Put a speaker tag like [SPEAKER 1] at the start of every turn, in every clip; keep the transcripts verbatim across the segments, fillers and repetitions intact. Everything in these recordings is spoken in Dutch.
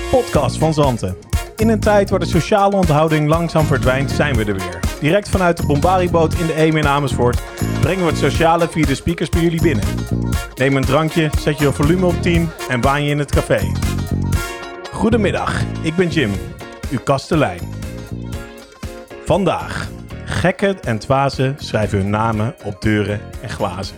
[SPEAKER 1] podcast van Zanten. In een tijd waar de sociale onthouding langzaam verdwijnt, zijn we er weer. Direct vanuit de Bombarieboot in de Eem in Amersfoort brengen we het sociale via de speakers bij jullie binnen. Neem een drankje, zet je volume op tien en baan je in het café. Goedemiddag, ik ben Jim, uw kastelein. Vandaag, gekken en dwazen schrijven hun namen op deuren en glazen.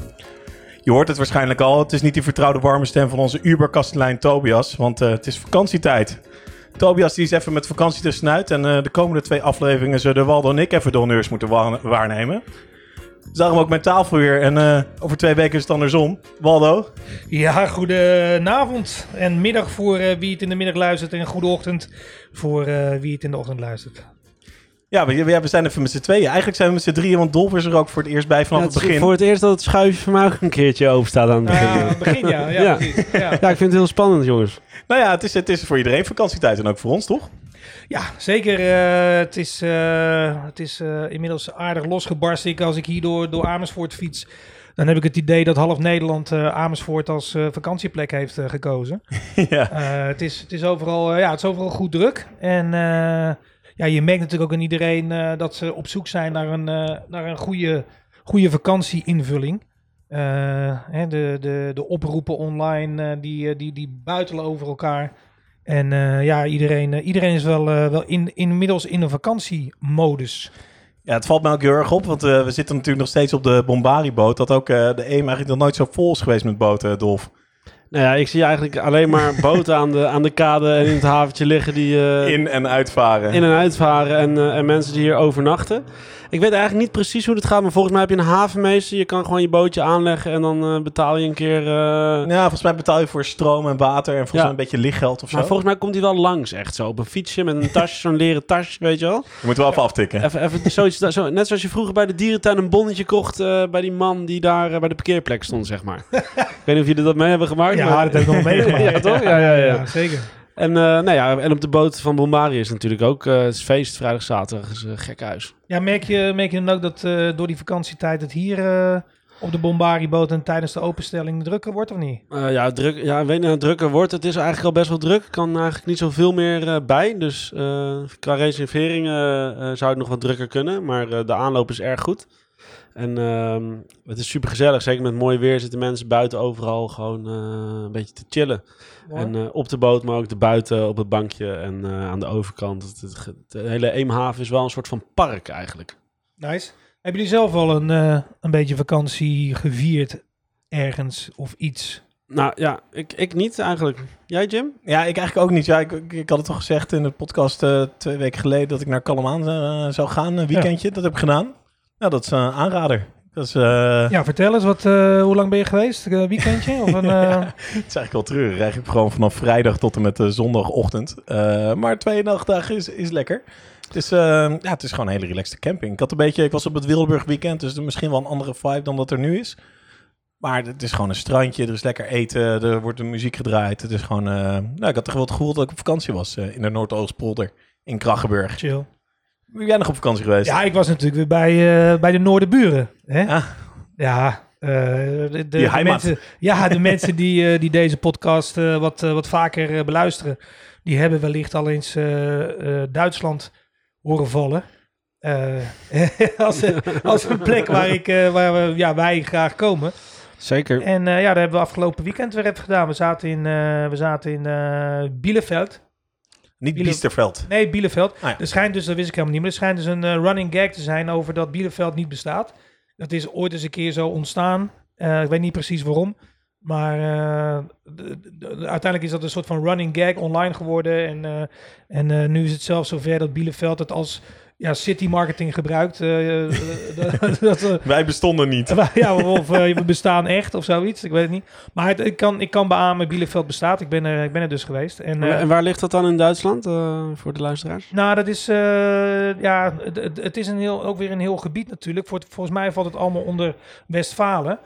[SPEAKER 1] Je hoort het waarschijnlijk al, het is niet die vertrouwde warme stem van onze Uber-kastelein Tobias, want uh, het is vakantietijd. Tobias die is even met vakantie tussenuit en uh, de komende twee afleveringen zullen Waldo en ik even de honneurs moeten wa- waarnemen. Dus daarom ook mijn tafel weer en uh, over twee weken is het andersom. Waldo?
[SPEAKER 2] Ja, goedenavond en middag voor uh, wie het in de middag luistert en goede ochtend voor uh, wie het in de ochtend luistert.
[SPEAKER 1] Ja, we, we zijn even met z'n tweeën. Eigenlijk zijn we met z'n drieën, want Dolf is er ook voor het eerst bij vanaf
[SPEAKER 3] ja,
[SPEAKER 1] het,
[SPEAKER 3] het
[SPEAKER 1] begin.
[SPEAKER 3] Voor het eerst dat het schuifje van mij ook een keertje open staat aan het begin.
[SPEAKER 2] Uh, aan het begin, ja. Ja,
[SPEAKER 3] ja.
[SPEAKER 2] precies. Ja.
[SPEAKER 3] Ja, ik vind het heel spannend, jongens.
[SPEAKER 1] Nou ja, het is, het is voor iedereen vakantietijd en ook voor ons, toch?
[SPEAKER 2] Ja, zeker. Uh, het is, uh, het is uh, inmiddels aardig losgebarsten. Ik, als ik hier door, door Amersfoort fiets, dan heb ik het idee dat half Nederland uh, Amersfoort als uh, vakantieplek heeft uh, gekozen.
[SPEAKER 1] ja.
[SPEAKER 2] Uh, het, is, het, is overal, uh, ja, het is overal goed druk. En uh, ja, je merkt natuurlijk ook aan iedereen uh, dat ze op zoek zijn naar een, uh, naar een goede, goede vakantie-invulling. Uh, hè, de, de, de oproepen online, uh, die, die, die buitelen over elkaar. En uh, ja, iedereen, uh, iedereen is wel, uh, wel in, inmiddels in een vakantiemodus.
[SPEAKER 1] Ja, het valt me ook heel erg op, want uh, we zitten natuurlijk nog steeds op de Bombarieboot. Dat ook uh, de Eem eigenlijk nog nooit zo vol is geweest met boten, Dolf.
[SPEAKER 3] Nou ja, ik zie eigenlijk alleen maar boten aan de, aan de kade en in het haventje liggen die... Uh,
[SPEAKER 1] in en uitvaren.
[SPEAKER 3] In en uitvaren en, uh, en mensen die hier overnachten. Ik weet eigenlijk niet precies hoe het gaat, maar volgens mij heb je een havenmeester. Je kan gewoon je bootje aanleggen en dan uh, betaal je een keer... Uh...
[SPEAKER 1] Ja, volgens mij betaal je voor stroom en water en volgens
[SPEAKER 3] ja.
[SPEAKER 1] mij een beetje lichtgeld of zo.
[SPEAKER 3] Maar volgens mij komt hij wel langs, echt zo. Op een fietsje met een tasje, zo'n leren tasje, weet je wel.
[SPEAKER 1] Je moet wel even aftikken.
[SPEAKER 3] Even, even zoiets, zo, net zoals je vroeger bij de dierentuin een bonnetje kocht uh, bij die man die daar uh, bij de parkeerplek stond, zeg maar. Ik weet niet of jullie dat mee hebben gemaakt.
[SPEAKER 2] Ja,
[SPEAKER 3] maar...
[SPEAKER 2] dat heb ik nog meegemaakt.
[SPEAKER 3] ja, toch? Ja, ja, ja.
[SPEAKER 2] ja zeker.
[SPEAKER 3] En, uh, nou ja, en op de boot van Bombari is natuurlijk ook uh, het is feest, vrijdag, zaterdag is uh, gek huis.
[SPEAKER 2] Ja, merk je, merk je dan ook dat uh, door die vakantietijd het hier uh, op de Bombarieboot en tijdens de openstelling drukker wordt of niet?
[SPEAKER 3] Uh, ja, druk, ja, ik weet niet, drukker wordt. Het is eigenlijk al best wel druk. Er kan eigenlijk niet zoveel meer uh, bij. Dus uh, qua reserveringen uh, zou het nog wat drukker kunnen. Maar uh, de aanloop is erg goed. En uh, het is super gezellig. Zeker met mooi weer zitten mensen buiten overal gewoon uh, een beetje te chillen. Mooi. En uh, op de boot, maar ook de buiten op het bankje en uh, aan de overkant. Het, het, het, de hele Eemhaven is wel een soort van park eigenlijk.
[SPEAKER 2] Nice. Hebben jullie zelf al een, uh, een beetje vakantie gevierd ergens of iets?
[SPEAKER 3] Nou ja, ik, ik niet eigenlijk. Jij, Jim?
[SPEAKER 1] Ja, ik eigenlijk ook niet. Ja, ik, ik, ik had het toch gezegd in de podcast uh, twee weken geleden dat ik naar Kalamaan uh, zou gaan, een weekendje. Ja. Dat heb ik gedaan. Ja, dat is een uh, aanrader. Dat is, uh...
[SPEAKER 2] Ja, vertel eens, wat, uh, hoe lang ben je geweest? Een weekendje? Of een, uh...
[SPEAKER 1] ja, het is eigenlijk wel treurig. Eigenlijk gewoon vanaf vrijdag tot en met uh, zondagochtend. Uh, maar tweeënhalf dagen is, is lekker. Het is, uh, ja, het is gewoon een hele relaxte camping. Ik had een beetje, ik was op het Wildeburg weekend, dus misschien wel een andere vibe dan dat er nu is. Maar het is gewoon een strandje, er is lekker eten, er wordt de muziek gedraaid. Het is gewoon, uh, nou, ik had toch wel het gevoel dat ik op vakantie was uh, in de Noordoostpolder in Krachenburg.
[SPEAKER 2] Chill.
[SPEAKER 1] Ben jij nog op vakantie geweest?
[SPEAKER 2] Ja, ik was natuurlijk weer bij, uh, bij de Noorderburen. Hè?
[SPEAKER 1] Ah.
[SPEAKER 2] Ja, uh, de, de,
[SPEAKER 1] de
[SPEAKER 2] mensen, ja, de mensen die, uh, die deze podcast uh, wat, uh, wat vaker uh, beluisteren, die hebben wellicht al eens uh, uh, Duitsland horen vallen. Uh, als, als een plek waar, ik, uh, waar we, ja, wij graag komen.
[SPEAKER 3] Zeker.
[SPEAKER 2] En uh, ja, dat hebben we afgelopen weekend weer even gedaan. We zaten in, uh, we zaten in uh, Bielefeld.
[SPEAKER 1] Niet
[SPEAKER 2] Biele...
[SPEAKER 1] Biesterveld.
[SPEAKER 2] Nee, Bielefeld.
[SPEAKER 1] Ah, ja.
[SPEAKER 2] Er schijnt dus, dat wist ik helemaal niet, maar er schijnt dus een uh, running gag te zijn over dat Bielefeld niet bestaat. Dat is ooit eens een keer zo ontstaan. Uh, ik weet niet precies waarom. Maar uh, de, de, de, uiteindelijk is dat een soort van running gag online geworden. En, uh, en uh, nu is het zelfs zover dat Bielefeld het als ja, city marketing gebruikt. Uh, dat, dat, uh,
[SPEAKER 1] Wij bestonden niet.
[SPEAKER 2] Ja, of uh, we bestaan echt of zoiets. Ik weet het niet. Maar het, ik, kan, ik kan beamen, Bielefeld bestaat. Ik ben er, ik ben er dus geweest. En, uh,
[SPEAKER 3] en waar ligt dat dan in Duitsland, uh, voor de luisteraars?
[SPEAKER 2] Nou, dat is, uh, ja, het, het, het is een heel, ook weer een heel gebied natuurlijk. Voor het, volgens mij valt het allemaal onder Westfalen.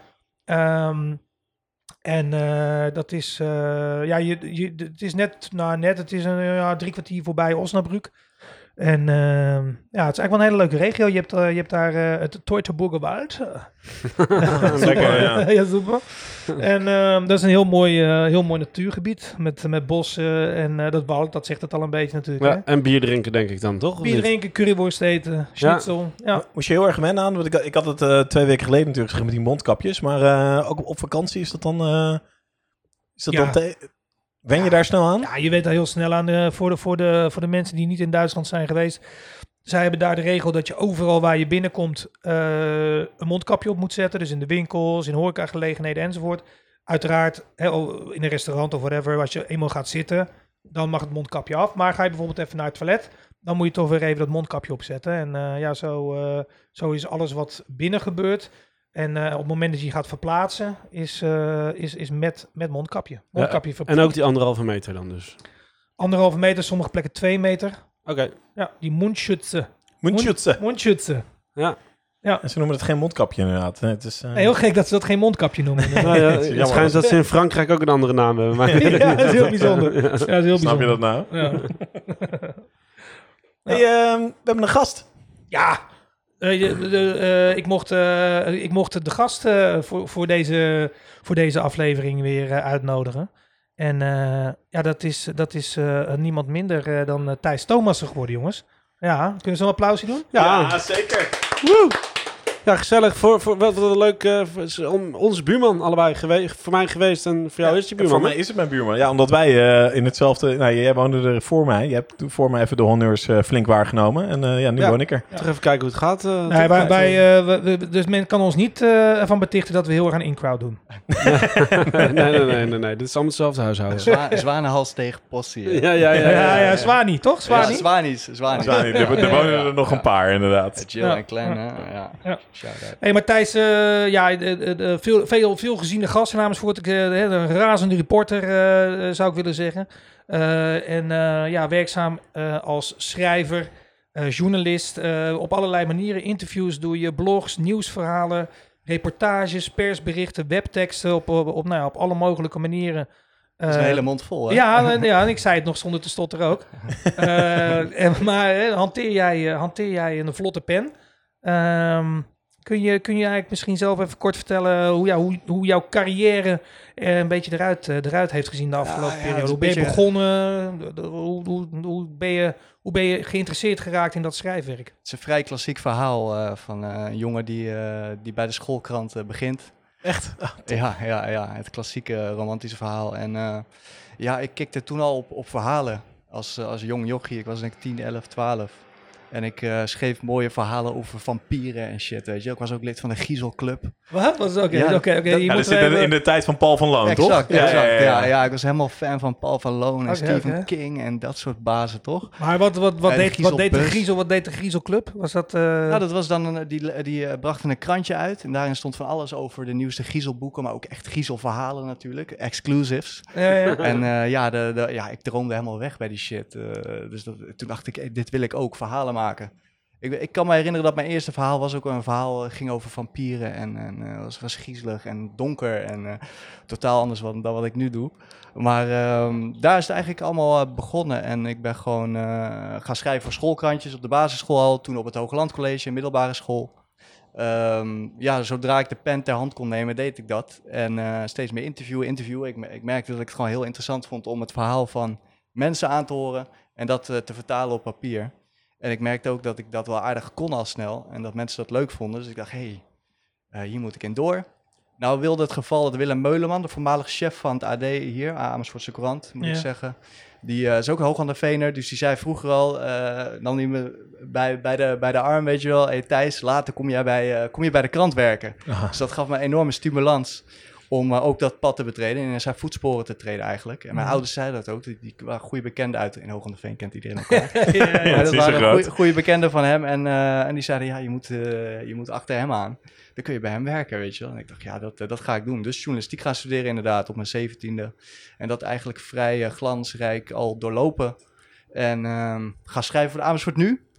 [SPEAKER 2] Um, en uh, dat is, uh, ja, je, je, het is net, nou net, het is een ja, drie kwartier voorbij Osnabrück. En uh, ja, het is eigenlijk wel een hele leuke regio. Je hebt, uh, je hebt daar uh, het Teutoburgerwald.
[SPEAKER 1] Lekker, ja.
[SPEAKER 2] Ja, super. En uh, dat is een heel mooi, uh, heel mooi natuurgebied met, met bossen en uh, dat woud, dat zegt het al een beetje natuurlijk.
[SPEAKER 3] Ja,
[SPEAKER 2] hè?
[SPEAKER 3] en bier drinken denk ik dan, toch?
[SPEAKER 2] Bier drinken, curryworst eten, schnitzel. Ja. Ja.
[SPEAKER 1] Moest je heel erg wennen aan? Want ik, ik had het uh, twee weken geleden natuurlijk gezegd met die mondkapjes. Maar uh, ook op, op vakantie is dat dan... Uh, is dat
[SPEAKER 2] Ja.
[SPEAKER 1] dan te- wen je daar snel aan?
[SPEAKER 2] Ja, je weet daar heel snel aan uh, voor, de, voor, de, voor de mensen die niet in Duitsland zijn geweest. Zij hebben daar de regel dat je overal waar je binnenkomt uh, een mondkapje op moet zetten. Dus in de winkels, in horecagelegenheden enzovoort. Uiteraard hè, in een restaurant of whatever, als je eenmaal gaat zitten, dan mag het mondkapje af. Maar ga je bijvoorbeeld even naar het toilet, dan moet je toch weer even dat mondkapje opzetten. En uh, ja, zo, uh, zo is alles wat binnen gebeurt. En uh, op het moment dat je je gaat verplaatsen, is, uh, is, is met, met mondkapje. mondkapje
[SPEAKER 3] ja, en ook die anderhalve meter dan dus?
[SPEAKER 2] Anderhalve meter, sommige plekken twee meter.
[SPEAKER 3] Oké. Okay.
[SPEAKER 2] Ja, die mondschütze.
[SPEAKER 1] Mondschütze.
[SPEAKER 2] Mondschütze.
[SPEAKER 3] Ja.
[SPEAKER 2] Ja.
[SPEAKER 1] En ze noemen het geen mondkapje inderdaad. Het is, uh...
[SPEAKER 2] nee, heel gek dat ze dat geen mondkapje noemen.
[SPEAKER 3] Nou ja, het schijnt dat ze in Frankrijk ook een andere naam hebben. Maar...
[SPEAKER 2] ja, dat is heel bijzonder. Ja, dat is heel bijzonder.
[SPEAKER 1] Snap je dat nou?
[SPEAKER 2] Ja.
[SPEAKER 1] Hey, uh, we hebben een gast.
[SPEAKER 2] Ja, uh, de, de, uh, ik, mocht, uh, ik mocht de gast uh, voor, voor, deze, voor deze aflevering weer uh, uitnodigen. En uh, ja, dat is, dat is uh, niemand minder uh, dan uh, Thijs Thomassen geworden, jongens. Ja, kunnen we zo'n applausje doen?
[SPEAKER 1] Ja, ja zeker.
[SPEAKER 3] Woe! Ja, gezellig. Voor, voor, wat, wat een leuk... Uh, om, onze buurman allebei geweest. Voor mij geweest en voor jou
[SPEAKER 1] ja,
[SPEAKER 3] is je buurman.
[SPEAKER 1] Voor mij is het mijn buurman. Ja, omdat wij uh, in hetzelfde... Nou, jij woonde er voor mij. Je hebt voor mij even de honneurs uh, flink waargenomen. En uh, ja, nu
[SPEAKER 3] ja.
[SPEAKER 1] woon ik er.
[SPEAKER 3] Ja. Toch even kijken hoe het gaat. Uh,
[SPEAKER 2] nee, wij, wij, uh, we, we, dus men kan ons niet uh, van betichten dat we heel erg aan in-crowd doen.
[SPEAKER 3] nee, nee, nee, nee, nee, nee. Dit is allemaal hetzelfde huishouden.
[SPEAKER 4] Zwa Zwanenhals tegen Possie.
[SPEAKER 3] Ja, ja, ja.
[SPEAKER 2] Ja, ja, ja, Zwani, toch? Zwani?
[SPEAKER 4] Ja, Zwanies. Zwanies.
[SPEAKER 1] Zwani. Er, er wonen er nog een paar, inderdaad.
[SPEAKER 4] Jill
[SPEAKER 2] ja.
[SPEAKER 4] en Glenn, hè? Ja.
[SPEAKER 2] Ja.
[SPEAKER 4] Shout-out.
[SPEAKER 2] Hey, maar Thijs, uh, ja, de, de, de, veel, veel, veel geziene gast namens voor het, uh, een razende reporter, uh, zou ik willen zeggen. Uh, en uh, ja, werkzaam uh, als schrijver, uh, journalist. Uh, op allerlei manieren interviews doe je, blogs, nieuwsverhalen, reportages, persberichten, webteksten. Op, op, op, nou ja, op alle mogelijke manieren.
[SPEAKER 4] Dat is een hele mond vol, hè?
[SPEAKER 2] Ja, ja, en ik zei het nog zonder te stotteren ook. uh, en, maar uh, hanteer, jij, uh, hanteer jij een vlotte pen? Um, kun, je, kun je eigenlijk misschien zelf even kort vertellen hoe, ja, hoe, hoe jouw carrière uh, een beetje eruit, uh, eruit heeft gezien de afgelopen ja, ja, periode? Hoe ben je beetje... begonnen? Hoe, hoe, hoe, ben je, hoe ben je geïnteresseerd geraakt in dat schrijfwerk?
[SPEAKER 4] Het is een vrij klassiek verhaal uh, van uh, een jongen die, uh, die bij de schoolkrant uh, begint.
[SPEAKER 1] Echt? Oh,
[SPEAKER 4] ja, ja, ja, het klassieke romantische verhaal. En uh, ja, ik kikte toen al op, op verhalen als, als jong jochie. Ik was denk ik tien, elf, twaalf. En ik uh, schreef mooie verhalen over vampieren en shit, weet je. Ik was ook lid van de Giezelclub.
[SPEAKER 2] Wat? Oké, oké,
[SPEAKER 1] ja.
[SPEAKER 2] oké.
[SPEAKER 1] Ja, dat zit in, in de tijd van Paul van Loon,
[SPEAKER 4] exact,
[SPEAKER 1] toch?
[SPEAKER 4] Exact, ja, ja, ja.
[SPEAKER 1] ja,
[SPEAKER 4] ja, ja. Ik was helemaal fan van Paul van Loon en
[SPEAKER 2] okay,
[SPEAKER 4] Stephen
[SPEAKER 2] okay.
[SPEAKER 4] King en dat soort bazen, toch?
[SPEAKER 2] Maar wat, wat, wat, deed, wat, deed, de Griezel, wat deed de Griezelclub? Was dat... Uh...
[SPEAKER 4] Nou, dat was dan, een, die, die uh, brachten een krantje uit en daarin stond van alles over de nieuwste Griezelboeken, maar ook echt Griezelverhalen natuurlijk, exclusives.
[SPEAKER 2] Ja, ja.
[SPEAKER 4] En uh, ja, de, de, ja, ik droomde helemaal weg bij die shit. Uh, dus dat, toen dacht ik, hey, dit wil ik ook, verhalen maken. Ik, ik kan me herinneren dat mijn eerste verhaal was ook een verhaal, uh, ging over vampieren en, en uh, was, was griezelig en donker en uh, totaal anders wat, dan wat ik nu doe. Maar uh, daar is het eigenlijk allemaal uh, begonnen en ik ben gewoon uh, gaan schrijven voor schoolkrantjes op de basisschool al, toen op het Hoogland College, middelbare school. Um, ja, zodra ik de pen ter hand kon nemen, deed ik dat. En uh, steeds meer interviewen, interviewen. Ik, ik merkte dat ik het gewoon heel interessant vond om het verhaal van mensen aan te horen en dat uh, te vertalen op papier. En ik merkte ook dat ik dat wel aardig kon al snel en dat mensen dat leuk vonden. Dus ik dacht, hé, hey, uh, hier moet ik in door. Nou wilde het geval dat Willem Meuleman, de voormalige chef van het A D hier, Amersfoortse Courant, moet ja. ik zeggen. Die uh, is ook hoog aan de vener, dus die zei vroeger al, uh, nam hij me bij, bij, de, bij de arm, weet je wel. Hé hey, Thijs, later kom, jij bij, uh, kom je bij de krant werken. Aha. Dus dat gaf me een enorme stimulans om uh, ook dat pad te betreden en in zijn voetsporen te treden eigenlijk. En mijn mm. ouders zeiden dat ook, die, die waren goede bekenden uit, in Hoog aan de Veen kent iedereen elkaar. ja, ja, ja, maar dat waren goede bekenden van hem en, uh, en die zeiden, ja, je moet, uh, je moet achter hem aan. Dan kun je bij hem werken, weet je wel. En ik dacht, ja, dat, uh, dat ga ik doen. Dus journalistiek gaan studeren inderdaad op mijn zeventiende. En dat eigenlijk vrij uh, glansrijk al doorlopen. En uh, ga schrijven voor de Amersfoort Nu.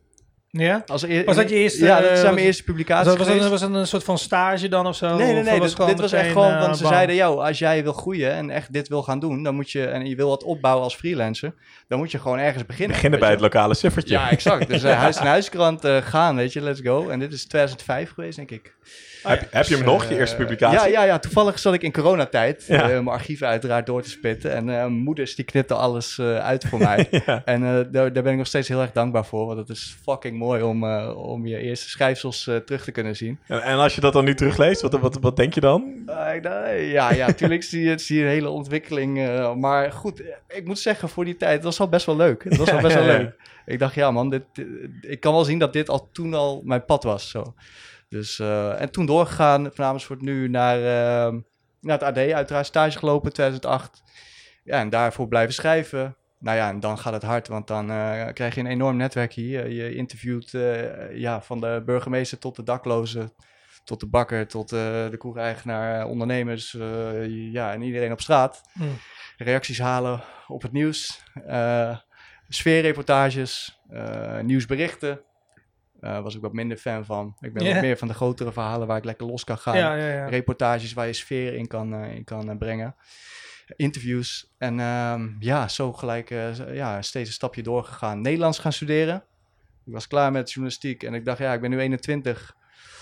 [SPEAKER 2] Ja?
[SPEAKER 4] Als eer-
[SPEAKER 2] Was dat je eerste...
[SPEAKER 4] Ja, dat
[SPEAKER 2] eh,
[SPEAKER 4] zijn mijn
[SPEAKER 2] was-
[SPEAKER 4] eerste publicaties
[SPEAKER 2] Was dat, was,
[SPEAKER 4] geweest.
[SPEAKER 2] dat, was dat een soort van stage dan of zo?
[SPEAKER 4] Nee, nee,
[SPEAKER 2] Of
[SPEAKER 4] nee.
[SPEAKER 2] was
[SPEAKER 4] Dit,
[SPEAKER 2] gewoon
[SPEAKER 4] dit was echt
[SPEAKER 2] meteen,
[SPEAKER 4] gewoon,
[SPEAKER 2] eh,
[SPEAKER 4] want ze
[SPEAKER 2] bam?
[SPEAKER 4] zeiden, jou, als jij wil groeien en echt dit wil gaan doen, dan moet je, en je wil wat opbouwen als freelancer, dan moet je gewoon ergens beginnen.
[SPEAKER 1] Beginnen bij
[SPEAKER 4] weet
[SPEAKER 1] het
[SPEAKER 4] je wel.
[SPEAKER 1] lokale siffertje.
[SPEAKER 4] Ja, exact. Dus uh, huis en huiskrant uh, gaan, weet je, let's go. En dit is twintig vijf geweest, denk ik.
[SPEAKER 1] heb, heb je hem nog, je
[SPEAKER 4] Eh,
[SPEAKER 1] eerste publicatie?
[SPEAKER 4] Ja, ja, ja, toevallig zat ik in coronatijd
[SPEAKER 1] Ja.
[SPEAKER 4] uh, mijn archieven uiteraard door te spitten. En uh, mijn moeders, die knipte alles uh, uit voor mij.
[SPEAKER 1] Ja.
[SPEAKER 4] En uh, daar, daar ben ik nog steeds heel erg dankbaar voor. Want het is fucking mooi om, uh, om je eerste schrijfsels uh, terug te kunnen zien.
[SPEAKER 1] En, en als je dat dan nu terugleest, wat, wat, wat denk je dan?
[SPEAKER 4] Uh, ik dacht, uh, ja, ja, natuurlijk zie je, zie je een hele ontwikkeling. Uh, maar goed, ik moet zeggen, voor die tijd, het was wel best wel leuk. Het was wel best
[SPEAKER 1] Ja,
[SPEAKER 4] wel
[SPEAKER 1] ja, ja.
[SPEAKER 4] leuk. Ik dacht, ja man, dit, dit- ik kan wel zien dat dit al toen al mijn pad was. Zo. Dus, uh, en toen doorgegaan van Amersfoort nu naar, uh, naar het A D, uiteraard stage gelopen tweeduizend acht. Ja, en daarvoor blijven schrijven. Nou ja, en dan gaat het hard, want dan uh, krijg je een enorm netwerk hier. Je interviewt uh, ja, van de burgemeester tot de daklozen, tot de bakker, tot uh, de kroegeigenaar, ondernemers, uh, ja, en iedereen op straat.
[SPEAKER 2] Hmm.
[SPEAKER 4] Reacties halen op het nieuws, uh, sfeerreportages, uh, nieuwsberichten. Uh, was ik wat minder fan van. Ik ben
[SPEAKER 2] Ja.
[SPEAKER 4] wat meer van de grotere verhalen waar ik lekker los kan gaan.
[SPEAKER 2] Ja, ja, ja.
[SPEAKER 4] Reportages waar je sfeer in kan, uh, in kan uh, brengen. Interviews. En um, ja, zo gelijk uh, ja, steeds een stapje doorgegaan. Nederlands gaan studeren. Ik was klaar met journalistiek en ik dacht, ja, ik ben nu eenentwintig.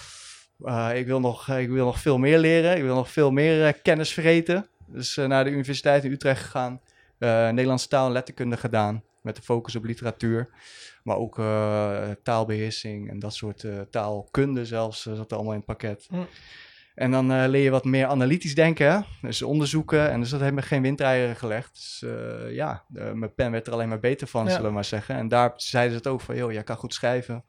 [SPEAKER 4] Uh, ik, wil nog, ik wil nog veel meer leren. Ik wil nog veel meer uh, kennis vergeten. Dus uh, naar de Universiteit in Utrecht gegaan. Uh, Nederlandse taal en letterkunde gedaan. Met de focus op literatuur. Maar ook uh, taalbeheersing en dat soort uh, taalkunde zelfs. Uh, zat allemaal in het pakket.
[SPEAKER 2] Hm.
[SPEAKER 4] En dan uh, leer je wat meer analytisch denken. Hè? Dus onderzoeken. En dus dat heeft me geen windeieren gelegd. Dus uh, ja, uh, mijn pen werd er alleen maar beter van,
[SPEAKER 2] Ja.
[SPEAKER 4] zullen we maar zeggen. En daar zeiden ze het ook van, joh, jij kan goed schrijven.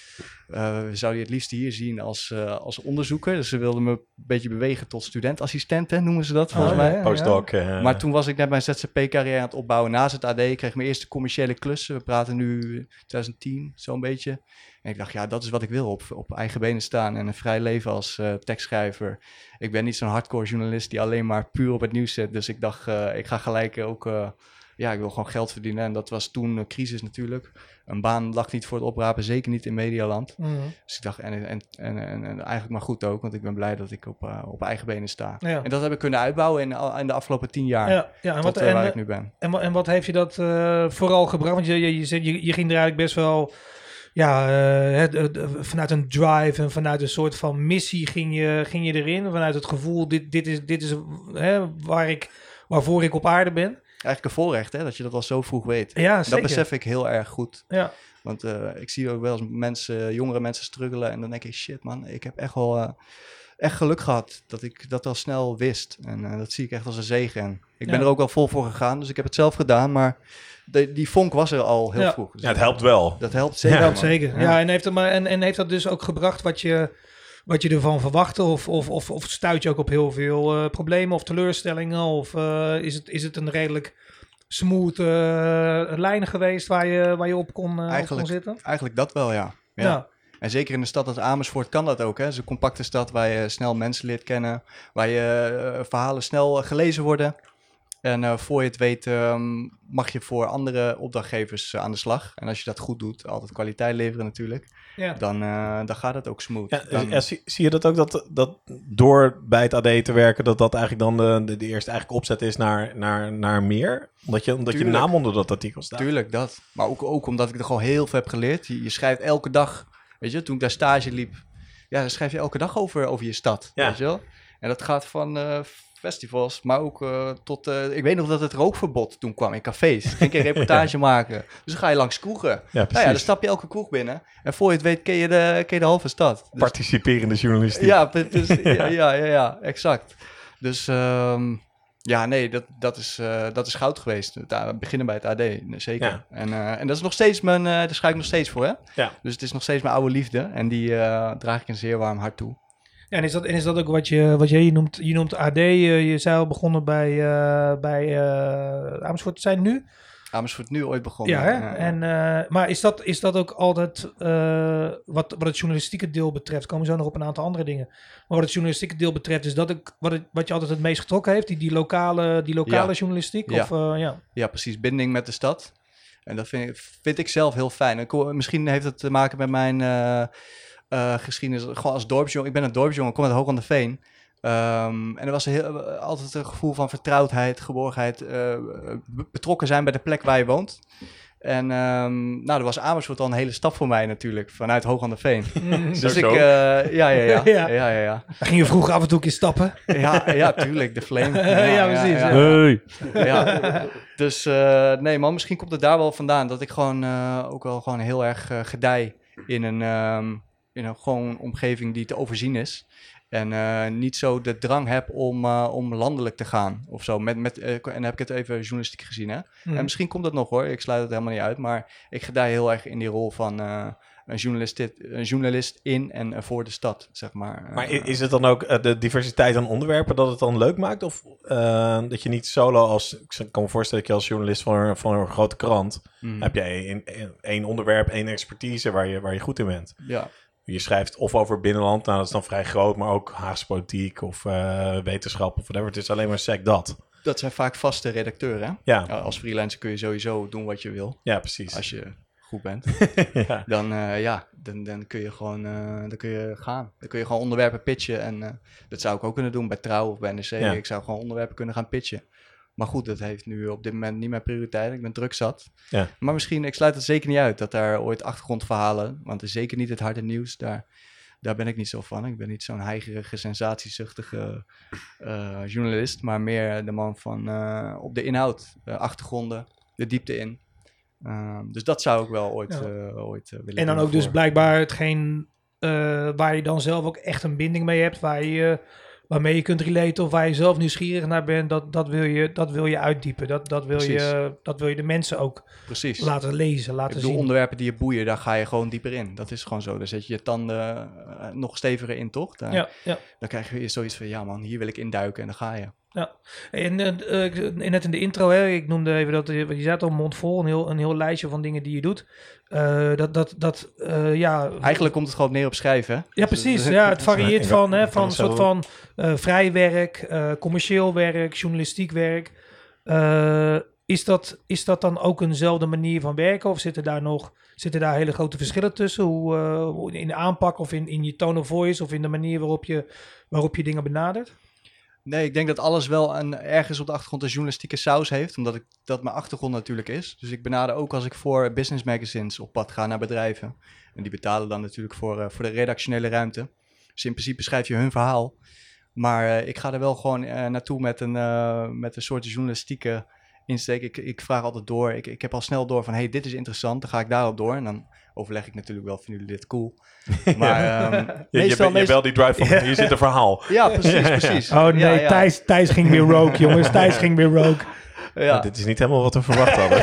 [SPEAKER 4] Uh, we zouden je het liefst hier zien als, uh, als onderzoeker. Dus ze wilden me een beetje bewegen tot studentassistent, hè, noemen ze dat volgens
[SPEAKER 2] Oh,
[SPEAKER 4] mij.
[SPEAKER 2] ja, ja.
[SPEAKER 1] Postdoc. eh,
[SPEAKER 4] Maar toen was ik net mijn Z Z P-carrière aan het opbouwen naast het A D. Ik kreeg mijn eerste commerciële klussen. We praten nu twintig tien, zo'n beetje. En ik dacht, ja, dat is wat ik wil. Op, op eigen benen staan en een vrij leven als uh, tekstschrijver. Ik ben niet zo'n hardcore journalist die alleen maar puur op het nieuws zit. Dus ik dacht, uh, ik ga gelijk ook... Uh, ja, ik wil gewoon geld verdienen. En dat was toen een crisis natuurlijk. Een baan lag niet voor het oprapen, zeker niet in Medialand.
[SPEAKER 2] Mhm.
[SPEAKER 4] Dus ik dacht, en, en, en, en, en eigenlijk maar goed ook, want ik ben blij dat ik op, uh, op eigen benen sta.
[SPEAKER 2] Ja.
[SPEAKER 4] En dat heb ik kunnen uitbouwen in, al- in de afgelopen tien jaar,
[SPEAKER 2] Ja, ja, en
[SPEAKER 4] tot
[SPEAKER 2] wat,
[SPEAKER 4] uh,
[SPEAKER 2] en,
[SPEAKER 4] waar
[SPEAKER 2] eh,
[SPEAKER 4] ik nu ben.
[SPEAKER 2] En, wa- en wat heeft je dat eh, vooral gebracht? Want je, je, je, zegt- je, je ging er eigenlijk best wel... Ja, eh, het- het- vanuit een drive en vanuit een soort van missie ging je, ging je erin. Vanuit het gevoel, dit, dit is, dit is hè, waar ik, waarvoor ik op aarde ben.
[SPEAKER 4] Eigenlijk een voorrecht, hè, dat je dat al zo vroeg weet.
[SPEAKER 2] Ja,
[SPEAKER 4] Dat
[SPEAKER 2] zeker.
[SPEAKER 4] besef ik heel erg goed.
[SPEAKER 2] Ja,
[SPEAKER 4] Want uh, ik zie ook wel eens mensen, jongere mensen struggelen. En dan denk ik, shit man, ik heb echt wel uh, echt geluk gehad dat ik dat al snel wist. En uh, dat zie ik echt als een zegen. En ik ben
[SPEAKER 2] Ja.
[SPEAKER 4] er ook wel vol voor gegaan, dus ik heb het zelf gedaan. Maar de, die vonk was er al heel
[SPEAKER 2] Ja.
[SPEAKER 4] vroeg. Dus
[SPEAKER 1] ja, het helpt wel.
[SPEAKER 4] Dat helpt zeker.
[SPEAKER 1] Ja,
[SPEAKER 2] helpt
[SPEAKER 4] man.
[SPEAKER 2] zeker. Ja, en, heeft het maar, en, en heeft dat dus ook gebracht wat je, wat je ervan verwachtte? Of, of, of, of stuit je ook op heel veel uh, problemen of teleurstellingen? Of uh, is, het, is het een redelijk smooth uh, lijn geweest waar je, waar je op kon, uh, op kon
[SPEAKER 4] Eigenlijk,
[SPEAKER 2] zitten?
[SPEAKER 4] eigenlijk dat wel, ja. ja.
[SPEAKER 2] Ja.
[SPEAKER 4] En zeker in een stad als Amersfoort kan dat ook. Hè? Het is een compacte stad waar je snel mensen leert kennen. Waar je uh, verhalen snel uh, gelezen worden. En uh, voor je het weet um, mag je voor andere opdrachtgevers uh, aan de slag. En als je dat goed doet, altijd kwaliteit leveren natuurlijk.
[SPEAKER 2] Ja.
[SPEAKER 4] Dan, uh, dan gaat het ook smooth.
[SPEAKER 1] Ja,
[SPEAKER 4] Dan,
[SPEAKER 1] ja, zie, zie je dat ook, dat, dat door bij het A D te werken, dat dat eigenlijk dan de, de, de eerste eigenlijk opzet is naar, naar, naar meer? Omdat je, omdat je
[SPEAKER 4] Tuurlijk.
[SPEAKER 1] naam onder dat artikel staat.
[SPEAKER 4] Tuurlijk, dat. Maar ook, ook omdat ik er gewoon heel veel heb geleerd. Je, je schrijft elke dag, weet je, toen ik daar stage liep, ja, dan schrijf je elke dag over, over je stad,
[SPEAKER 1] Ja.
[SPEAKER 4] weet je wel. En dat gaat van uh, festivals, maar ook uh, tot, uh, ik weet nog dat het rookverbod toen kwam in cafés. Ging ik een reportage maken. Dus dan ga je langs kroegen.
[SPEAKER 1] Ja, precies.
[SPEAKER 4] Nou ja, dan stap je elke kroeg binnen. En voor je het weet ken je de, ken je de halve stad. Dus,
[SPEAKER 1] Participerende journalistiek.
[SPEAKER 4] ja, pre- dus, ja, ja, ja, ja, exact. Dus um, ja, nee, dat, dat, is, uh, dat is goud geweest. Het, uh, beginnen bij het A D, nee, zeker.
[SPEAKER 1] Ja.
[SPEAKER 4] En, uh, en dat is nog steeds mijn, uh, daar schrijf ik nog steeds voor, hè?
[SPEAKER 1] Ja.
[SPEAKER 4] Dus het is nog steeds mijn oude liefde. En die uh, draag ik een zeer warm hart toe.
[SPEAKER 2] Ja, en is dat, en is dat ook wat je, wat je, je noemt, je noemt A D, uh, je zei al begonnen bij, uh, bij uh, Amersfoort, zijn nu?
[SPEAKER 4] Amersfoort nu ooit begonnen.
[SPEAKER 2] Ja, hè?
[SPEAKER 4] Uh,
[SPEAKER 2] En, uh, maar is dat, is dat ook altijd, uh, wat, wat het journalistieke deel betreft, komen we zo nog op een aantal andere dingen. Maar wat het journalistieke deel betreft, is dat ook wat, het, wat je altijd het meest getrokken heeft? Die, die lokale, die lokale
[SPEAKER 4] Ja.
[SPEAKER 2] journalistiek?
[SPEAKER 4] Ja.
[SPEAKER 2] Of, uh, ja.
[SPEAKER 4] ja, precies. Binding met de stad. En dat vind ik, vind ik zelf heel fijn. Ik, misschien heeft het te maken met mijn uh, uh, geschiedenis. Gewoon als dorpsjongen. Ik ben een dorpsjongen, ik kom uit Hoog aan de Veen. Um, en er was heel, altijd een gevoel van vertrouwdheid, geborgenheid. Uh, betrokken zijn bij de plek waar je woont. En um, nou, er was Amersfoort al een hele stap voor mij natuurlijk, vanuit Hoog aan de Veen. Dus ik, uh, ja, ja, ja, ja, ja, ja, ja.
[SPEAKER 2] Dan ging je vroeger af en toe een keer stappen.
[SPEAKER 4] Ja, ja, tuurlijk, de flame. Ja,
[SPEAKER 2] ja, precies.
[SPEAKER 4] Ja,
[SPEAKER 2] ja.
[SPEAKER 3] Hey.
[SPEAKER 4] ja. Dus uh, nee man, misschien komt het daar wel vandaan, dat ik gewoon uh, ook wel gewoon heel erg uh, gedij in een, um, in een gewoon omgeving die te overzien is. En uh, niet zo de drang heb om, uh, om landelijk te gaan of zo. Met, met, uh, en dan heb ik het even journalistiek gezien, hè. Mm. En misschien komt dat nog hoor, ik sluit het helemaal niet uit. Maar ik gedij heel erg in die rol van uh, een, journalist, een journalist in en uh, voor de stad, zeg maar.
[SPEAKER 1] Maar uh, is het dan ook uh, de diversiteit aan onderwerpen dat het dan leuk maakt? Of uh, dat je niet solo als... Ik kan me voorstellen dat je als journalist van een, van een grote krant... Mm. heb jij één onderwerp, één expertise waar je, waar je goed in bent.
[SPEAKER 4] Ja.
[SPEAKER 1] Je schrijft of over binnenland, nou dat is dan vrij groot, maar ook Haagse politiek of uh, wetenschap of whatever. Het is alleen maar sec dat.
[SPEAKER 4] Dat zijn vaak vaste redacteuren, hè?
[SPEAKER 1] Ja.
[SPEAKER 4] Als freelancer kun je sowieso doen wat je wil.
[SPEAKER 1] Ja, precies.
[SPEAKER 4] Als je goed bent.
[SPEAKER 1] ja.
[SPEAKER 4] Dan, uh, ja, dan, dan kun je gewoon uh, dan kun je gaan. Dan kun je gewoon onderwerpen pitchen. En uh, dat zou ik ook kunnen doen bij Trouw of bij N R C. Ja. Ik zou gewoon onderwerpen kunnen gaan pitchen. Maar goed, dat heeft nu op dit moment niet mijn prioriteit. Ik ben druk zat.
[SPEAKER 1] Ja.
[SPEAKER 4] Maar misschien, ik sluit het zeker niet uit dat daar ooit achtergrondverhalen... want het is zeker niet het harde nieuws. Daar, daar ben ik niet zo van. Ik ben niet zo'n heigerige, sensatiezuchtige uh, journalist... maar meer de man van uh, op de inhoud, de achtergronden, de diepte in. Uh, dus dat zou ik wel ooit, ja. uh, ooit uh, willen
[SPEAKER 2] En dan ook
[SPEAKER 4] voor.
[SPEAKER 2] dus blijkbaar hetgeen uh, waar je dan zelf ook echt een binding mee hebt... waar je... waarmee je kunt relaten of waar je zelf nieuwsgierig naar bent, dat, dat, wil, je, dat wil je uitdiepen. Dat, dat, wil je, dat wil je de mensen ook
[SPEAKER 4] Precies.
[SPEAKER 2] laten lezen, laten
[SPEAKER 4] Ik bedoel,
[SPEAKER 2] zien.
[SPEAKER 4] onderwerpen die je boeien, daar ga je gewoon dieper in. Dat is gewoon zo. Daar zet je je tanden uh, nog steviger in, toch? Daar,
[SPEAKER 2] ja, ja.
[SPEAKER 4] Dan krijg je zoiets van, ja man, hier wil ik induiken en dan ga je.
[SPEAKER 2] Ja, en uh, net in de intro, hè, ik noemde even dat, je zei het al mondvol, een heel, een heel lijstje van dingen die je doet. Uh, dat, dat, dat, uh, ja...
[SPEAKER 4] Eigenlijk komt het gewoon neer op schrijven, hè?
[SPEAKER 2] Ja, precies. Ja, het varieert van, hè, van een soort van uh, vrij werk, uh, commercieel werk, journalistiek werk. Uh, is, dat, is dat dan ook eenzelfde manier van werken? Of zitten daar nog zitten daar hele grote verschillen tussen? Hoe, uh, in de aanpak of in, in je tone of voice of in de manier waarop je, waarop je dingen benadert?
[SPEAKER 4] Nee, ik denk dat alles wel een, ergens op de achtergrond een journalistieke saus heeft, omdat ik, dat mijn achtergrond natuurlijk is. Dus ik benader ook als ik voor business magazines op pad ga naar bedrijven. En die betalen dan natuurlijk voor, uh, voor de redactionele ruimte. Dus in principe schrijf je hun verhaal. Maar uh, ik ga er wel gewoon uh, naartoe met een, uh, met een soort journalistieke insteek. Ik, ik vraag altijd door. Ik, ik heb al snel door van, hey, dit is interessant. Dan ga ik daarop door. En dan overleg ik natuurlijk wel, vinden jullie dit cool? Maar um,
[SPEAKER 1] je, meestal, je, je belt die drive van, hier zit een verhaal.
[SPEAKER 4] Ja, precies, precies.
[SPEAKER 2] Oh nee, ja, ja. Thijs, Thijs ging weer rogue, jongens. Thijs ging weer rogue.
[SPEAKER 4] Ja.
[SPEAKER 1] Nou, dit is niet helemaal wat we verwacht hadden.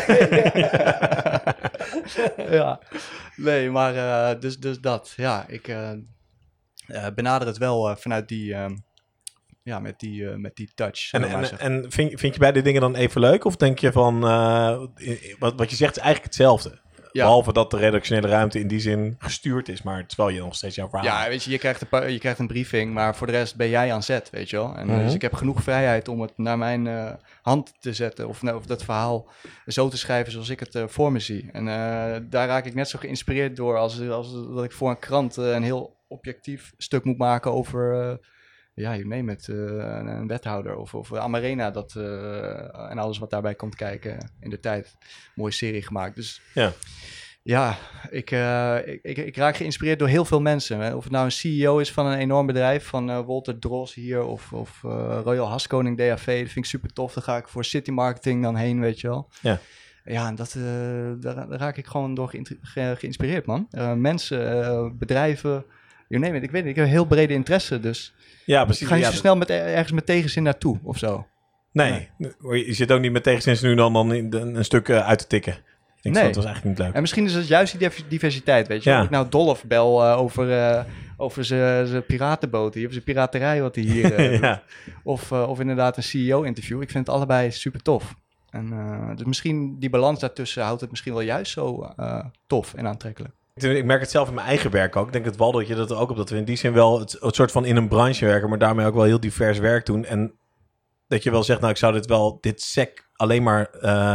[SPEAKER 4] ja, nee, maar uh, dus, dus dat. Ja, ik uh, uh, benader het wel uh, vanuit die... Um, Ja, met die, uh, met die touch.
[SPEAKER 1] En, en, en vind, vind je beide dingen dan even leuk? Of denk je van, uh, wat, wat je zegt is eigenlijk hetzelfde? Ja. Behalve dat de redactionele ruimte in die zin gestuurd is, maar terwijl je nog steeds jouw verhaal...
[SPEAKER 4] Ja, weet je, je krijgt, een, je krijgt een briefing, maar voor de rest ben jij aan zet, weet je wel. En, mm-hmm. Dus ik heb genoeg vrijheid om het naar mijn uh, hand te zetten of, of dat verhaal zo te schrijven zoals ik het uh, voor me zie. En uh, daar raak ik net zo geïnspireerd door als, als dat ik voor een krant uh, een heel objectief stuk moet maken over... Uh, Ja, je neemt met uh, een wethouder of, of Amarena dat, uh, en alles wat daarbij komt kijken in de tijd. Mooie serie gemaakt. Dus
[SPEAKER 1] ja,
[SPEAKER 4] ja ik, uh, ik, ik, ik raak geïnspireerd door heel veel mensen. Hè. Of het nou een C E O is van een enorm bedrijf, van uh, Walter Dros hier of, of uh, Royal Haskoning D A V. Dat vind ik super tof. Daar ga ik voor City Marketing dan heen, weet je wel.
[SPEAKER 1] Ja.
[SPEAKER 4] Ja, en dat, uh, daar, daar raak ik gewoon door ge- ge- geïnspireerd, man. Uh, mensen, uh, bedrijven, you name it. Ik weet niet, ik heb een heel brede interesse, dus...
[SPEAKER 1] Ja, precies.
[SPEAKER 4] Ga je
[SPEAKER 1] ja,
[SPEAKER 4] zo
[SPEAKER 1] dat...
[SPEAKER 4] snel met ergens met tegenzin naartoe of zo?
[SPEAKER 1] Nee, nee. Je zit ook niet met tegenzin nu dan, dan in een stuk uh, uit te tikken. Ik denk
[SPEAKER 4] nee.
[SPEAKER 1] dat was eigenlijk niet leuk.
[SPEAKER 4] En misschien is het juist die diversiteit, weet je. Ja. Als ik nou Dolph bel uh, over, uh, over zijn piratenboot hier, of zijn piraterij wat hij hier uh, ja. doet. Of, uh, of inderdaad een C E O-interview. Ik vind het allebei super tof. En uh, dus misschien die balans daartussen houdt het misschien wel juist zo uh, tof en aantrekkelijk.
[SPEAKER 1] Ik merk het zelf in mijn eigen werk ook. Ik denk het Waldo dat je dat er ook op dat we in die zin wel het, het soort van in een branche werken, maar daarmee ook wel heel divers werk doen. En dat je wel zegt, nou ik zou dit wel, dit sec alleen maar uh,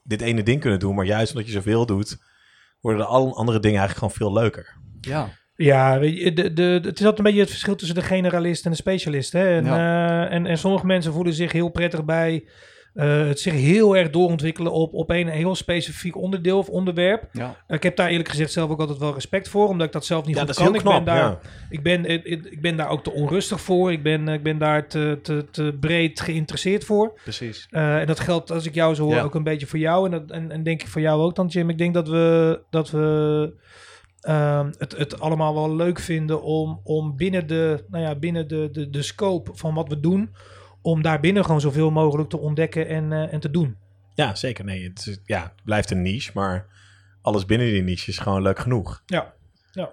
[SPEAKER 1] dit ene ding kunnen doen. Maar juist omdat je zoveel doet, worden de alle andere dingen eigenlijk gewoon veel leuker.
[SPEAKER 4] Ja.
[SPEAKER 2] Ja, weet je, de, de, het is altijd een beetje het verschil tussen de generalist en de specialist. Hè? En,
[SPEAKER 4] Ja.
[SPEAKER 2] uh, en, en sommige mensen voelen zich heel prettig bij uh, het zich heel erg doorontwikkelen op, op een heel specifiek onderdeel of onderwerp.
[SPEAKER 4] Ja.
[SPEAKER 2] Uh, ik heb daar eerlijk gezegd zelf ook altijd wel respect voor, omdat ik dat zelf niet
[SPEAKER 1] Ja,
[SPEAKER 2] goed
[SPEAKER 1] dat is
[SPEAKER 2] kan.
[SPEAKER 1] heel
[SPEAKER 2] ik, ben
[SPEAKER 1] knap,
[SPEAKER 2] daar,
[SPEAKER 1] ja.
[SPEAKER 2] ik, ben, ik, ik ben daar ook te onrustig voor. Ik ben, ik ben daar te, te, te breed geïnteresseerd voor.
[SPEAKER 4] Precies.
[SPEAKER 2] Uh, en dat geldt, als ik jou zo hoor,
[SPEAKER 4] Ja.
[SPEAKER 2] ook een beetje voor jou. En, dat, en, en denk ik voor jou ook dan, Jim. Ik denk dat we, dat we um, het, het allemaal wel leuk vinden om, om binnen, de, nou ja, binnen de, de, de scope van wat we doen, om daar binnen gewoon zoveel mogelijk te ontdekken en, uh, en te doen.
[SPEAKER 1] Ja, zeker. Nee, het, is, ja, het blijft een niche, maar alles binnen die niche is gewoon leuk genoeg.
[SPEAKER 2] Ja, ja.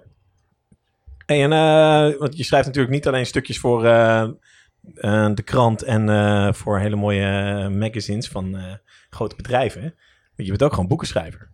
[SPEAKER 1] Hey, en uh, want je schrijft natuurlijk niet alleen stukjes voor uh, uh, de krant en uh, voor hele mooie uh, magazines van uh, grote bedrijven. Maar je bent ook gewoon boekenschrijver.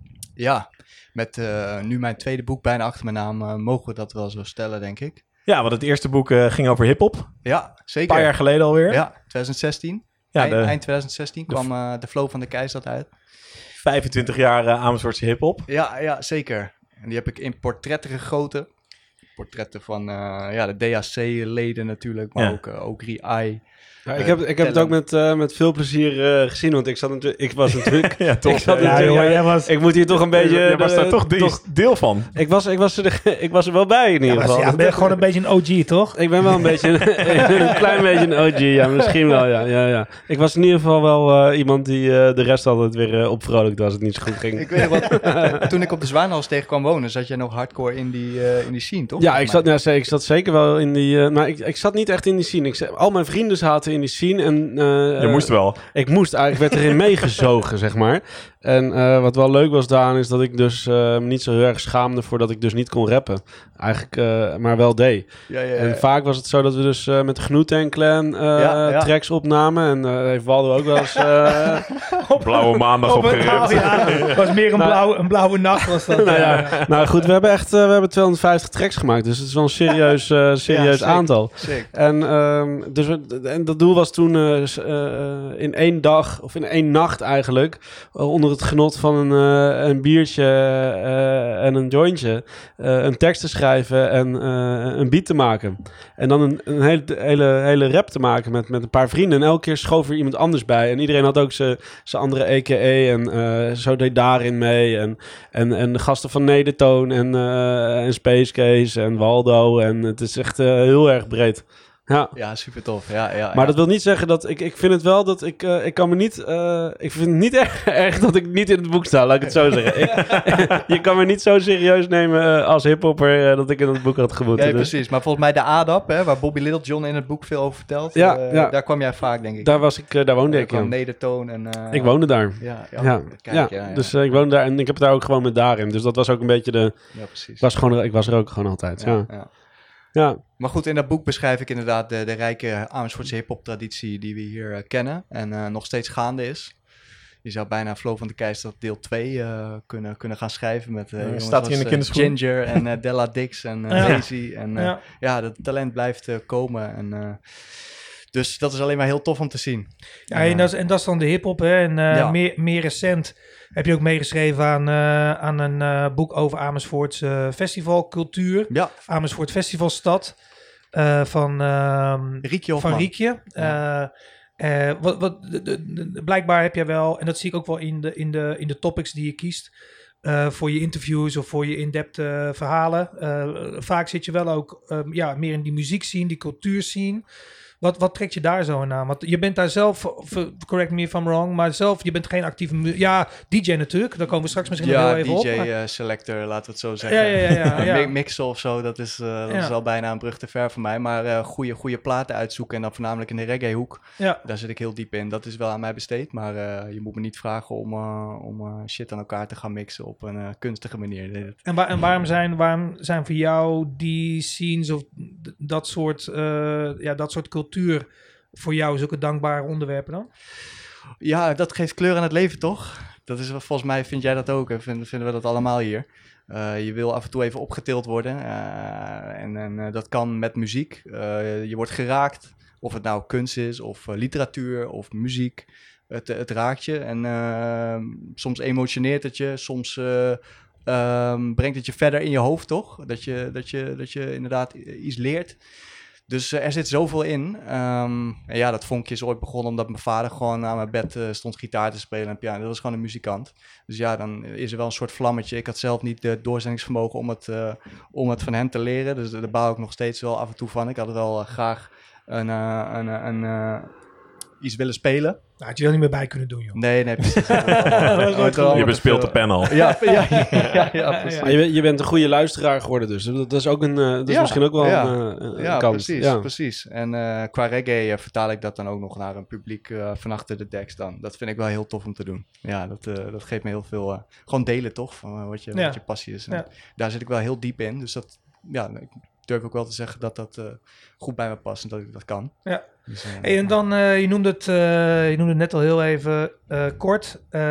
[SPEAKER 4] Ja, met uh, nu mijn tweede boek bijna achter mijn naam uh, mogen we dat wel zo stellen, denk ik.
[SPEAKER 1] Ja, want het eerste boek uh, ging over hiphop.
[SPEAKER 4] Ja, zeker.
[SPEAKER 1] Een paar jaar geleden alweer.
[SPEAKER 4] Ja, twintig zestien.
[SPEAKER 1] Ja,
[SPEAKER 4] eind,
[SPEAKER 1] de,
[SPEAKER 4] eind twintig zestien kwam uh, de Flow van de Keizat uit.
[SPEAKER 1] vijfentwintig jaar uh, Amersfoortse hiphop.
[SPEAKER 4] Ja, ja, zeker. En die heb ik in portretten gegoten. Portretten van uh, ja, de D A C-leden natuurlijk, maar
[SPEAKER 1] Ja.
[SPEAKER 4] ook, uh, ook Rie.
[SPEAKER 3] Ja, ik heb, ik heb het ook met, uh, met veel plezier uh, gezien, want ik, zat natuurlijk, ik was natuurlijk...
[SPEAKER 1] Ja, toch.
[SPEAKER 3] ik, zat
[SPEAKER 1] Ja,
[SPEAKER 3] natuurlijk-
[SPEAKER 2] joh,
[SPEAKER 3] ja,
[SPEAKER 2] jij was-
[SPEAKER 3] ik moet hier toch een beetje...
[SPEAKER 1] Je was daar
[SPEAKER 3] uh,
[SPEAKER 1] toch, deel, deel van.
[SPEAKER 3] Ik was, ik, was er, ik was er wel bij in ieder
[SPEAKER 2] Ja,
[SPEAKER 3] geval.
[SPEAKER 2] maar, ja, ben je gewoon een beetje een O G, toch?
[SPEAKER 3] Ik ben wel een beetje een, een klein beetje een O G, ja, misschien wel, ja, ja, ja. Ik was in ieder geval wel uh, iemand die uh, de rest altijd weer uh, opvrolijkte als het niet zo goed ging.
[SPEAKER 4] Ik weet nog wat, toen ik op de Zwaanhals tegen kwam wonen, zat jij nog hardcore in die, uh, in die scene, toch?
[SPEAKER 3] Ja, ik zat, ja, ze- ik zat zeker wel in die... Uh, maar ik, ik zat niet echt in die scene. Ik, ze- al mijn vrienden zaten in die scene en... Uh,
[SPEAKER 1] Je moest wel.
[SPEAKER 3] Ik moest eigenlijk, werd erin meegezogen, zeg maar. En uh, wat wel leuk was daaraan is dat ik dus uh, me niet zo heel erg schaamde voor dat ik dus niet kon rappen. Eigenlijk, uh, maar wel deed.
[SPEAKER 4] Ja, ja, ja.
[SPEAKER 3] En vaak was het zo dat we dus uh, met de Genoet en Clan uh,
[SPEAKER 4] Ja, ja.
[SPEAKER 3] tracks opnamen. En uh, heeft Waldo ook wel eens... Uh,
[SPEAKER 1] Blauwe maandag
[SPEAKER 2] Op een
[SPEAKER 1] opgeript.
[SPEAKER 2] taal, ja. Het was meer een,
[SPEAKER 3] Nou,
[SPEAKER 2] blauwe, een blauwe nacht was dat.
[SPEAKER 3] nou ja, nou goed, we hebben echt uh, we hebben tweehonderdvijftig tracks gemaakt. Dus het is wel een serieus, uh, serieus
[SPEAKER 4] zeker.
[SPEAKER 3] aantal.
[SPEAKER 4] Sick.
[SPEAKER 3] En, um, dus we, en dat doel was toen uh, s- uh, in één dag, of in één nacht eigenlijk, uh, onder het genot van een, uh, een biertje uh, en een jointje, uh, een tekst te schrijven en uh, een beat te maken. En dan een, een hele, hele, hele rap te maken met, met een paar vrienden. En elke keer schoof er iemand anders bij. En iedereen had ook zijn andere A K A en uh, zo deed daarin mee. En, en, en de gasten van Nedertoon en, uh, en Space Case en Waldo. En het is echt uh, heel erg breed. Ja.
[SPEAKER 4] Ja, super tof. Ja, ja,
[SPEAKER 3] Maar
[SPEAKER 4] ja.
[SPEAKER 3] dat wil niet zeggen dat ik... Ik vind het wel dat ik... Uh, ik kan me niet... Uh, ik vind het niet erg, erg dat ik niet in het boek sta, laat ik het zo zeggen. Ik, je kan me niet zo serieus nemen uh, als hiphopper uh, dat ik in het boek had gemoeten.
[SPEAKER 4] Nee,
[SPEAKER 3] dus.
[SPEAKER 4] precies. Maar volgens mij de A D A P, hè, waar Bobby Littlejohn in het boek veel over vertelt.
[SPEAKER 3] Ja,
[SPEAKER 4] uh,
[SPEAKER 3] ja.
[SPEAKER 4] Daar kwam jij vaak, denk ik.
[SPEAKER 3] Daar, was ik, uh, daar woonde
[SPEAKER 4] Daar
[SPEAKER 3] ik,
[SPEAKER 4] kwam
[SPEAKER 3] ja.
[SPEAKER 4] Nedertoon en... uh,
[SPEAKER 3] Ik woonde daar.
[SPEAKER 4] Ja, ja,
[SPEAKER 3] Ja,
[SPEAKER 4] kijk,
[SPEAKER 3] ja,
[SPEAKER 4] ja, ja.
[SPEAKER 3] dus uh, ik woonde daar en ik heb het daar ook gewoon met daarin. Dus dat was ook een beetje de...
[SPEAKER 4] Ja, precies.
[SPEAKER 3] Ik was, gewoon, ik was er ook gewoon altijd, ja.
[SPEAKER 4] ja,
[SPEAKER 3] ja.
[SPEAKER 4] ja.
[SPEAKER 3] ja.
[SPEAKER 4] Maar goed, in dat boek beschrijf ik inderdaad de, de rijke Amersfoortse hip-hop traditie die we hier uh, kennen en uh, nog steeds gaande is. Je zou bijna Flow van de Keizat deel twee uh, kunnen, kunnen gaan schrijven met uh,
[SPEAKER 1] Ja,
[SPEAKER 4] jongens
[SPEAKER 1] staat hij in de
[SPEAKER 4] als, uh,
[SPEAKER 1] kinderschoen?
[SPEAKER 4] Ginger en uh, Della Dix en uh,
[SPEAKER 2] Ja.
[SPEAKER 4] Lazy. En uh, ja.
[SPEAKER 2] Ja.
[SPEAKER 4] dat talent blijft uh, komen. En, uh, dus dat is alleen maar heel tof om te zien.
[SPEAKER 2] Ja, en, dat is, en dat is dan de hiphop. Hè? En uh,
[SPEAKER 4] Ja.
[SPEAKER 2] meer, meer recent heb je ook meegeschreven aan, uh, aan een uh, boek over Amersfoortse uh, festivalcultuur.
[SPEAKER 4] Ja,
[SPEAKER 2] Amersfoort Festivalstad. Uh, van um,
[SPEAKER 4] Riekje Hofman.
[SPEAKER 2] van Riekje.
[SPEAKER 4] Ja.
[SPEAKER 2] Uh, uh, wat, wat, de, de, de, blijkbaar heb jij wel, en dat zie ik ook wel in de, in de, in de topics die je kiest, uh, voor je interviews of voor je in-depth uh, verhalen. Uh, vaak zit je wel ook um, ja, meer in die muziekscene, die cultuurscene. Wat, wat trekt je daar zo in aan? Want je bent daar zelf, correct me if I'm wrong, maar zelf, je bent geen actieve... mu- Ja, D J natuurlijk, daar komen we straks misschien nog
[SPEAKER 4] Ja,
[SPEAKER 2] heel even op.
[SPEAKER 4] D J
[SPEAKER 2] maar-
[SPEAKER 4] uh, selector, laten we het zo zeggen.
[SPEAKER 2] Ja, ja, ja, ja, ja.
[SPEAKER 4] Mi- Mixen of zo, dat is, uh, dat
[SPEAKER 2] Ja.
[SPEAKER 4] is al bijna een brug te ver voor mij. Maar uh, goede, goede platen uitzoeken en dan voornamelijk in de reggae-hoek.
[SPEAKER 2] ja.
[SPEAKER 4] Daar zit ik heel diep in. Dat is wel aan mij besteed. Maar uh, je moet me niet vragen om, uh, om uh, shit aan elkaar te gaan mixen op een uh, kunstige manier. Nee, dat-
[SPEAKER 2] En, waar, en waarom, zijn, waarom zijn voor jou die scenes of d- dat soort, uh, ja, dat soort cultuur voor jou zulke dankbare onderwerpen dan?
[SPEAKER 4] Ja, dat geeft kleur aan het leven, toch? Dat is volgens mij, vind jij dat ook en vinden, vinden we dat allemaal hier. Uh, je wil af en toe even opgetild worden. Uh, en en uh, dat kan met muziek. Uh, je wordt geraakt, of het nou kunst is, of uh, literatuur, of muziek. Het, het raakt je en uh, soms emotioneert het je, soms uh, um, brengt het je verder in je hoofd, toch? Dat je, dat je, dat je inderdaad iets leert. Dus uh, er zit zoveel in. Um, en ja, dat vonkje is ooit begonnen omdat mijn vader gewoon aan mijn bed uh, stond gitaar te spelen en piano. Dat was gewoon een muzikant. Dus ja, dan is er wel een soort vlammetje. Ik had zelf niet het doorzettingsvermogen om het, uh, om het van hem te leren. Dus daar bouw ik nog steeds wel af en toe van. Ik had er wel uh, graag een, uh, een, uh, een, uh, iets willen spelen.
[SPEAKER 2] Nou, had je er niet meer bij kunnen doen, joh.
[SPEAKER 4] Nee, nee, precies.
[SPEAKER 1] Je bespeelt de pen al.
[SPEAKER 4] Ja, ja, ja, ja, ja, precies.
[SPEAKER 3] Maar je, je bent een goede luisteraar geworden dus. Dat is, ook een, uh, dat is
[SPEAKER 4] ja,
[SPEAKER 3] misschien ook wel
[SPEAKER 4] ja.
[SPEAKER 3] een, uh, een
[SPEAKER 4] ja,
[SPEAKER 3] kans.
[SPEAKER 4] Precies,
[SPEAKER 3] ja,
[SPEAKER 4] precies. En uh, qua reggae uh, vertaal ik dat dan ook nog naar een publiek uh, van achter de decks dan. Dat vind ik wel heel tof om te doen. Ja, dat, uh, dat geeft me heel veel... Uh, gewoon delen toch, van uh, wat, je, ja. wat je passie is. En
[SPEAKER 2] ja.
[SPEAKER 4] Daar zit ik wel heel diep in. Dus dat... Ja, ik durf ook wel te zeggen dat dat uh, goed bij me past en dat ik dat kan.
[SPEAKER 2] Ja.
[SPEAKER 4] Dus, uh,
[SPEAKER 2] hey, en dan, uh, je, noemde het, uh, je noemde het net al heel even uh, kort. Uh,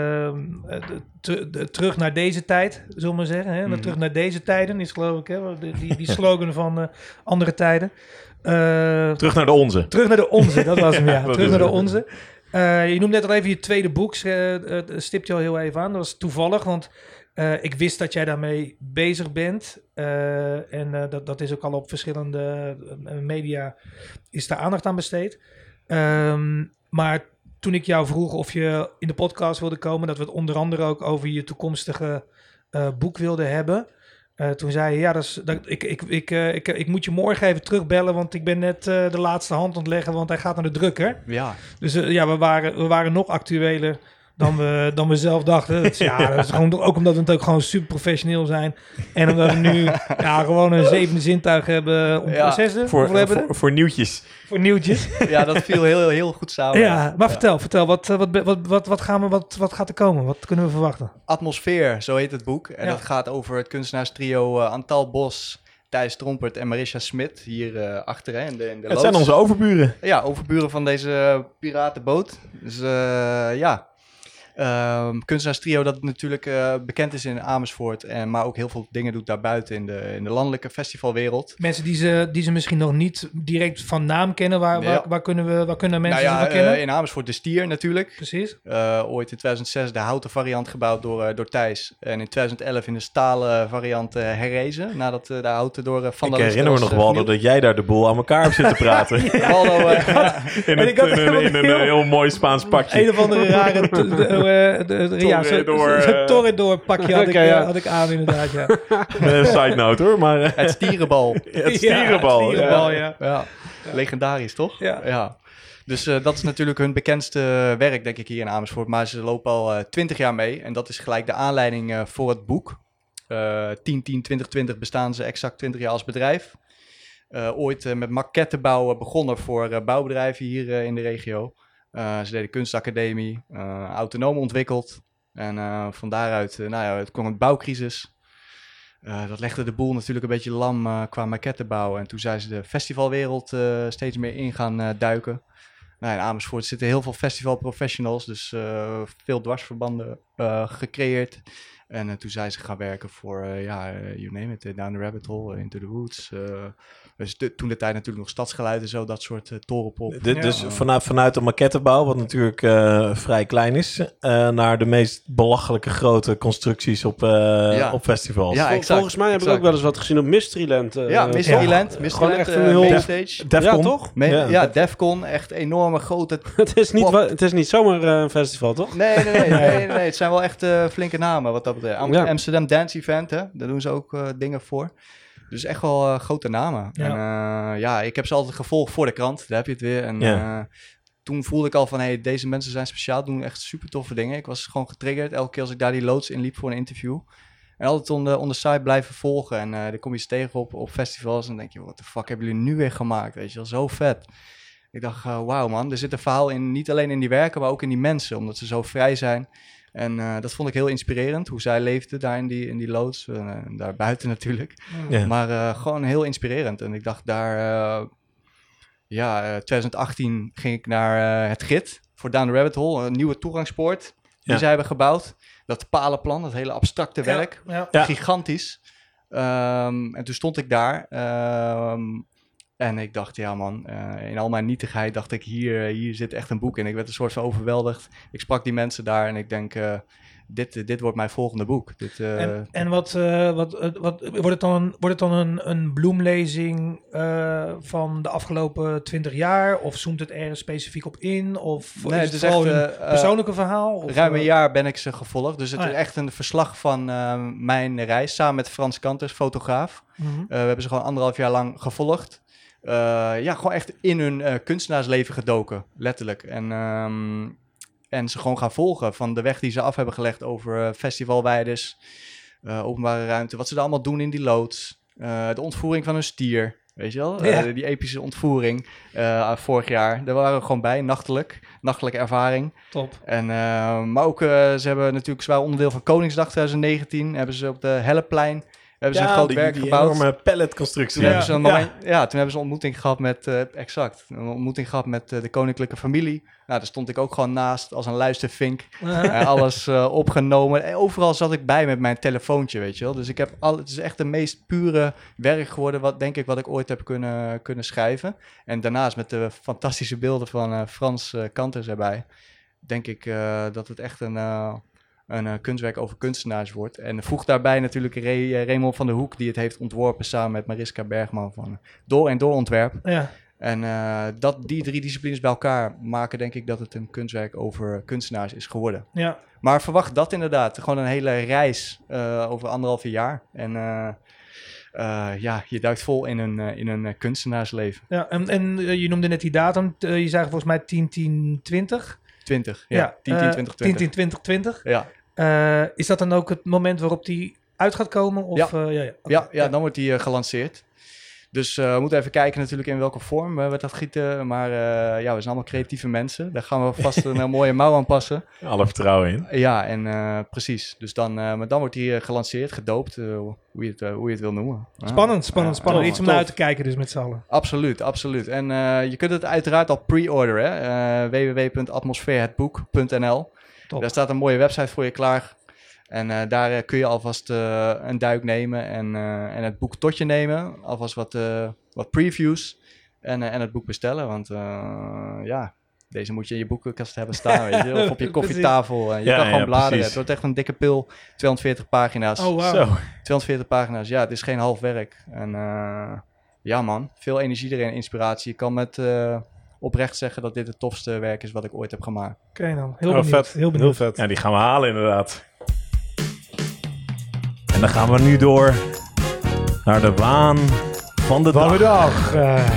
[SPEAKER 2] de, de, de, terug naar deze tijd, zullen we maar zeggen. Hè? Mm-hmm. Terug naar deze tijden is geloof ik, hè? Die, die, die slogan van uh, andere tijden. Uh,
[SPEAKER 1] terug naar de onze.
[SPEAKER 2] Terug naar de onze, dat was hem, ja. terug naar de onze. Uh, je noemde net al even je tweede boek, uh, uh, stipt je al heel even aan. Dat was toevallig, want... Uh, ik wist dat jij daarmee bezig bent. Uh, en uh, dat, dat is ook al op verschillende uh, media is daar aandacht aan besteed. Um, maar toen ik jou vroeg of je in de podcast wilde komen, dat we het onder andere ook over je toekomstige uh, boek wilden hebben. Uh, toen zei je, ja, dat is, dat, ik, ik, ik, uh, ik, ik moet je morgen even terugbellen, want ik ben net uh, de laatste hand ontleggen, want hij gaat naar de drukker.
[SPEAKER 4] Ja.
[SPEAKER 2] Dus uh, ja, we waren, we waren nog actueler dan we, dan we zelf dachten. Dat is, ja, dat is gewoon, ook omdat we het ook gewoon super professioneel zijn. En omdat we nu ja, gewoon een zevende zintuig hebben om
[SPEAKER 4] ja,
[SPEAKER 2] zesde.
[SPEAKER 1] Voor,
[SPEAKER 2] voor,
[SPEAKER 1] voor, voor nieuwtjes.
[SPEAKER 2] Voor nieuwtjes.
[SPEAKER 4] Ja, dat viel heel, heel goed samen.
[SPEAKER 2] Ja, maar
[SPEAKER 4] ja.
[SPEAKER 2] vertel, vertel. Wat, wat, wat, wat, wat, gaan we, wat, wat gaat er komen? Wat kunnen we verwachten?
[SPEAKER 4] Atmosfeer, zo heet het boek. En
[SPEAKER 2] ja.
[SPEAKER 4] dat gaat over het kunstenaarstrio uh, Antal Bos, Thijs Trompert en Marisha Smit. Hier uh, achter hè, in de, in de
[SPEAKER 1] Het zijn onze overburen.
[SPEAKER 4] Ja, overburen van deze piratenboot. Dus uh, ja... Um, kunstenaarstrio dat natuurlijk uh, bekend is in Amersfoort, en, maar ook heel veel dingen doet daarbuiten in de, in de landelijke festivalwereld.
[SPEAKER 2] Mensen die ze, die ze misschien nog niet direct van naam kennen, waar,
[SPEAKER 4] ja.
[SPEAKER 2] waar, waar, kunnen, we, waar kunnen mensen
[SPEAKER 4] nou ja,
[SPEAKER 2] ze van kennen?
[SPEAKER 4] Uh, in Amersfoort de Stier natuurlijk.
[SPEAKER 2] Precies.
[SPEAKER 4] Uh, ooit in tweeduizend zes de houten variant gebouwd door, uh, door Thijs. En in tweeduizend elf in de stalen variant uh, herrezen, nadat uh, de houten door uh, Van
[SPEAKER 1] Ik herinner me nog, uh, Waldo, dat jij daar de boel aan elkaar hebt zitten praten.
[SPEAKER 4] ja. Waldo, uh, ja.
[SPEAKER 1] In, het, in, een, in een heel, heel mooi Spaans pakje.
[SPEAKER 2] Een of andere rare... T- de, De, de, ja, zo'n zo, zo torredor pakje had, okay, ik, ja. uh, had ik aan inderdaad, ja.
[SPEAKER 1] uh, side note hoor, maar... Uh,
[SPEAKER 4] het stierenbal.
[SPEAKER 1] Ja, het stierenbal.
[SPEAKER 2] Ja, het stierenbal, ja.
[SPEAKER 4] Ja. Ja. Ja. Legendarisch, toch?
[SPEAKER 2] Ja.
[SPEAKER 4] ja. Dus uh, dat is natuurlijk hun bekendste werk, denk ik, hier in Amersfoort. Maar ze lopen al twintig uh, jaar mee. En dat is gelijk de aanleiding uh, voor het boek. Uh, tien tien twintig twintig bestaan ze exact twintig jaar als bedrijf. Uh, ooit uh, met maquettebouwen begonnen voor uh, bouwbedrijven hier uh, in de regio. Uh, ze deden kunstacademie, uh, autonoom ontwikkeld. En uh, van daaruit, uh, nou ja, het kwam een bouwcrisis. Uh, dat legde de boel natuurlijk een beetje lam uh, qua maquettebouw. En toen zijn ze de festivalwereld uh, steeds meer in gaan uh, duiken. Nou, in Amersfoort zitten heel veel festivalprofessionals, dus uh, veel dwarsverbanden uh, gecreëerd. En uh, toen zijn ze gaan werken voor, uh, ja, uh, you name it, uh, Down the Rabbit Hole, uh, Into the Woods. Uh, dus de, toen de tijd natuurlijk nog Stadsgeluid en zo, dat soort uh, torenpop.
[SPEAKER 1] De, ja. Dus vanuit, vanuit de maquettebouw, wat natuurlijk uh, vrij klein is, uh, naar de meest belachelijke grote constructies op, uh, ja. op festivals.
[SPEAKER 4] Ja,
[SPEAKER 3] Vol,
[SPEAKER 4] exact,
[SPEAKER 3] volgens mij heb
[SPEAKER 4] exact.
[SPEAKER 3] ik ook wel eens wat gezien op Mysteryland. Uh,
[SPEAKER 4] ja, Mysteryland. Ja. Mysteryland,
[SPEAKER 3] echt een heel...
[SPEAKER 4] uh, Mainstage.
[SPEAKER 1] Defcon.
[SPEAKER 3] Ja, toch?
[SPEAKER 4] Me-
[SPEAKER 1] ja,
[SPEAKER 4] ja, Defcon, echt enorme grote...
[SPEAKER 3] het, is niet wa- het is niet zomaar uh, een festival, toch?
[SPEAKER 4] Nee, nee, nee, nee, nee, nee. Het zijn wel echt uh, flinke namen wat dat betreft. Am-
[SPEAKER 3] Ja.
[SPEAKER 4] Amsterdam Dance Event, hè? Daar doen ze ook uh, dingen voor. Dus echt wel uh, grote namen.
[SPEAKER 2] Ja.
[SPEAKER 4] En uh, ja, ik heb ze altijd gevolgd voor de krant. Daar heb je het weer. En
[SPEAKER 1] Ja.
[SPEAKER 4] uh, toen voelde ik al van, hey, deze mensen zijn speciaal, doen echt super toffe dingen. Ik was gewoon getriggerd elke keer als ik daar die loods in liep voor een interview. En altijd on de, on de site blijven volgen. En uh, dan kom je eens tegen op, op festivals en dan denk je, wat de fuck hebben jullie nu weer gemaakt? Weet je wel, zo vet. Ik dacht, uh, wauw man, er zit een verhaal in, niet alleen in die werken, maar ook in die mensen. Omdat ze zo vrij zijn. En uh, dat vond ik heel inspirerend, hoe zij leefden daar in die, in die loods. Uh, daar buiten natuurlijk.
[SPEAKER 1] Ja.
[SPEAKER 4] Maar uh, gewoon heel inspirerend. En ik dacht daar... Uh, ja, uh, twintig achttien ging ik naar uh, het Git voor Down the Rabbit Hole. Een nieuwe toegangspoort die
[SPEAKER 1] Ja.
[SPEAKER 4] zij hebben gebouwd. Dat palenplan, dat hele abstracte werk.
[SPEAKER 2] Ja, ja.
[SPEAKER 1] Ja.
[SPEAKER 4] Gigantisch. Um, en toen stond ik daar. Um, En ik dacht, ja man, uh, in al mijn nietigheid dacht ik, hier, hier zit echt een boek in. Ik werd een soort van overweldigd. Ik sprak die mensen daar en ik denk, uh, dit, dit wordt mijn volgende boek. Dit, uh,
[SPEAKER 2] en, en wat, uh, wat, uh, wat wordt het dan, een, wordt het dan een, een bloemlezing uh, van de afgelopen twintig jaar? Of zoomt het ergens specifiek op in? Of
[SPEAKER 4] nee,
[SPEAKER 2] is het,
[SPEAKER 4] het
[SPEAKER 2] vooral
[SPEAKER 4] echt,
[SPEAKER 2] een uh, persoonlijke verhaal? Of,
[SPEAKER 4] ruim een
[SPEAKER 2] uh,
[SPEAKER 4] jaar ben ik ze gevolgd. Dus het
[SPEAKER 2] ah,
[SPEAKER 4] is
[SPEAKER 2] ja.
[SPEAKER 4] echt een verslag van uh, mijn reis samen met Frans Kanters, fotograaf.
[SPEAKER 2] Mm-hmm.
[SPEAKER 4] Uh, we hebben ze gewoon anderhalf jaar lang gevolgd. Uh, ja, gewoon echt in hun uh, kunstenaarsleven gedoken, letterlijk. En, um, en ze gewoon gaan volgen van de weg die ze af hebben gelegd over uh, festivalweiders, uh, openbare ruimte. Wat ze er allemaal doen in die loods. Uh, de ontvoering van een stier, weet je wel?
[SPEAKER 2] Ja.
[SPEAKER 4] Uh, die epische ontvoering uh, vorig jaar. Daar waren we gewoon bij, nachtelijk. Nachtelijke ervaring.
[SPEAKER 2] Top.
[SPEAKER 4] En, uh, maar ook, uh, ze hebben natuurlijk zwaar onderdeel van Koningsdag twintig negentien. Hebben ze op de Helleplein... hebben ze een groot
[SPEAKER 1] die,
[SPEAKER 4] werk
[SPEAKER 1] die
[SPEAKER 4] gebouwd.
[SPEAKER 1] enorme palletconstructie.
[SPEAKER 4] Toen,
[SPEAKER 2] Ja.
[SPEAKER 4] hebben ze een
[SPEAKER 1] Ja.
[SPEAKER 4] moment, ja, toen hebben ze een ontmoeting gehad met, uh, exact, een ontmoeting gehad met uh, de koninklijke familie. Nou, daar stond ik ook gewoon naast als een luistervink. Uh, alles uh, opgenomen. En overal zat ik bij met mijn telefoontje, weet je wel. Dus ik heb al, het is echt de meest pure werk geworden, wat denk ik, wat ik ooit heb kunnen, kunnen schrijven. En daarnaast met de fantastische beelden van uh, Frans uh, Kanters erbij, denk ik uh, dat het echt een... Uh, een uh, kunstwerk over kunstenaars wordt. En voeg daarbij natuurlijk Ray, uh, Raymond van der Hoek, die het heeft ontworpen samen met Mariska Bergman van Door en Door Ontwerp.
[SPEAKER 2] Ja.
[SPEAKER 4] En uh, dat, die drie disciplines bij elkaar maken, denk ik, dat het een kunstwerk over kunstenaars is geworden.
[SPEAKER 2] Ja.
[SPEAKER 4] Maar verwacht dat inderdaad. Gewoon een hele reis uh, over anderhalf jaar. En uh, uh, ja, je duikt vol in een, uh, in een uh, kunstenaarsleven.
[SPEAKER 2] Ja, en, en uh, je noemde net die datum. Uh, je zei volgens mij tien tien twintig.
[SPEAKER 4] twintig, ja. tien tien twintig twintig.
[SPEAKER 2] tien tien twintig twintig.
[SPEAKER 4] Ja.
[SPEAKER 2] Uh, is dat dan ook het moment waarop die uit gaat komen? Of,
[SPEAKER 4] Ja.
[SPEAKER 2] Uh, ja, ja. Okay.
[SPEAKER 4] Ja, ja, dan wordt die uh, gelanceerd. Dus uh, we moeten even kijken natuurlijk in welke vorm uh, we dat gieten. Maar uh, ja, we zijn allemaal creatieve mensen. Daar gaan we vast een uh, mooie mouw aan passen.
[SPEAKER 1] Alle vertrouwen in.
[SPEAKER 4] Ja, en uh, precies. Dus dan, uh, maar dan wordt die uh, gelanceerd, gedoopt, uh, hoe, je het, uh, hoe je het wil noemen.
[SPEAKER 2] Spannend, spannend,
[SPEAKER 4] Ja,
[SPEAKER 2] spannend.
[SPEAKER 4] tof,
[SPEAKER 2] Iets om
[SPEAKER 4] tof.
[SPEAKER 2] naar uit te kijken dus met z'n allen.
[SPEAKER 4] Absoluut, absoluut. En uh, je kunt het uiteraard al pre-orderen. Uh, w w w punt atmosfeerhetboek punt n l.
[SPEAKER 2] Top.
[SPEAKER 4] Daar staat een mooie website voor je klaar. En uh, daar uh, kun je alvast uh, een duik nemen en, uh, en het boek tot je nemen. Alvast wat, uh, wat previews en, uh, en het boek bestellen. Want uh, ja, deze moet je in je boekenkast hebben staan, weet je. Of op je koffietafel. Uh, je
[SPEAKER 1] Ja,
[SPEAKER 4] kan gewoon
[SPEAKER 1] ja,
[SPEAKER 4] bladeren.
[SPEAKER 1] precies.
[SPEAKER 4] Het wordt echt een dikke pil. tweehonderdveertig pagina's.
[SPEAKER 2] Oh, wow.
[SPEAKER 1] Zo.
[SPEAKER 4] tweehonderdveertig pagina's, ja, het is geen half werk. En uh, ja man, veel energie erin, inspiratie. Je kan met uh, oprecht zeggen dat dit het tofste werk is wat ik ooit heb gemaakt.
[SPEAKER 2] Oké okay, dan. Heel
[SPEAKER 1] Oh,
[SPEAKER 2] benieuwd.
[SPEAKER 1] vet.
[SPEAKER 2] Heel benieuwd.
[SPEAKER 3] Heel vet.
[SPEAKER 1] Ja, die gaan we halen inderdaad. En dan gaan we nu door naar de waan van de dag.
[SPEAKER 2] dag. Uh,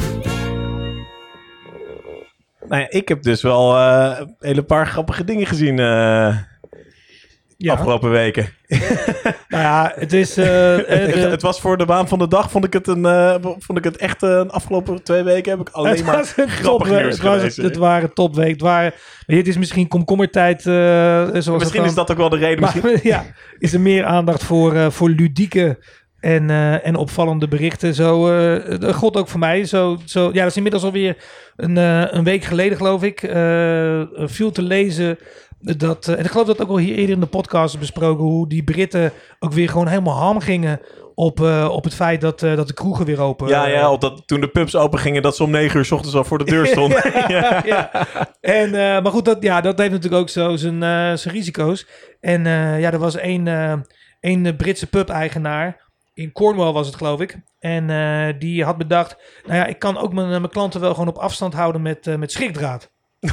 [SPEAKER 1] Nou ja, ik heb dus wel uh, een hele paar grappige dingen gezien uh,
[SPEAKER 2] ja.
[SPEAKER 1] afgelopen weken.
[SPEAKER 2] Nou ja, het is... Uh, uh,
[SPEAKER 1] het,
[SPEAKER 2] de,
[SPEAKER 1] het was voor de waan van de dag, vond ik het, een, uh, vond ik het echt uh, de afgelopen twee weken heb ik alleen
[SPEAKER 2] het
[SPEAKER 1] maar
[SPEAKER 2] was een
[SPEAKER 1] grappig
[SPEAKER 2] topweek.
[SPEAKER 1] nieuws
[SPEAKER 2] Het, was,
[SPEAKER 1] gelezen.
[SPEAKER 2] het waren topweek. Het, waren, weet je, het is misschien komkommertijd. Uh, zoals
[SPEAKER 1] Misschien
[SPEAKER 2] het
[SPEAKER 1] is dat ook wel de reden.
[SPEAKER 2] Maar,
[SPEAKER 1] Misschien...
[SPEAKER 2] ja, is er meer aandacht voor, uh, voor ludieke en, uh, en opvallende berichten. Zo, uh, dat God ook voor mij. Zo, zo, ja, dat is inmiddels alweer een, uh, een week geleden, geloof ik. Uh, viel te lezen. Dat, uh, en ik geloof dat ook al hier eerder in de podcast is besproken. Hoe die Britten ook weer gewoon helemaal ham gingen. Op, uh, op het feit dat, uh, dat de kroegen weer open...
[SPEAKER 1] Ja, ja, op dat, toen de pubs open gingen, dat ze om negen uur 's ochtends al voor de deur stonden.
[SPEAKER 2] ja, ja. En, uh, maar goed, dat, ja, dat heeft natuurlijk ook zo zijn, uh, zijn risico's. En uh, ja, er was één, uh, één Britse pub-eigenaar. In Cornwall was het, geloof ik. En uh, die had bedacht... Nou ja, ik kan ook mijn, mijn klanten wel gewoon op afstand houden met, uh, met schrikdraad.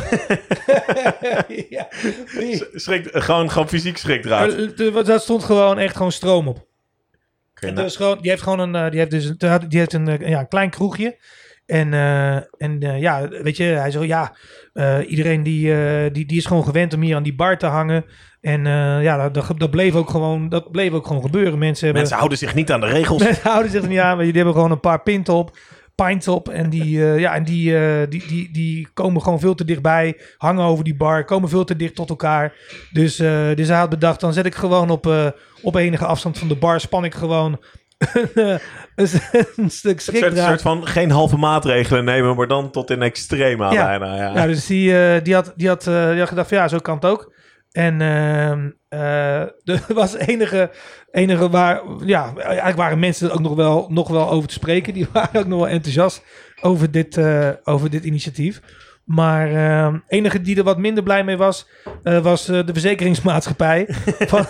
[SPEAKER 2] ja, die,
[SPEAKER 1] Schrik, gewoon, gewoon fysiek schrikdraad.
[SPEAKER 2] uh, daar stond gewoon echt gewoon stroom op.
[SPEAKER 1] Okay,
[SPEAKER 2] En
[SPEAKER 1] nou,
[SPEAKER 2] dus gewoon, die heeft gewoon een, uh, die heeft dus een, die heeft een, uh, ja, een klein kroegje. En, uh, en uh, ja, weet je, hij zei, ja, uh, iedereen die, uh, die, die is gewoon gewend om hier aan die bar te hangen. En uh, ja, dat, dat, bleef ook gewoon, dat bleef ook gewoon gebeuren. Mensen, hebben,
[SPEAKER 1] mensen houden zich niet aan de regels.
[SPEAKER 2] mensen houden zich er niet aan, maar die hebben gewoon een paar pint op. Pints op en die, uh, ja, en die, uh, die, die, die komen gewoon veel te dichtbij, hangen over die bar, komen veel te dicht tot elkaar. Dus, uh, dus hij had bedacht, dan zet ik gewoon op, uh, op enige afstand van de bar, span ik gewoon een, een stuk
[SPEAKER 1] Het soort,
[SPEAKER 2] schrikdraad.
[SPEAKER 1] soort van geen halve maatregelen nemen, maar dan tot in extrema
[SPEAKER 2] Ja.
[SPEAKER 1] bijna. Ja.
[SPEAKER 2] Ja, dus die, uh, die, had, die, had, uh, die had gedacht van ja, zo kan het ook. En uh, uh, er was enige, enige waar, ja, eigenlijk waren mensen er ook nog wel, nog wel over te spreken. Die waren ook nog wel enthousiast over dit, uh, over dit initiatief. Maar uh, enige die er wat minder blij mee was, uh, was uh, de verzekeringsmaatschappij van,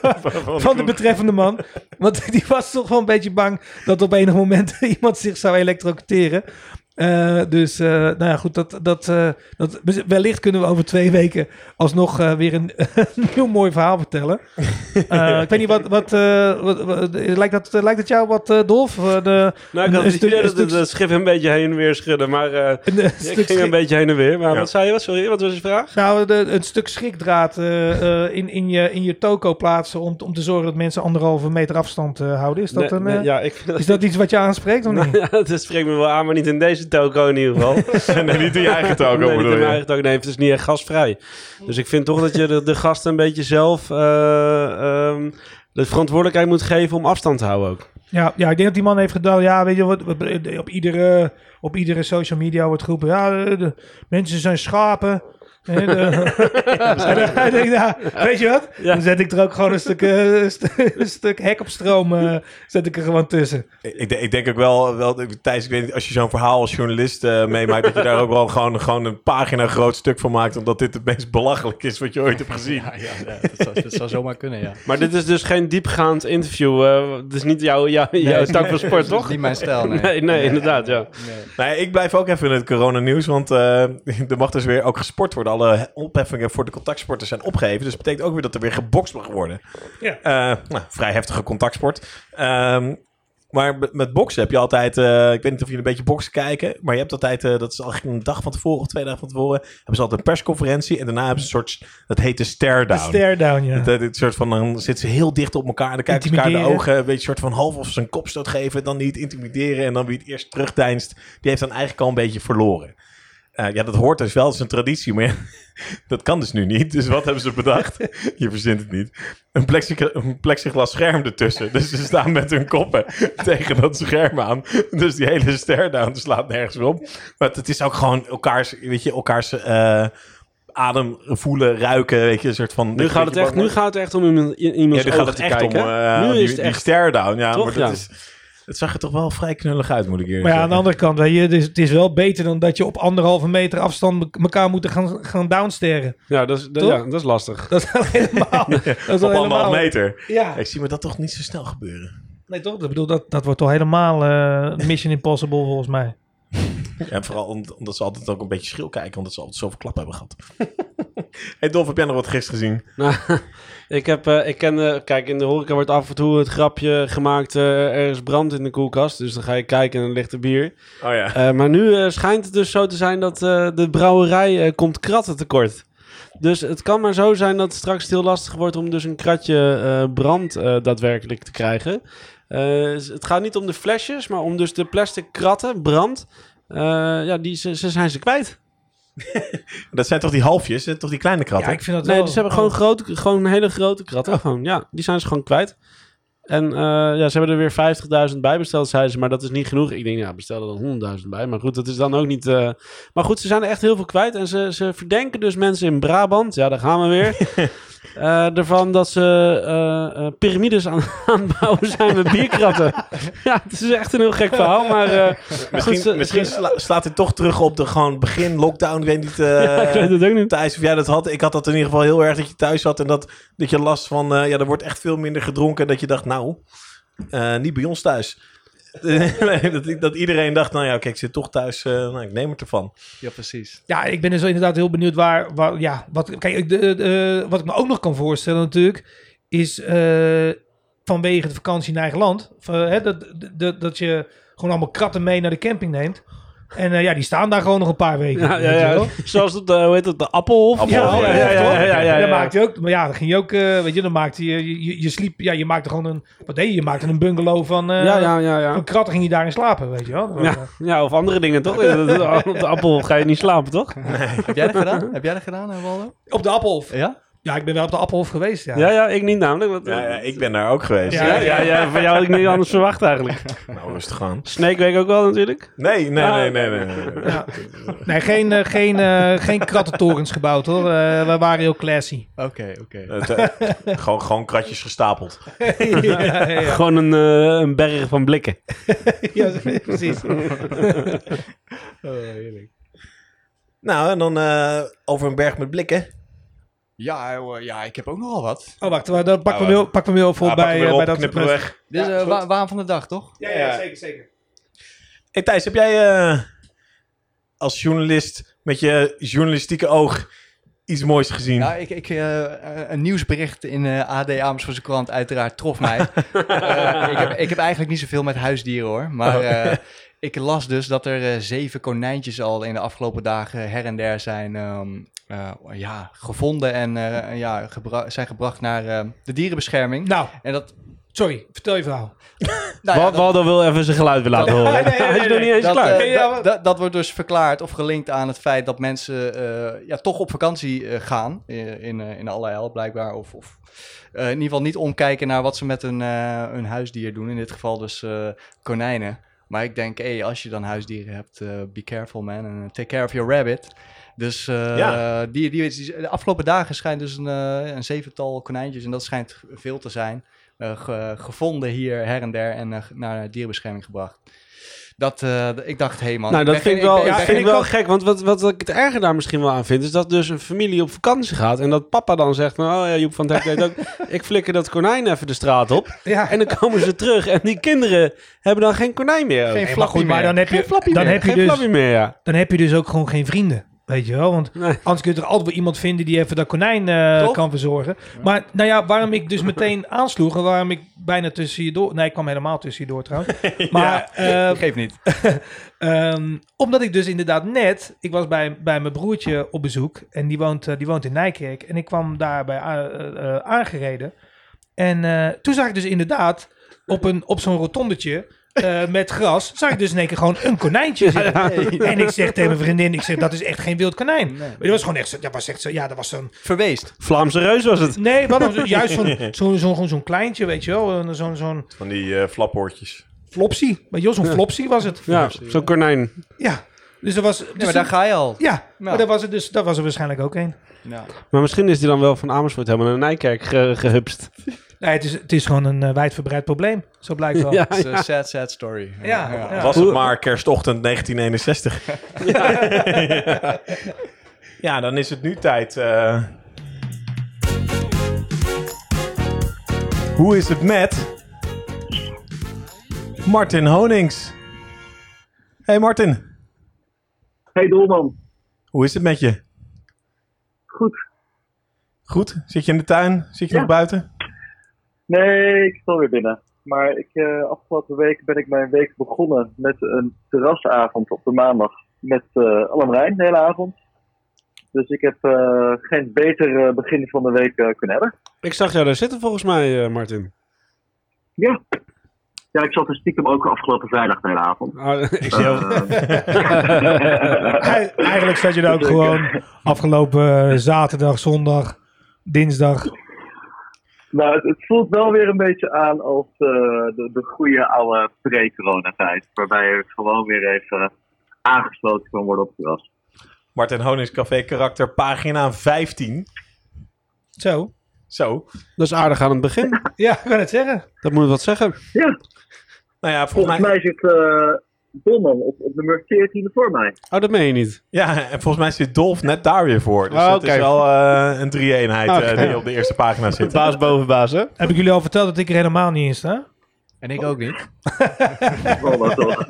[SPEAKER 2] van de betreffende man. Want die was toch wel een beetje bang dat op enig moment iemand zich zou elektrocuteren. Uh, dus, uh, nou ja, goed, dat, dat, uh, dat, wellicht kunnen we over twee weken alsnog uh, weer een, een nieuw mooi verhaal vertellen. Uh, ik weet niet, wat, wat, uh, wat, wat lijkt, dat, lijkt dat jou wat, uh, Dolf? Uh, de,
[SPEAKER 3] nou, ik had het idee dat het schip een beetje heen en weer schudden, maar uh, een, een ik ging schrik... een beetje heen en weer. Maar ja. Wat zei je? Wat, sorry, wat was je vraag?
[SPEAKER 2] Nou, de, een stuk schrikdraad uh, uh, in, in, je, in je toko plaatsen om, om te zorgen dat mensen anderhalve meter afstand uh, houden. Is dat, nee, een, uh, nee, ja, ik dat... is dat iets wat je aanspreekt of niet?
[SPEAKER 3] Nou, ja, dat spreekt me wel aan, maar niet in deze toko in ieder geval.
[SPEAKER 1] Nee, niet in je eigen toko.
[SPEAKER 3] Nee, niet in mijn eigen toko. Nee, het is niet echt gasvrij. Dus ik vind toch dat je de, de gasten een beetje zelf uh, um, de verantwoordelijkheid moet geven om afstand te houden ook.
[SPEAKER 2] Ja, ja, ik denk dat die man heeft gedaan, ja, weet je wat, op iedere, op iedere social media wordt geroepen, ja, de, de mensen zijn schapen. En, uh, ja, denk, nou, weet je wat? Ja. Dan zet ik er ook gewoon een stuk, uh, st- een stuk hek op stroom uh, zet ik er gewoon tussen.
[SPEAKER 1] Ik, ik denk ook wel, wel Thijs, ik weet niet, als je zo'n verhaal als journalist uh, meemaakt, dat je daar ook wel gewoon, gewoon een pagina groot stuk van maakt, omdat dit het meest belachelijk is wat je ooit hebt gezien.
[SPEAKER 4] Ja, ja, ja dat, zou, dat zou zomaar kunnen, ja.
[SPEAKER 3] Maar dit is dus geen diepgaand interview. Uh, dit is niet jouw, jouw, nee, jouw tak van sport, toch?
[SPEAKER 4] Niet mijn stijl, nee.
[SPEAKER 3] Nee, nee, inderdaad, ja.
[SPEAKER 1] Nee. Nee, ik blijf ook even in het coronanieuws, want uh, er mag dus weer ook gesport worden. Alle opheffingen voor de contactsporters zijn opgeheven. Dus dat betekent ook weer dat er weer gebokst mag worden. Ja. Uh, nou, vrij heftige contactsport. Um, maar met boksen heb je altijd... Uh, ik weet niet of jullie een beetje boksen kijken. Maar je hebt altijd... Uh, dat is al een dag van tevoren of twee dagen van tevoren. Hebben ze altijd een persconferentie. En daarna hebben ze een soort... Dat heet de stare-down.
[SPEAKER 2] De stare-down, ja.
[SPEAKER 1] Dat, dat soort van, dan zitten ze heel dicht op elkaar. En dan kijken ze elkaar in de ogen. Een beetje soort van half of ze een kopstoot geven. Dan niet intimideren. En dan wie het eerst terugdeinst. Die heeft dan eigenlijk al een beetje verloren. Uh, ja, dat hoort dus wel, dat is een traditie, maar ja, dat kan dus nu niet. Dus wat hebben ze bedacht? Je verzint het niet. Een, plexig- een plexiglas scherm ertussen. Dus ze staan met hun koppen tegen dat scherm aan. Dus die hele stare-down slaat nergens op. Maar het is ook gewoon elkaars, weet je, elkaars uh, adem voelen, ruiken, weet je, een soort van...
[SPEAKER 3] Nu gaat het echt, nu gaat het echt om iemand, iemands
[SPEAKER 1] ja,
[SPEAKER 3] ogen te kijken.
[SPEAKER 1] Om, uh,
[SPEAKER 3] nu is
[SPEAKER 1] die,
[SPEAKER 3] het echt...
[SPEAKER 1] die stare-down, ja.
[SPEAKER 3] Toch?
[SPEAKER 1] Maar dat
[SPEAKER 3] Ja.
[SPEAKER 1] is... Het zag er toch wel vrij knullig uit, moet ik eerlijk
[SPEAKER 2] Maar ja,
[SPEAKER 1] zeggen.
[SPEAKER 2] aan de andere kant, weet je, dus het is wel beter dan dat je op anderhalve meter afstand elkaar moet gaan, gaan downstaren.
[SPEAKER 3] Ja, dat is, dat, ja, dat is lastig.
[SPEAKER 2] Dat is wel helemaal... dat is wel
[SPEAKER 1] op
[SPEAKER 2] helemaal,
[SPEAKER 1] anderhalf meter.
[SPEAKER 2] Ja.
[SPEAKER 1] Ik zie me dat toch niet zo snel gebeuren.
[SPEAKER 2] Nee, toch? Ik bedoel, dat, dat wordt toch helemaal uh, Mission Impossible volgens mij.
[SPEAKER 1] Ja, en vooral omdat ze altijd ook een beetje schil kijken, omdat ze altijd zoveel klap hebben gehad. Hey Dolf, heb jij nog wat gisteren gezien?
[SPEAKER 3] Nou, ik heb, uh, ik ken, uh, kijk, in de horeca wordt af en toe het grapje gemaakt, uh, er is brand in de koelkast, dus dan ga je kijken en dan ligt er bier.
[SPEAKER 1] Oh ja.
[SPEAKER 3] Uh, maar nu uh, schijnt het dus zo te zijn dat uh, de brouwerij uh, komt kratten tekort. Dus het kan maar zo zijn dat het straks heel lastig wordt om dus een kratje uh, brand uh, daadwerkelijk te krijgen. Uh, het gaat niet om de flesjes, maar om dus de plastic kratten, brand. Uh, ja, die, ze, ze zijn ze kwijt.
[SPEAKER 1] Dat zijn toch die halfjes, toch die kleine kratten?
[SPEAKER 2] Ja, ik vind dat
[SPEAKER 3] Nee,
[SPEAKER 2] wel...
[SPEAKER 3] dus ze hebben gewoon, grote, gewoon hele grote kratten. Oh. Gewoon, ja, die zijn ze gewoon kwijt. En uh, ja, ze hebben er weer vijftigduizend bij besteld, zeiden ze. Maar dat is niet genoeg. Ik denk, ja, bestel er dan honderdduizend bij. Maar goed, dat is dan ook niet... Uh... Maar goed, ze zijn er echt heel veel kwijt. En ze, ze verdenken dus mensen in Brabant. Ja, daar gaan we weer. Uh, ervan dat ze uh, uh, piramides aan aanbouwen zijn met bierkratten. Ja, het is echt een heel gek verhaal, maar... Uh,
[SPEAKER 1] misschien
[SPEAKER 3] goed, ze,
[SPEAKER 1] misschien sla, slaat het toch terug op de gewoon begin lockdown. Ik weet niet, uh,
[SPEAKER 3] ja, ik weet het ook niet.
[SPEAKER 1] Thijs, of jij dat had. Ik had dat in ieder geval heel erg, dat je thuis zat en dat, dat je last van... Uh, ja, er wordt echt veel minder gedronken. Dat je dacht, nou, uh, niet bij ons thuis. Nee, dat, dat iedereen dacht, nou ja, kijk, ik zit toch thuis, uh, nou, ik neem het ervan.
[SPEAKER 4] Ja, precies.
[SPEAKER 2] Ja, ik ben dus inderdaad heel benieuwd waar... waar ja, wat, kijk, de, de, wat ik me ook nog kan voorstellen natuurlijk... is uh, vanwege de vakantie in eigen land... Uh, hè, dat, dat, dat je gewoon allemaal kratten mee naar de camping neemt... En uh, ja, die staan daar gewoon nog een paar weken.
[SPEAKER 3] Ja, ja, ja. Zoals het, uh, hoe heet het, de Appelhof?
[SPEAKER 2] Appelhof, ja, ja, ja, ja, ja, ja, ja. Dan
[SPEAKER 3] ja.
[SPEAKER 2] maakte je ook, maar ja, dan ging je ook, uh, weet je, dan maakte je, je, je, je sliep, ja, je maakte gewoon een, wat deed je? Je maakte een bungalow van, uh,
[SPEAKER 3] ja, ja, ja, ja.
[SPEAKER 2] een kratten ging je daarin slapen, weet je wel.
[SPEAKER 3] Ja, ja, of andere dingen, toch? Op de Appelhof ga je niet slapen, toch?
[SPEAKER 4] Nee. Heb jij dat gedaan? Heb jij dat gedaan, Waldo?
[SPEAKER 2] Op de Appelhof?
[SPEAKER 4] Ja?
[SPEAKER 2] Ja, ik ben wel op de Appelhof geweest, ja.
[SPEAKER 3] Ja, ja, ik niet namelijk. Want,
[SPEAKER 1] Ja, ja, ik ben daar ook geweest.
[SPEAKER 2] Ja.
[SPEAKER 3] ja, ja, ja, van jou had ik niet anders verwacht eigenlijk.
[SPEAKER 1] Nou, rustig aan.
[SPEAKER 3] Snake Week ook wel natuurlijk.
[SPEAKER 1] Nee, nee,
[SPEAKER 3] Ah,
[SPEAKER 1] nee, nee, nee. nee.
[SPEAKER 2] Ja. Nee, geen, uh, geen, uh, geen krattentorens gebouwd, hoor. Uh, we waren heel classy.
[SPEAKER 4] Oké, oké.
[SPEAKER 1] Het, uh, gewoon, gewoon kratjes gestapeld.
[SPEAKER 2] ja, ja, ja.
[SPEAKER 3] Gewoon een, uh, een berg van blikken.
[SPEAKER 2] ja, precies.
[SPEAKER 4] Oh, heerlijk.
[SPEAKER 1] Nou, en dan uh, over een berg met blikken.
[SPEAKER 4] Ja, uh, ja, ik heb ook nogal wat.
[SPEAKER 2] Oh, wacht. Dan pakken we
[SPEAKER 1] Nou,
[SPEAKER 2] heel, pakken we heel veel
[SPEAKER 1] Ja,
[SPEAKER 2] bij,
[SPEAKER 1] pak hem weer
[SPEAKER 2] uh,
[SPEAKER 1] op,
[SPEAKER 2] bij dat...
[SPEAKER 1] knippen we weg.
[SPEAKER 4] Dit is
[SPEAKER 2] Ja,
[SPEAKER 4] uh,
[SPEAKER 2] goed.
[SPEAKER 4] wa- waan van de dag, toch?
[SPEAKER 2] Ja, ja, zeker, zeker.
[SPEAKER 1] Hey Thijs, heb jij uh, als journalist met je journalistieke oog iets moois gezien?
[SPEAKER 4] Nou, ik, ik, uh, een nieuwsbericht in uh, A D Amersfoortse krant uiteraard trof mij. uh, ik, heb, ik heb eigenlijk niet zoveel met huisdieren hoor. Maar uh, ik las dus dat er uh, zeven konijntjes al in de afgelopen dagen her en der zijn, um, uh, ja, gevonden en uh, ja, gebra- zijn gebracht naar uh, de dierenbescherming.
[SPEAKER 2] Nou,
[SPEAKER 4] En dat,
[SPEAKER 2] sorry. Vertel je verhaal.
[SPEAKER 4] nou ja,
[SPEAKER 3] Wa-
[SPEAKER 4] dat-
[SPEAKER 3] Waldo wil even zijn geluid weer laten horen.
[SPEAKER 2] Nee, nee, nee,
[SPEAKER 3] Hij is nog niet eens
[SPEAKER 4] dat,
[SPEAKER 3] klaar.
[SPEAKER 4] eh,
[SPEAKER 2] Ja,
[SPEAKER 4] dat-
[SPEAKER 2] maar-
[SPEAKER 4] dat, dat wordt dus verklaard of gelinkt aan het feit dat mensen uh, ja, toch op vakantie uh, gaan. In, in, uh, in allerlei blijkbaar. Of, of uh, in ieder geval niet omkijken naar wat ze met hun, uh, hun huisdier doen. In dit geval dus uh, konijnen. Maar ik denk, hey, als je dan huisdieren hebt, uh, be careful man. En take care of your rabbit. Dus uh,
[SPEAKER 1] Ja.
[SPEAKER 4] die, die, die, de afgelopen dagen schijnt dus een, uh, een zevental konijntjes. En dat schijnt veel te zijn. Uh, ge- gevonden hier her en der en uh, naar dierenbescherming gebracht. Dat, uh, d- ik dacht, hé hey man.
[SPEAKER 3] Nou,
[SPEAKER 4] ik
[SPEAKER 3] dat
[SPEAKER 4] ben
[SPEAKER 3] vind ik
[SPEAKER 4] geen-
[SPEAKER 3] wel,
[SPEAKER 4] ben-
[SPEAKER 3] dat
[SPEAKER 4] ben
[SPEAKER 3] vind ik
[SPEAKER 4] geen-
[SPEAKER 3] wel gek. Want wat, wat ik het erger daar misschien wel aan vind... is dat dus een familie op vakantie gaat... en dat papa dan zegt... van, oh ja, Joep van het Hek weet ook... ik flikker dat konijn even de straat op...
[SPEAKER 2] Ja.
[SPEAKER 3] en dan komen ze terug... en die kinderen hebben dan geen konijn meer.
[SPEAKER 4] Geen
[SPEAKER 2] Nee, maar
[SPEAKER 4] flappie
[SPEAKER 2] goed, maar
[SPEAKER 4] meer.
[SPEAKER 2] dan heb je,
[SPEAKER 3] Geen flappie
[SPEAKER 2] dan
[SPEAKER 3] meer.
[SPEAKER 2] heb je
[SPEAKER 3] Geen
[SPEAKER 2] dus,
[SPEAKER 3] flappie meer, ja.
[SPEAKER 2] dan heb je dus ook gewoon geen vrienden. Weet je wel, want
[SPEAKER 3] Nee.
[SPEAKER 2] anders kun je er altijd wel iemand vinden die even dat konijn eh,
[SPEAKER 4] Toch?
[SPEAKER 2] kan verzorgen. Maar nou ja, waarom ik dus meteen aansloeg en waarom ik bijna tussen je door... Nee, ik kwam helemaal tussen je door trouwens. Maar eh,
[SPEAKER 4] Geef niet.
[SPEAKER 2] ehm, omdat ik dus inderdaad net... Ik was bij, bij mijn broertje op bezoek en die woont, eh, die woont in Nijkerk. En ik kwam daarbij a- eh, eh, aangereden. En eh, toen zag ik dus inderdaad op, een, op zo'n rotondetje... eh, met gras, zag ik dus in één keer gewoon een konijntje zitten. En ik zeg tegen mijn vriendin, ik zeg, dat is echt geen wild konijn.
[SPEAKER 4] Nee.
[SPEAKER 2] Maar dat was gewoon echt zo, dat was echt zo, ja, dat was zo'n...
[SPEAKER 4] Verweest.
[SPEAKER 3] Vlaamse reus was het.
[SPEAKER 2] Nee, wat dan, juist zo'n zo'n zo'n zo'n kleintje, weet je wel. Zo'n zo'n
[SPEAKER 1] Van die uh, flaphoortjes.
[SPEAKER 2] flopsie. Weet je wel, zo'n flopsie was het.
[SPEAKER 3] Ja, zo'n konijn.
[SPEAKER 2] Ja. Dus dat was... Dus
[SPEAKER 4] Nee, maar daar ga je al.
[SPEAKER 2] ja, maar dat was het dus, dat was er waarschijnlijk ook een.
[SPEAKER 4] Ja.
[SPEAKER 3] Maar misschien is die dan wel van Amersfoort helemaal naar Nijkerk ge- gehupst.
[SPEAKER 2] Nee, het is, het is gewoon een uh, wijdverbreid probleem. Zo blijkt wel.
[SPEAKER 3] Ja,
[SPEAKER 4] Het is een sad, sad story.
[SPEAKER 2] Ja, ja.
[SPEAKER 1] Was het maar kerstochtend negentien eenenzestig. ja. ja, dan is het nu tijd. Uh... Hoe is het met Martin Honings? Hey Martin,
[SPEAKER 5] Hey Dolman,
[SPEAKER 1] hoe is het met je?
[SPEAKER 5] goed.
[SPEAKER 1] Goed? Zit je in de tuin? Zit je
[SPEAKER 5] Ja.
[SPEAKER 1] nog buiten?
[SPEAKER 5] Nee, ik sta weer binnen. Maar ik, uh, afgelopen week ben ik mijn week begonnen met een terrasavond op de maandag met uh, Allen Rijn de hele avond. Dus ik heb uh, geen beter uh, begin van de week uh, kunnen hebben.
[SPEAKER 3] Ik zag jou daar zitten volgens mij, uh, Martin.
[SPEAKER 5] Ja. Ja, ik zat er stiekem ook afgelopen vrijdag de hele avond.
[SPEAKER 3] Ah, ik zie jou.
[SPEAKER 5] Uh,
[SPEAKER 2] Ei- Eigenlijk zat je daar ook gewoon afgelopen uh, zaterdag, zondag, dinsdag.
[SPEAKER 5] nou, het, het voelt wel weer een beetje aan als uh, de, de goede oude pre-coronatijd. Waarbij je gewoon weer even aangesloten kan worden op het terras.
[SPEAKER 1] Martin Honings Café Karakter, pagina vijftien.
[SPEAKER 2] Zo.
[SPEAKER 1] Zo.
[SPEAKER 3] Dat is aardig aan het begin.
[SPEAKER 2] Ja, ik kan het zeggen.
[SPEAKER 3] Dat moet wat zeggen.
[SPEAKER 5] Ja,
[SPEAKER 1] Nou ja, volgens
[SPEAKER 5] volgens
[SPEAKER 1] mij...
[SPEAKER 5] mij zit uh, Dolman op, op nummer veertien voor mij.
[SPEAKER 3] Oh, dat meen je niet.
[SPEAKER 1] Ja, en volgens mij zit Dolf net daar weer voor. Dus
[SPEAKER 3] Oh,
[SPEAKER 1] dat is
[SPEAKER 3] oké.
[SPEAKER 1] wel uh, een drie-eenheid uh,
[SPEAKER 3] Oké.
[SPEAKER 1] die op de eerste pagina zit.
[SPEAKER 3] Baas boven baas, hè?
[SPEAKER 2] Heb ik jullie al verteld dat ik er helemaal niet in sta?
[SPEAKER 4] En ik ook niet.
[SPEAKER 5] Wel dat toch.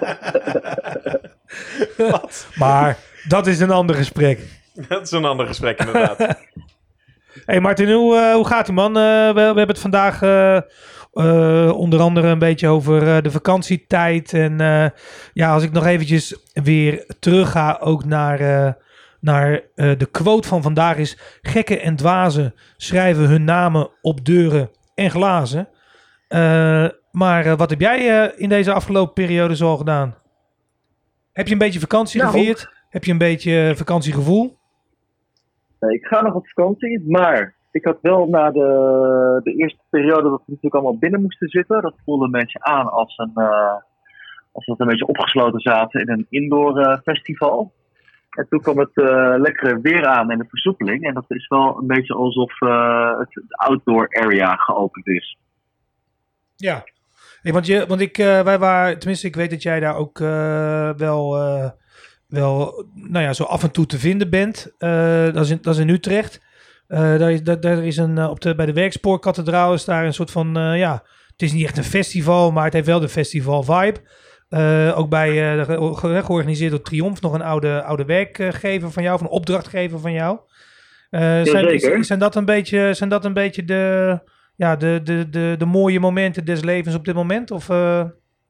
[SPEAKER 2] Maar dat is een ander gesprek.
[SPEAKER 1] Dat is een ander gesprek inderdaad.
[SPEAKER 2] Hey Martin, hoe, uh, hoe gaat ie man? Uh, we, we hebben het vandaag uh, uh, onder andere een beetje over uh, de vakantietijd. En uh, ja, als ik nog eventjes weer terug ga ook naar, uh, naar uh, de quote van vandaag is... Gekken en dwazen schrijven hun namen op deuren en glazen. Uh, maar uh, wat heb jij uh, in deze afgelopen periode zo al gedaan? Heb je een beetje vakantie
[SPEAKER 5] Nou.
[SPEAKER 2] gevierd? Heb je een beetje vakantiegevoel?
[SPEAKER 5] Nee, ik ga nog op vakantie, maar ik had wel na de, de eerste periode dat we natuurlijk allemaal binnen moesten zitten. Dat voelde een beetje aan als een, uh, als we een beetje opgesloten zaten in een indoor uh, festival. En toen kwam het uh, lekkere weer aan en de versoepeling. En dat is wel een beetje alsof uh, het, het outdoor area geopend is.
[SPEAKER 2] Ja, nee, want, je, want ik, uh, wij waren, tenminste ik weet dat jij daar ook uh, wel, uh, wel nou ja, zo af en toe te vinden bent. Uh, dat, is in, dat is in Utrecht. Uh, daar is, daar, daar is een, uh, op de, bij de Werkspoorkathedraal is daar een soort van, uh, ja, het is niet echt een festival, maar het heeft wel de festival vibe. Uh, ook bij, uh, ge- georganiseerd door Triomf, nog een oude, oude werkgever van jou, of een opdrachtgever van jou. Uh, zijn, is, zijn, dat een beetje, zijn dat een beetje de, ja, de, de, de, de mooie momenten des levens op dit moment? Of, uh...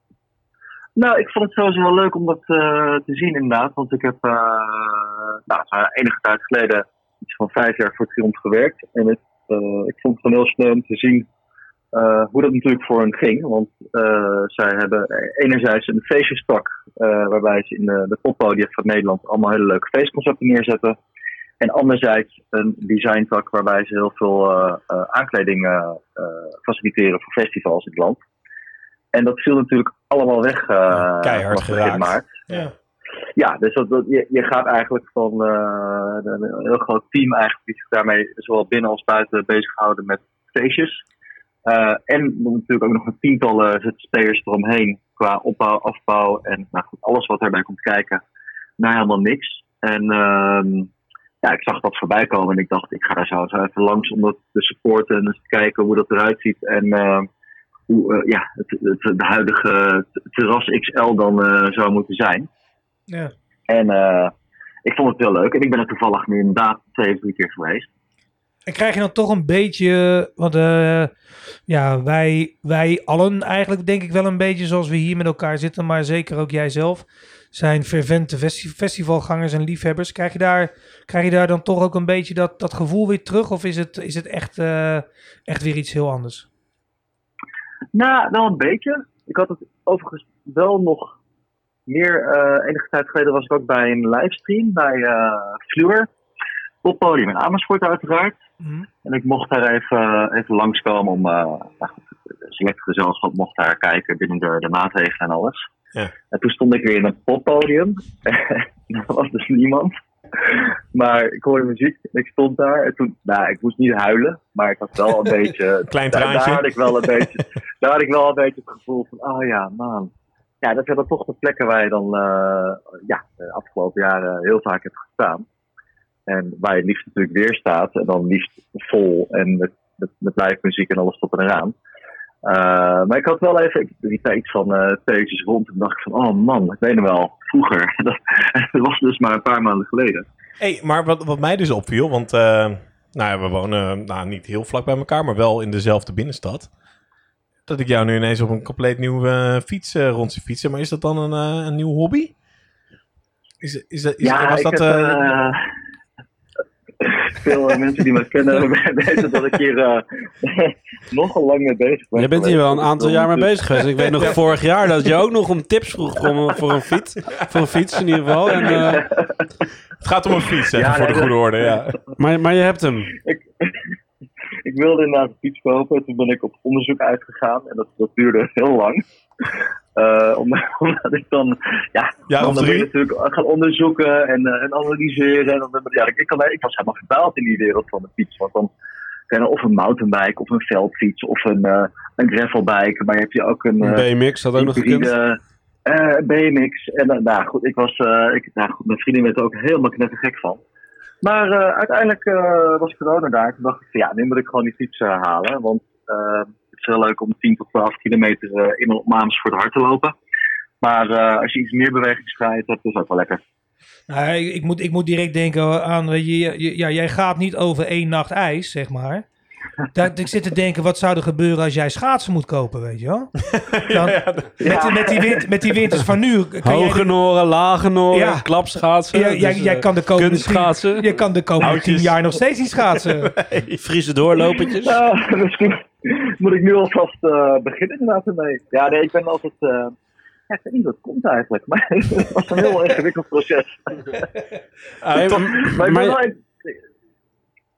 [SPEAKER 5] Nou, ik vond het sowieso wel leuk om dat uh, te zien inderdaad. Want ik heb uh, nou, enige tijd geleden iets van vijf jaar voor Triomf gewerkt. En het, uh, ik vond het gewoon heel snel om te zien uh, hoe dat natuurlijk voor hen ging. Want uh, zij hebben enerzijds een feestjestak uh, waarbij ze in de, de poppodia van Nederland allemaal hele leuke feestconcepten neerzetten. En anderzijds een designtak waarbij ze heel veel uh, uh, aankleding uh, uh, faciliteren voor festivals in het land. En dat viel natuurlijk allemaal weg. Uh,
[SPEAKER 1] Keihard geraakt.
[SPEAKER 5] Maart.
[SPEAKER 2] Ja.
[SPEAKER 5] Ja, dus dat, dat, je, je gaat eigenlijk van uh, een heel groot team eigenlijk die zich daarmee zowel binnen als buiten bezighouden met feestjes. Uh, en natuurlijk ook nog een tientallen Z Z P'ers eromheen qua opbouw, afbouw en nou goed, alles wat daarbij komt kijken. Nou, helemaal niks. En uh, ja, ik zag dat voorbij komen en ik dacht, ik ga daar zo even langs om dat te supporten en eens te kijken hoe dat eruit ziet. En uh, hoe uh, ja, het, het, de huidige terras X L dan uh, zou moeten zijn.
[SPEAKER 2] Ja.
[SPEAKER 5] En uh, ik vond het heel leuk. En ik ben er toevallig nu inderdaad twee of drie keer geweest.
[SPEAKER 2] En krijg je dan toch een beetje, want uh, ja, wij, wij allen eigenlijk denk ik wel een beetje zoals we hier met elkaar zitten, maar zeker ook jij zelf, zijn fervente festi- festivalgangers en liefhebbers. Krijg je, daar, krijg je daar dan toch ook een beetje dat, dat gevoel weer terug? Of is het, is het echt, uh, echt weer iets heel anders?
[SPEAKER 5] Nou, wel een beetje. Ik had het overigens wel nog meer, uh, enige tijd geleden was ik ook bij een livestream bij uh, Fluor. Op podium in Amersfoort uiteraard. Mm-hmm. En ik mocht daar even, even langskomen om, uh, nou, het select gezelschap mocht daar kijken binnen de, de maatregelen en alles.
[SPEAKER 1] Ja.
[SPEAKER 5] En toen stond ik weer in een poppodium. Er was dus niemand. Maar ik hoorde muziek en ik stond daar. En toen, nou, ik moest niet huilen, maar ik had wel een beetje...
[SPEAKER 1] Klein
[SPEAKER 5] daar,
[SPEAKER 1] traantje.
[SPEAKER 5] daar had ik wel een beetje, daar had ik wel een beetje het gevoel van, oh ja, man. Ja, dat zijn dan toch de plekken waar je dan uh, ja, de afgelopen jaren heel vaak hebt gestaan. En waar je het liefst natuurlijk weer staat. En dan liefst vol en met, met, met live muziek en alles tot en eraan. Uh, maar ik had wel even, ik liep daar iets van uh, twee uurtjes rond en dacht ik van, oh man, ik weet nog wel, vroeger. dat, dat was dus maar een paar maanden geleden.
[SPEAKER 1] Hey, maar wat, wat mij dus opviel, want uh, nou ja, we wonen nou, niet heel vlak bij elkaar, maar wel in dezelfde binnenstad. Dat ik jou nu ineens op een compleet nieuwe uh, fiets uh, rond zie fietsen. Maar is dat dan een, uh, een nieuw hobby? Is, is, is,
[SPEAKER 5] ja,
[SPEAKER 1] was
[SPEAKER 5] ik
[SPEAKER 1] dat...
[SPEAKER 5] heb,
[SPEAKER 1] Uh...
[SPEAKER 5] uh, veel uh, mensen die me kennen weten dat ik hier uh, nogal lang mee bezig ben.
[SPEAKER 3] Je bent hier wel een aantal jaar mee bezig geweest. Ik weet nog
[SPEAKER 1] ja.
[SPEAKER 3] vorig jaar dat je ook nog om tips vroeg voor, voor, een, fiets, voor een fiets in ieder geval. En, uh...
[SPEAKER 1] Het gaat om een fiets, even
[SPEAKER 5] ja,
[SPEAKER 1] voor
[SPEAKER 5] nee,
[SPEAKER 1] de goede orde. Ja.
[SPEAKER 3] Maar, maar je hebt hem.
[SPEAKER 5] Ik, ik wilde inderdaad een fiets kopen. Toen ben ik op onderzoek uitgegaan. En dat, dat duurde heel lang. Uh, omdat, omdat ik dan... Ja,
[SPEAKER 1] ja
[SPEAKER 5] dan ben je natuurlijk gaan onderzoeken en, uh, en analyseren. En dan, ja, ik, ik, kan, ik was helemaal verdwaald in die wereld van de fiets. Want dan kan je of een mountainbike, of een veldfiets, of een, uh, een gravelbike. Maar je hebt je ook een... Uh,
[SPEAKER 3] B M X had ook nog gekund.
[SPEAKER 5] Uh, B M X. En uh, nou goed, ik was... Uh, ik, nou goed, mijn vrienden werden er ook helemaal knettergek van. Maar uh, uiteindelijk uh, was corona daar. Toen dacht ik van ja, nu moet ik gewoon die fiets uh, halen. Want uh, het is heel leuk om tien tot twaalf kilometer uh, in en op Amersfoort hard te lopen. Maar uh, als je iets meer bewegingsvrijheid hebt, is dat ook wel lekker.
[SPEAKER 2] Nou, ik, ik, moet, ik moet direct denken aan, je, je, ja, jij gaat niet over één nacht ijs, zeg maar. Dat, ik zit te denken, wat zou er gebeuren als jij schaatsen moet kopen, weet je wel? Dan, ja, met, met, die wind, met die winters van nu...
[SPEAKER 3] Hoge noren, lage noren, ja. klapschaatsen.
[SPEAKER 2] Ja, jij,
[SPEAKER 3] dus,
[SPEAKER 2] jij kan de komende
[SPEAKER 3] kunstschaatsen.
[SPEAKER 2] Je kan de komende tien jaar nog steeds niet schaatsen.
[SPEAKER 3] Nee. Friese doorlopertjes.
[SPEAKER 5] Ja, misschien moet ik nu alvast uh, beginnen inderdaad ermee. Ja, nee, ik ben altijd... Uh, ja, ik weet niet wat het komt eigenlijk, maar het was een heel ingewikkeld proces.
[SPEAKER 3] Ah,
[SPEAKER 5] Toch, maar ik ben wel...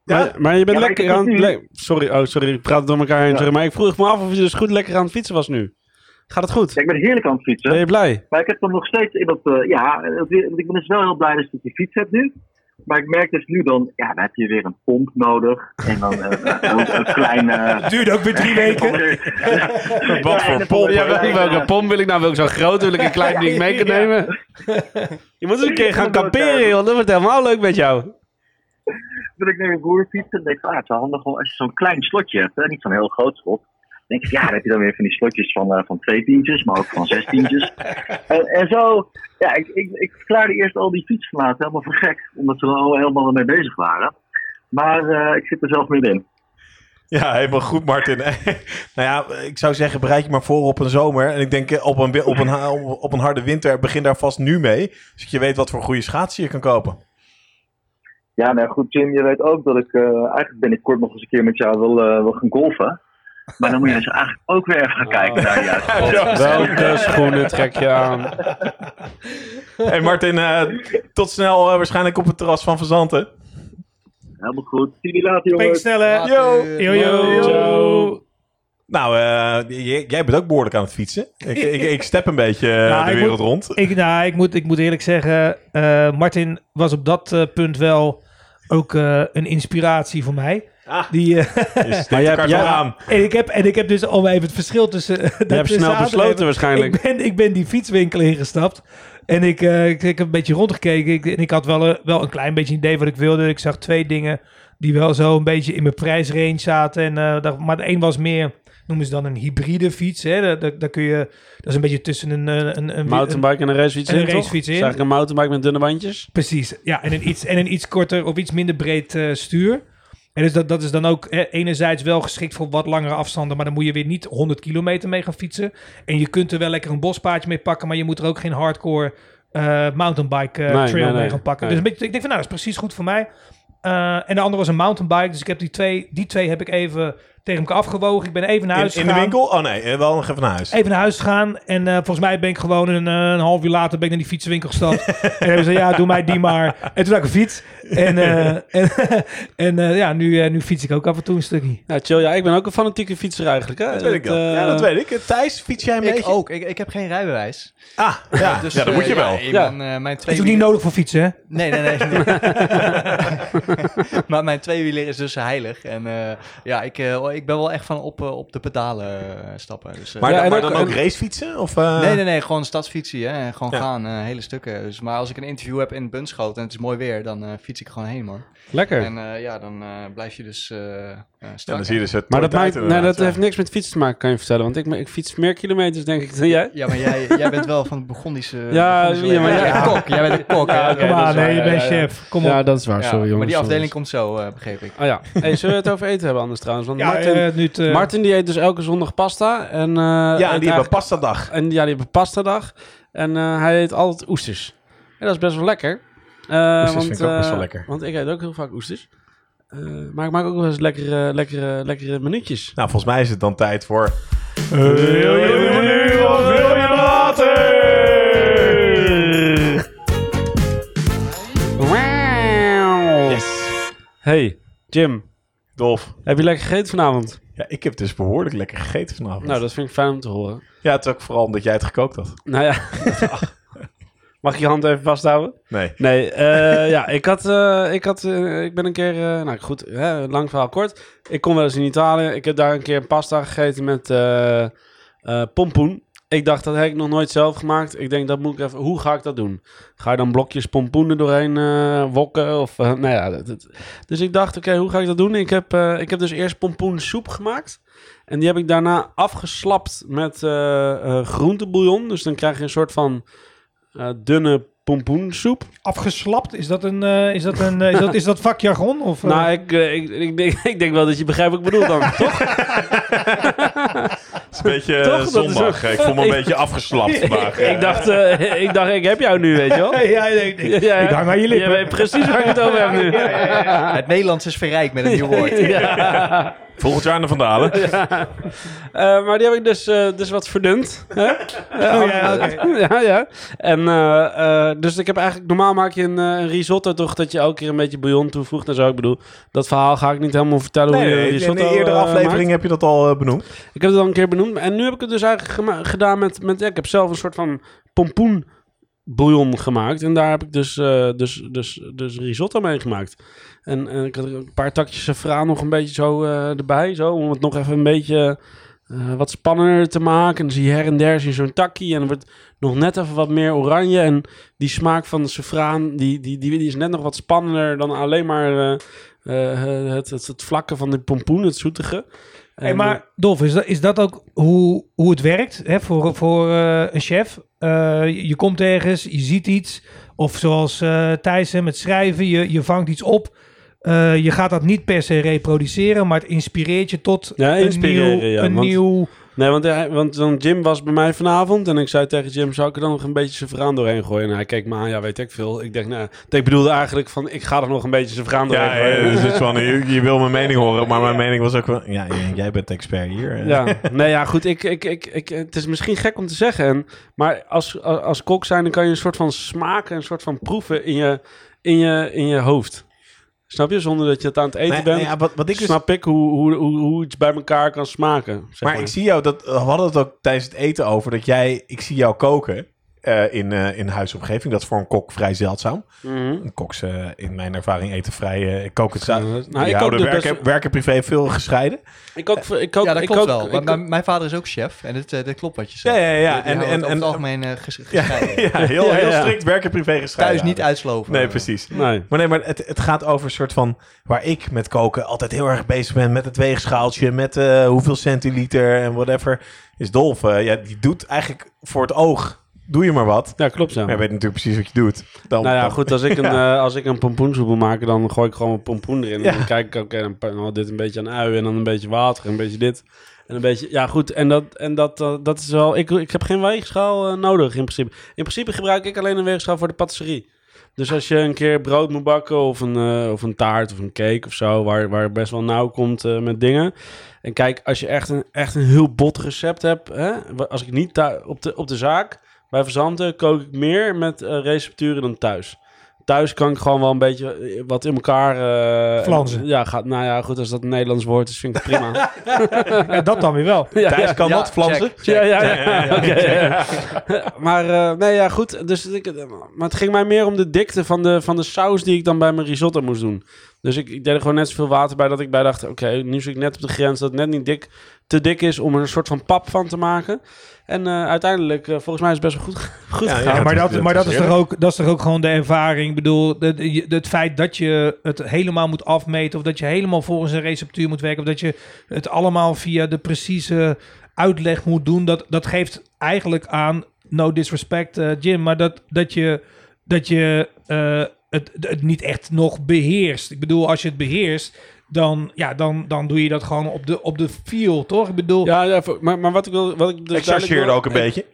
[SPEAKER 1] Ja?
[SPEAKER 3] Maar, maar je bent
[SPEAKER 5] Ja, maar
[SPEAKER 3] lekker
[SPEAKER 5] ik heb
[SPEAKER 3] aan...
[SPEAKER 5] nu-
[SPEAKER 3] Le- sorry, oh, sorry, ik praat door elkaar heen.
[SPEAKER 5] Ja.
[SPEAKER 3] Sorry, maar ik vroeg me af of je dus goed lekker aan het fietsen was nu. Gaat het goed?
[SPEAKER 5] Ja, ik ben heerlijk aan het fietsen.
[SPEAKER 3] Ben je blij?
[SPEAKER 5] Maar ik heb dan nog steeds in dat, uh, ja, want ik ben dus wel heel blij dat ik die fiets heb nu. Maar ik merk dus nu dan, ja, dan heb je weer een pomp nodig. En dan uh, een, een klein... Uh,
[SPEAKER 2] Het duurt ook weer drie weken.
[SPEAKER 1] Wat voor pomp?
[SPEAKER 3] Ja, welke, welke pomp wil ik nou? Wil ik zo groot? Wil ik een klein ding mee kunnen nemen? Je moet eens een keer gaan kamperen, joh. Dat wordt helemaal leuk met jou.
[SPEAKER 5] Wil ik naar mijn broer fietsen, dan denk ik, ah, het is wel handig als je zo'n klein slotje hebt, hè? Niet zo'n heel groot slot. Dan denk ik, ja, dan heb je dan weer van die slotjes van, uh, van twee tientjes, maar ook van zes tientjes. en, en zo, ja, ik, ik, ik verklaarde eerst al die fietsverlaten helemaal voor gek, omdat ze er al helemaal mee bezig waren. Maar uh, ik zit er zelf middenin.
[SPEAKER 1] Ja, helemaal goed, Martin. Nou ja, ik zou zeggen, bereid je maar voor op een zomer. En ik denk, op een, op een, op een harde winter, begin daar vast nu mee. Zodat je weet wat voor goede schaatsen je kan kopen.
[SPEAKER 5] Ja, nou goed, Jim, je weet ook dat ik uh, eigenlijk binnenkort nog eens een keer met jou wil, uh, wil gaan golfen. Maar dan moet je dus eigenlijk ook weer even gaan kijken
[SPEAKER 3] Oh.
[SPEAKER 5] naar de juiste golf.
[SPEAKER 3] Welke schoenen trek je aan?
[SPEAKER 1] Hey Martin, uh, tot snel uh, waarschijnlijk op het terras van Verzanten.
[SPEAKER 5] Helemaal goed. Zie je later,
[SPEAKER 2] Spreek
[SPEAKER 5] jongens.
[SPEAKER 2] sneller.
[SPEAKER 1] Yo.
[SPEAKER 2] Yo, yo.
[SPEAKER 3] Yo.
[SPEAKER 1] Nou, uh, j- jij bent ook behoorlijk aan het fietsen. Ik, ik, ik step een beetje uh,
[SPEAKER 2] Nou,
[SPEAKER 1] de
[SPEAKER 2] ik
[SPEAKER 1] wereld
[SPEAKER 2] moet-
[SPEAKER 1] rond.
[SPEAKER 2] Ik, nou, ik, moet, ik moet eerlijk zeggen, uh, Martin was op dat uh, punt wel ook uh, een inspiratie voor mij.
[SPEAKER 1] Ah.
[SPEAKER 2] Die, uh,
[SPEAKER 1] Dus
[SPEAKER 3] Maar jij-
[SPEAKER 1] elkaar
[SPEAKER 3] jij-
[SPEAKER 1] zo aan.
[SPEAKER 2] en, ik heb, en ik heb dus al even het verschil tussen...
[SPEAKER 3] Je hebt snel besloten waarschijnlijk.
[SPEAKER 2] Ik ben, ik ben die fietswinkel ingestapt. En ik, uh, ik, ik heb een beetje rondgekeken. Ik, en ik had wel, uh, wel een klein beetje een idee wat ik wilde. Ik zag twee dingen die wel zo een beetje in mijn prijsrange zaten. En, uh, dat, maar de een was meer, noemen ze dan een hybride fiets. Hè? Daar, daar, daar kun je, dat is een beetje tussen een... een, een, een
[SPEAKER 3] Mountainbike en een racefiets
[SPEAKER 2] en een
[SPEAKER 3] in, toch?
[SPEAKER 2] racefiets in.
[SPEAKER 3] Is eigenlijk een mountainbike met dunne bandjes?
[SPEAKER 2] Precies, ja. En een iets, en een iets korter of iets minder breed uh, stuur. En dus dat, dat is dan ook eh, enerzijds wel geschikt voor wat langere afstanden, maar dan moet je weer niet honderd kilometer mee gaan fietsen. En je kunt er wel lekker een bospaadje mee pakken, maar je moet er ook geen hardcore uh, mountainbike uh,
[SPEAKER 3] Nee,
[SPEAKER 2] trail
[SPEAKER 3] nee,
[SPEAKER 2] mee
[SPEAKER 3] nee,
[SPEAKER 2] gaan pakken.
[SPEAKER 3] nee.
[SPEAKER 2] Dus een beetje, ik denk van nou, dat is precies goed voor mij. Uh, en de andere was een mountainbike, dus ik heb die twee, die twee heb ik even tegen elkaar afgewogen. Ik ben even naar
[SPEAKER 1] In,
[SPEAKER 2] huis
[SPEAKER 1] in de
[SPEAKER 2] gegaan.
[SPEAKER 1] winkel? Oh nee, eh, wel nog even naar huis.
[SPEAKER 2] Even naar huis gegaan en uh, volgens mij ben ik gewoon een, uh, een half uur later ben ik naar die fietsenwinkel gestapt. en hebben ze ja, doe mij die maar. En toen had ik een fiets. En, uh, en, en uh, ja, nu, uh, nu fiets ik ook af en toe een stukje.
[SPEAKER 3] Ja, chill. Ja, ik ben ook een fanatieke fietser eigenlijk. Hè?
[SPEAKER 1] Dat weet ik wel.
[SPEAKER 3] eh,
[SPEAKER 1] Ja, dat weet ik. Thijs, fiets jij een
[SPEAKER 4] Ik
[SPEAKER 1] beetje?
[SPEAKER 4] ook. Ik, ik heb geen rijbewijs.
[SPEAKER 1] Ah, ja,
[SPEAKER 4] Dus,
[SPEAKER 1] ja dat
[SPEAKER 4] eh,
[SPEAKER 1] moet je wel.
[SPEAKER 4] Ja, ik
[SPEAKER 3] Ja.
[SPEAKER 4] ben, uh, mijn
[SPEAKER 2] Dat
[SPEAKER 4] twee
[SPEAKER 2] is ook niet nodig voor fietsen, hè?
[SPEAKER 4] Nee, nee, nee. nee. maar mijn tweewieler is dus heilig. En uh, ja, ik, uh, ik ben wel echt van op, uh, op de pedalen uh, stappen. Dus, uh,
[SPEAKER 1] Maar,
[SPEAKER 3] Ja,
[SPEAKER 1] dan,
[SPEAKER 3] en
[SPEAKER 1] maar
[SPEAKER 3] ook-
[SPEAKER 1] dan ook
[SPEAKER 3] en-
[SPEAKER 1] racefietsen? Of, uh...
[SPEAKER 4] Nee, nee, nee, gewoon stadsfietsen, hè. Gewoon
[SPEAKER 1] Ja.
[SPEAKER 4] gaan, uh, hele stukken. Dus, maar als ik een interview heb in Bunschoten en het is mooi weer, dan uh, fiets ik gewoon heen, man.
[SPEAKER 3] Lekker.
[SPEAKER 4] En uh, ja, dan uh, blijf je dus uh, uh,
[SPEAKER 1] Ja,
[SPEAKER 4] strak.
[SPEAKER 1] dan zie je dus het
[SPEAKER 3] Maar dat, maakt,
[SPEAKER 1] kwaliteit
[SPEAKER 3] nee,
[SPEAKER 1] inderdaad,
[SPEAKER 3] dat
[SPEAKER 1] ja.
[SPEAKER 3] heeft niks met fietsen te maken, kan je vertellen. Want ik, ik fiets meer kilometers, denk ik, dan jij.
[SPEAKER 4] Ja, maar jij, jij bent wel van het Burgondische...
[SPEAKER 3] Ja,
[SPEAKER 4] Burgondische
[SPEAKER 3] ja, maar
[SPEAKER 4] leven.
[SPEAKER 3] ja.
[SPEAKER 4] Jij bent kok, jij bent een kok.
[SPEAKER 3] Ja,
[SPEAKER 4] hè?
[SPEAKER 3] oké,
[SPEAKER 2] Kom
[SPEAKER 3] dat is
[SPEAKER 2] aan,
[SPEAKER 3] waar,
[SPEAKER 2] nee, je
[SPEAKER 3] ja,
[SPEAKER 2] bent
[SPEAKER 3] ja,
[SPEAKER 2] chef. Kom op.
[SPEAKER 3] Ja, dat is waar.
[SPEAKER 4] Ja,
[SPEAKER 3] Sorry, jongens.
[SPEAKER 4] maar die
[SPEAKER 3] sorry.
[SPEAKER 4] afdeling komt zo, uh, begreep ik.
[SPEAKER 3] Oh ja. Hey, zullen we het over eten hebben anders trouwens? Want
[SPEAKER 2] Ja,
[SPEAKER 3] Martin,
[SPEAKER 2] uh, nu het, uh,
[SPEAKER 3] Martin die eet dus elke zondag pasta. En, uh,
[SPEAKER 1] Ja,
[SPEAKER 3] eet
[SPEAKER 1] die hebben
[SPEAKER 3] eigenlijk-
[SPEAKER 1] pasta dag.
[SPEAKER 3] En ja, die hebben pastadag. En uh, hij eet altijd oesters. En dat is best wel lekker. Uh,
[SPEAKER 1] Oesters
[SPEAKER 3] want,
[SPEAKER 1] vind ik ook best wel
[SPEAKER 3] uh,
[SPEAKER 1] lekker.
[SPEAKER 3] Want ik eet ook heel vaak oesters. Uh, maar ik maak ook wel eens lekkere, lekkere, lekkere minuutjes.
[SPEAKER 1] Nou, volgens mij is het dan tijd voor...
[SPEAKER 2] Wil je menu of wil je water?
[SPEAKER 1] Yes.
[SPEAKER 3] Hey, Jim.
[SPEAKER 1] Dolf.
[SPEAKER 3] Heb je lekker gegeten vanavond?
[SPEAKER 1] Ja, ik heb dus behoorlijk lekker gegeten vanavond.
[SPEAKER 3] Nou, dat vind ik fijn om te horen.
[SPEAKER 1] Ja, het is ook vooral omdat jij het gekookt had.
[SPEAKER 3] Nou ja. Mag ik je hand even vasthouden?
[SPEAKER 1] Nee.
[SPEAKER 3] Nee, eh, ja, ik had, uh, ik had, uh, ik ben een keer, uh, nou goed, hè, lang verhaal kort. Ik kom wel eens in Italië. Ik heb daar een keer pasta gegeten met uh, uh, pompoen. Ik dacht, dat heb ik nog nooit zelf gemaakt. Ik denk, dat moet ik even, hoe ga ik dat doen? Ga je dan blokjes pompoen er doorheen uh, wokken? Of, uh, nou ja, dat, dat. Dus ik dacht, oké, okay, hoe ga ik dat doen? Ik heb, uh, ik heb dus eerst pompoensoep gemaakt. En die heb ik daarna afgeslapt met uh, uh, groentebouillon. Dus dan krijg je een soort van uh, dunne pompoensoep.
[SPEAKER 2] Afgeslapt? Is dat een, uh, is dat een, uh, is dat, is dat vakjargon? Of, uh...
[SPEAKER 3] Nou, ik, uh, ik, ik, denk, ik denk wel dat je begrijpt wat ik bedoel dan, toch?
[SPEAKER 1] Het is een beetje
[SPEAKER 3] Toch?
[SPEAKER 1] uh,
[SPEAKER 3] Dat is
[SPEAKER 1] zondag.
[SPEAKER 3] ook-
[SPEAKER 1] Ik voel me een beetje afgeslapt vandaag.
[SPEAKER 3] ik, dacht, uh, ik dacht, ik heb jou nu, weet je wel?
[SPEAKER 2] ja, ik, ik,
[SPEAKER 3] Ja,
[SPEAKER 2] ik hang aan je lippen.
[SPEAKER 3] Je weet precies waar ik het over heb nu.
[SPEAKER 4] Het Nederlands is verrijkt met een nieuw woord.
[SPEAKER 3] Ja.
[SPEAKER 1] Volgend jaar naar Van Dalen.
[SPEAKER 3] ja. Uh, maar die heb ik dus, uh, dus wat verdund. Huh? Uh,
[SPEAKER 2] Oh, ja, oké.
[SPEAKER 3] ja, ja. En uh, uh, dus ik heb eigenlijk... Normaal maak je een, uh, een risotto toch dat je elke keer een beetje bouillon toevoegt en zo. Ik bedoel, dat verhaal ga ik niet helemaal vertellen
[SPEAKER 1] Nee,
[SPEAKER 3] hoe je
[SPEAKER 1] nee,
[SPEAKER 3] een risotto
[SPEAKER 1] in de eerdere
[SPEAKER 3] uh,
[SPEAKER 1] aflevering
[SPEAKER 3] maakt.
[SPEAKER 1] heb je dat al uh, benoemd.
[SPEAKER 3] Ik heb het al een keer benoemd. En nu heb ik het dus eigenlijk gema- gedaan met... met ja, ik heb zelf een soort van pompoen bouillon gemaakt. En daar heb ik dus, uh, dus, dus, dus risotto mee gemaakt. En, en ik had een paar takjes safraan nog een beetje zo uh, erbij. Zo, om het nog even een beetje uh, wat spannender te maken. En dan zie je her en der zie je zo'n takkie. En dan wordt nog net even wat meer oranje. En die smaak van de safraan, die, die, die, die is net nog wat spannender dan alleen maar uh, uh, het, het, het vlakke van de pompoen, het zoetige.
[SPEAKER 2] Hey,
[SPEAKER 3] En,
[SPEAKER 2] maar Dolf, is dat, is dat ook hoe, hoe het werkt hè, voor, voor uh, een chef? Uh, je, je komt ergens, je ziet iets. Of zoals uh, Thijs hè, met schrijven, je, je vangt iets op. Uh, je gaat dat niet per se reproduceren, maar het inspireert je tot
[SPEAKER 3] Ja,
[SPEAKER 2] een
[SPEAKER 3] inspireren,
[SPEAKER 2] nieuw...
[SPEAKER 3] ja,
[SPEAKER 2] een
[SPEAKER 3] want-
[SPEAKER 2] nieuw
[SPEAKER 3] Nee, want, hij, want dan Jim was bij mij vanavond en ik zei tegen Jim, zou ik er dan nog een beetje safraan doorheen gooien? En hij keek me aan, ja, weet ik veel. Ik denk, nou, ik bedoelde eigenlijk van, ik ga er nog een beetje safraan doorheen
[SPEAKER 1] Ja,
[SPEAKER 3] gooien.
[SPEAKER 1] ja, dus het is van, je, je wil mijn mening horen, maar mijn mening was ook wel... Ja, j- jij bent de expert hier.
[SPEAKER 3] Ja, nee, ja, goed. Ik, ik, ik, ik, het is misschien gek om te zeggen, en, maar als, als kok zijn, dan kan je een soort van smaken, een soort van proeven in je, in je, in je hoofd. Snap je? Zonder dat je het aan het eten
[SPEAKER 1] Nee,
[SPEAKER 3] bent.
[SPEAKER 1] nee, ja, wat, wat ik dus...
[SPEAKER 3] Snap ik hoe, hoe, hoe, hoe iets bij elkaar kan smaken. Zeg
[SPEAKER 1] Maar
[SPEAKER 3] maar,
[SPEAKER 1] ik zie jou, dat, we hadden het ook tijdens het eten over, dat jij, ik zie jou koken uh, in, uh, in huisomgeving. Dat is voor een kok vrij zeldzaam.
[SPEAKER 3] Mhm.
[SPEAKER 1] Koks, uh, in mijn ervaring, eten vrij, uh, ik kook het
[SPEAKER 3] Ja,
[SPEAKER 1] samen.
[SPEAKER 3] nou,
[SPEAKER 1] Nou,
[SPEAKER 3] ik
[SPEAKER 1] ik
[SPEAKER 3] kook
[SPEAKER 1] de
[SPEAKER 3] dus
[SPEAKER 1] werken,
[SPEAKER 3] best-
[SPEAKER 1] werken privé veel gescheiden.
[SPEAKER 3] Ik ook, ik ook,
[SPEAKER 4] ja, dat
[SPEAKER 3] ik
[SPEAKER 4] klopt
[SPEAKER 3] ook,
[SPEAKER 4] wel.
[SPEAKER 3] ik
[SPEAKER 4] Maar
[SPEAKER 3] ook-
[SPEAKER 4] mijn, mijn vader is ook chef en dit, uh, dit klopt wat je zegt.
[SPEAKER 1] Ja, ja, ja.
[SPEAKER 4] Die
[SPEAKER 1] En,
[SPEAKER 4] houden
[SPEAKER 1] en,
[SPEAKER 4] het over
[SPEAKER 1] en,
[SPEAKER 4] het algemeen uh, ges-
[SPEAKER 1] ja,
[SPEAKER 4] gescheiden.
[SPEAKER 1] ja, heel,
[SPEAKER 3] Ja,
[SPEAKER 1] heel
[SPEAKER 3] ja.
[SPEAKER 1] strikt werken privé gescheiden.
[SPEAKER 4] Thuis niet
[SPEAKER 1] houden.
[SPEAKER 4] uitsloven.
[SPEAKER 1] Nee, precies.
[SPEAKER 3] Nee.
[SPEAKER 1] Maar nee, maar het, het gaat over een soort van... Waar ik met koken altijd heel erg bezig ben met het weegschaaltje, met uh, hoeveel centiliter en whatever. Is Dolf, uh, ja, die doet eigenlijk voor het oog, doe je maar wat.
[SPEAKER 3] Ja, klopt zo.
[SPEAKER 1] Maar je weet natuurlijk precies wat je doet. Dan,
[SPEAKER 3] Nou ja,
[SPEAKER 1] dan-
[SPEAKER 3] goed, als ik een,
[SPEAKER 1] Ja.
[SPEAKER 3] eh, als ik een pompoensoep wil maken, dan gooi ik gewoon een pompoen erin.
[SPEAKER 1] Ja.
[SPEAKER 3] En dan kijk ik, oké, dan pa- dan dit een beetje aan ui en dan een beetje water en een beetje dit. En een beetje, ja goed, en dat, en dat, uh, dat is wel, ik, ik heb geen weegschaal uh, nodig in principe. In principe gebruik ik alleen een weegschaal voor de patisserie. Dus als je een keer brood moet bakken of een, uh, of een taart of een cake of zo, waar, waar best wel nauw komt uh, met dingen. En kijk, als je echt een, echt een heel bot recept hebt, hè, als ik niet thu- op, de, op de zaak, bij verzanten, kook ik meer met uh, recepturen dan thuis. Thuis kan ik gewoon wel een beetje uh, wat in elkaar... Uh,
[SPEAKER 2] Flansen.
[SPEAKER 3] Ja, gaat, nou ja, goed, als dat een Nederlands woord is, vind ik het prima.
[SPEAKER 2] ja, dat dan weer wel.
[SPEAKER 3] ja,
[SPEAKER 1] Thijs
[SPEAKER 3] ja.
[SPEAKER 1] kan
[SPEAKER 4] Ja,
[SPEAKER 1] dat, flansen.
[SPEAKER 4] check.
[SPEAKER 3] Ja, ja, ja.
[SPEAKER 1] Ja, ja, ja.
[SPEAKER 3] Oké, ja. Maar uh, nee, ja, goed. Dus ik, maar het ging mij meer om de dikte van de, van de saus die ik dan bij mijn risotto moest doen. Dus ik, ik deed er gewoon net zoveel water bij dat ik bij dacht... Oké, okay, nu zit ik net op de grens dat het net niet dik, te dik is om er een soort van pap van te maken. En uh, uiteindelijk, uh, volgens mij is het best wel goed, goed
[SPEAKER 1] Ja,
[SPEAKER 3] gegaan.
[SPEAKER 2] Ja, maar
[SPEAKER 1] dat-
[SPEAKER 2] dat,
[SPEAKER 1] dat
[SPEAKER 2] maar
[SPEAKER 1] is
[SPEAKER 2] dat, is toch
[SPEAKER 1] heerlijk.
[SPEAKER 2] ook, dat is toch ook gewoon de ervaring. Ik bedoel, de- de- het feit dat je het helemaal moet afmeten... of dat je helemaal volgens een receptuur moet werken... of dat je het allemaal via de precieze uitleg moet doen... dat, dat geeft eigenlijk aan, no disrespect uh, Jim... maar dat, dat je, dat je uh, het, het niet echt nog beheerst. Ik bedoel, als je het beheerst... Dan, ja, dan, dan doe je dat gewoon op de, op de feel, toch? Ik bedoel,
[SPEAKER 3] Ja, ja, voor- maar, maar wat ik wil... Wat ik dus
[SPEAKER 1] Ik chargeerde
[SPEAKER 3] duidelijk
[SPEAKER 1] ook een
[SPEAKER 3] wil-
[SPEAKER 1] beetje.